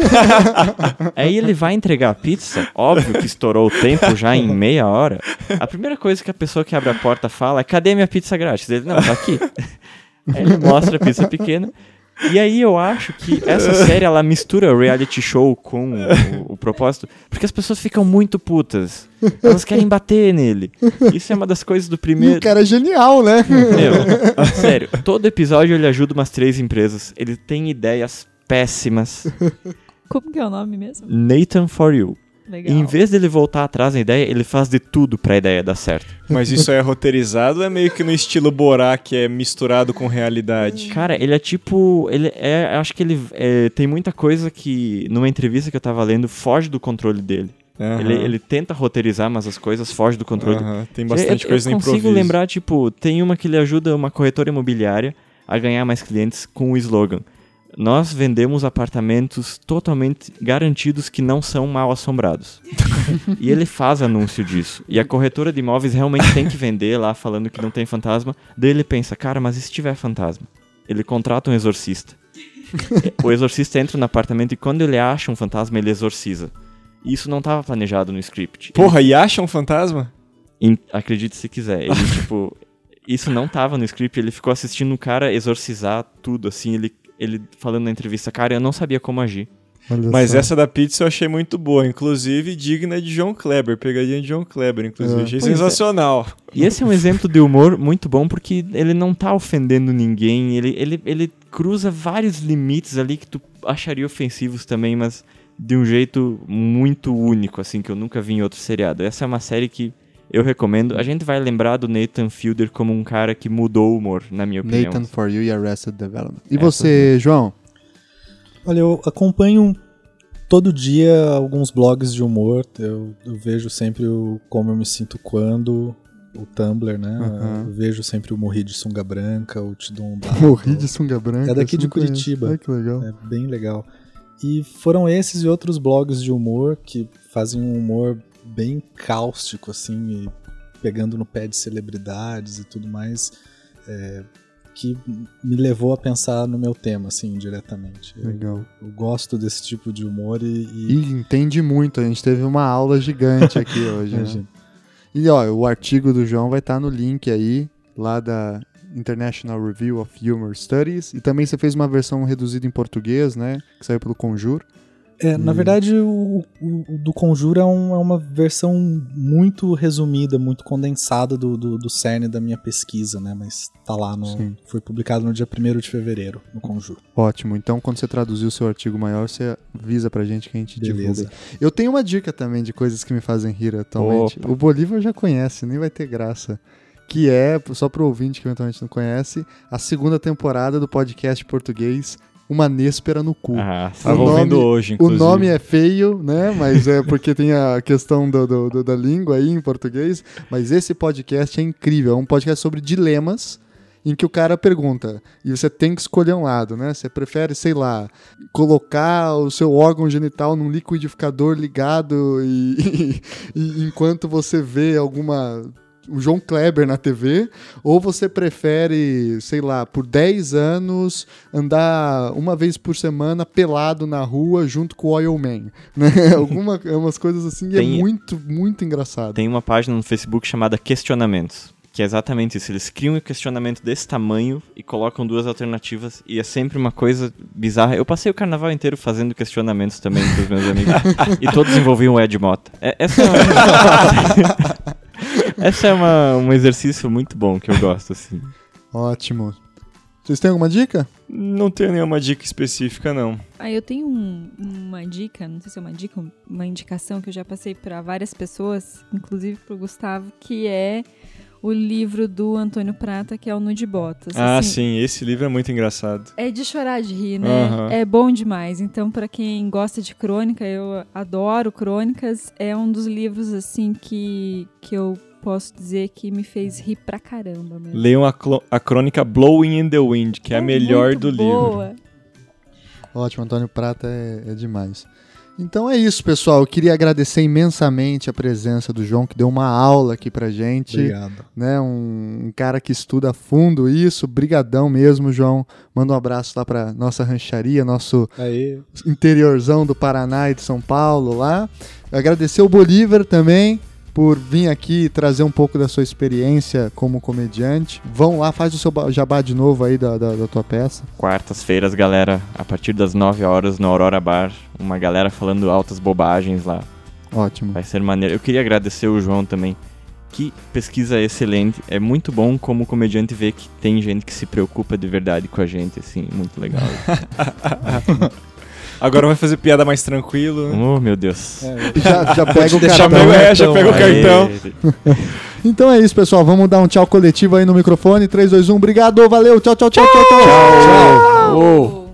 Aí ele vai entregar a pizza, óbvio que estourou o tempo já em meia hora. A primeira coisa que a pessoa que abre a porta fala é, cadê minha pizza grátis? Ele, não, tá aqui. Aí ele mostra a pizza pequena. E aí eu acho que essa série, ela mistura o reality show com o propósito, porque as pessoas ficam muito putas. Elas querem bater nele. Isso é uma das coisas do primeiro... E o cara é genial, né? Meu, sério, todo episódio ele ajuda umas 3 empresas. Ele tem ideias péssimas. Como que é o nome mesmo? Nathan For You. Legal. E em vez dele voltar atrás na ideia, ele faz de tudo pra ideia dar certo. Mas isso é roteirizado ou é meio que no estilo Borá, que é misturado com realidade? Cara, ele é tipo... acho que ele tem muita coisa que, numa entrevista que eu tava lendo, foge do controle dele. Uhum. Ele tenta roteirizar, mas as coisas fogem do controle. Tem bastante coisa no improviso. Eu consigo lembrar, tipo, tem uma que ele ajuda uma corretora imobiliária a ganhar mais clientes com o slogan: nós vendemos apartamentos totalmente garantidos que não são mal assombrados. E ele faz anúncio disso. E a corretora de imóveis realmente tem que vender lá, falando que não tem fantasma. Daí ele pensa, cara, mas e se tiver fantasma? Ele contrata um exorcista. O exorcista entra no apartamento e quando ele acha um fantasma, ele exorciza. E isso não estava planejado no script. Porra, e acha um fantasma? Acredite se quiser. Ele, tipo... Isso não estava no script. Ele ficou assistindo o cara exorcizar tudo, assim. Ele falando na entrevista, cara, eu não sabia como agir. Mas essa da pizza eu achei muito boa, inclusive digna de João Kleber, pegadinha de João Kleber, inclusive, achei sensacional. E esse é um exemplo de humor muito bom, porque ele não tá ofendendo ninguém, ele cruza vários limites ali que tu acharia ofensivos também, mas de um jeito muito único, assim, que eu nunca vi em outro seriado. Essa é uma série que eu recomendo. A gente vai lembrar do Nathan Fielder como um cara que mudou o humor, na minha opinião. Nathan For You e Arrested Development. E você, João? Olha, eu acompanho todo dia alguns blogs de humor. Eu vejo sempre o Como Eu Me Sinto Quando, o Tumblr, né? Eu vejo sempre o Morri de Sunga Branca, o Te Dou um Dado. Morri de Sunga Branca? É daqui de Curitiba. Ai, que legal. É bem legal. E foram esses e outros blogs de humor que fazem um humor bem cáustico, assim, e pegando no pé de celebridades e tudo mais, que me levou a pensar no meu tema, assim, diretamente. Legal. Eu gosto desse tipo de humor e entende muito. A gente teve uma aula gigante aqui hoje, né? E, ó, o artigo do João vai estar no link aí, lá da International Review of Humor Studies, e também você fez uma versão reduzida em português, né, que saiu pelo Conjur. Na verdade, o do Conjuro é uma versão muito resumida, muito condensada do cerne da minha pesquisa, né? Mas tá lá, foi publicado no dia 1º de fevereiro, no Conjuro. Ótimo. Então, quando você traduzir o seu artigo maior, você avisa pra gente que a gente divulga. Eu tenho uma dica também de coisas que me fazem rir atualmente. Opa. O Bolívar já conhece, nem vai ter graça. Que é, só pro ouvinte que eventualmente não conhece, a 2ª temporada do podcast português Uma Néspera no Cu. Tava ouvindo hoje, inclusive. O nome é feio, né? Mas é porque tem a questão da língua aí em português. Mas esse podcast é incrível. É um podcast sobre dilemas em que o cara pergunta, e você tem que escolher um lado, né? Você prefere, sei lá, colocar o seu órgão genital num liquidificador ligado e enquanto você vê o João Kleber na TV, ou você prefere, sei lá, por 10 anos andar uma vez por semana pelado na rua junto com o Oil Man, né? Umas coisas assim, e é muito, muito engraçado. Tem uma página no Facebook chamada Questionamentos, que é exatamente isso. Eles criam um questionamento desse tamanho e colocam 2 alternativas, e é sempre uma coisa bizarra. Eu passei o carnaval inteiro fazendo questionamentos também pros meus amigos, e todos envolviam o Ed Mota. Essa é um exercício muito bom, que eu gosto, assim. Ótimo. Vocês têm alguma dica? Não tenho nenhuma dica específica, não. Eu tenho uma dica, não sei se é uma dica, uma indicação que eu já passei para várias pessoas, inclusive pro Gustavo, que é o livro do Antônio Prata, que é o Nu de Botas. Ah, assim, sim, esse livro é muito engraçado. É de chorar de rir, né? É bom demais. Então, para quem gosta de crônica, eu adoro crônicas. É um dos livros, assim, que eu posso dizer que me fez rir pra caramba mesmo. Leiam a crônica Blowing in the Wind, que é a melhor do boa. livro. Ótimo, Antônio Prata é demais. Então é isso, pessoal. Eu queria agradecer imensamente a presença do João, que deu uma aula aqui pra gente. Obrigado. Né? Um cara que estuda a fundo isso. Brigadão mesmo, João. Manda um abraço lá pra nossa rancharia, nosso interiorzão do Paraná e de São Paulo lá. Agradecer o Bolívar também por vir aqui e trazer um pouco da sua experiência como comediante. Vão lá, faz o seu jabá de novo aí da tua peça. Quartas-feiras, galera, a partir das 9 horas no Aurora Bar, uma galera falando altas bobagens lá. Ótimo. Vai ser maneiro. Eu queria agradecer o João também. Que pesquisa excelente. É muito bom como comediante ver que tem gente que se preocupa de verdade com a gente, assim, muito legal. Agora vai fazer piada mais tranquilo. Oh, meu Deus. Já pega o cartão. Já pega o cartão. Então é isso, pessoal. Vamos dar um tchau coletivo aí no microfone. 3, 2, 1. Obrigado, valeu. Tchau, tchau, tchau, tchau. Tchau.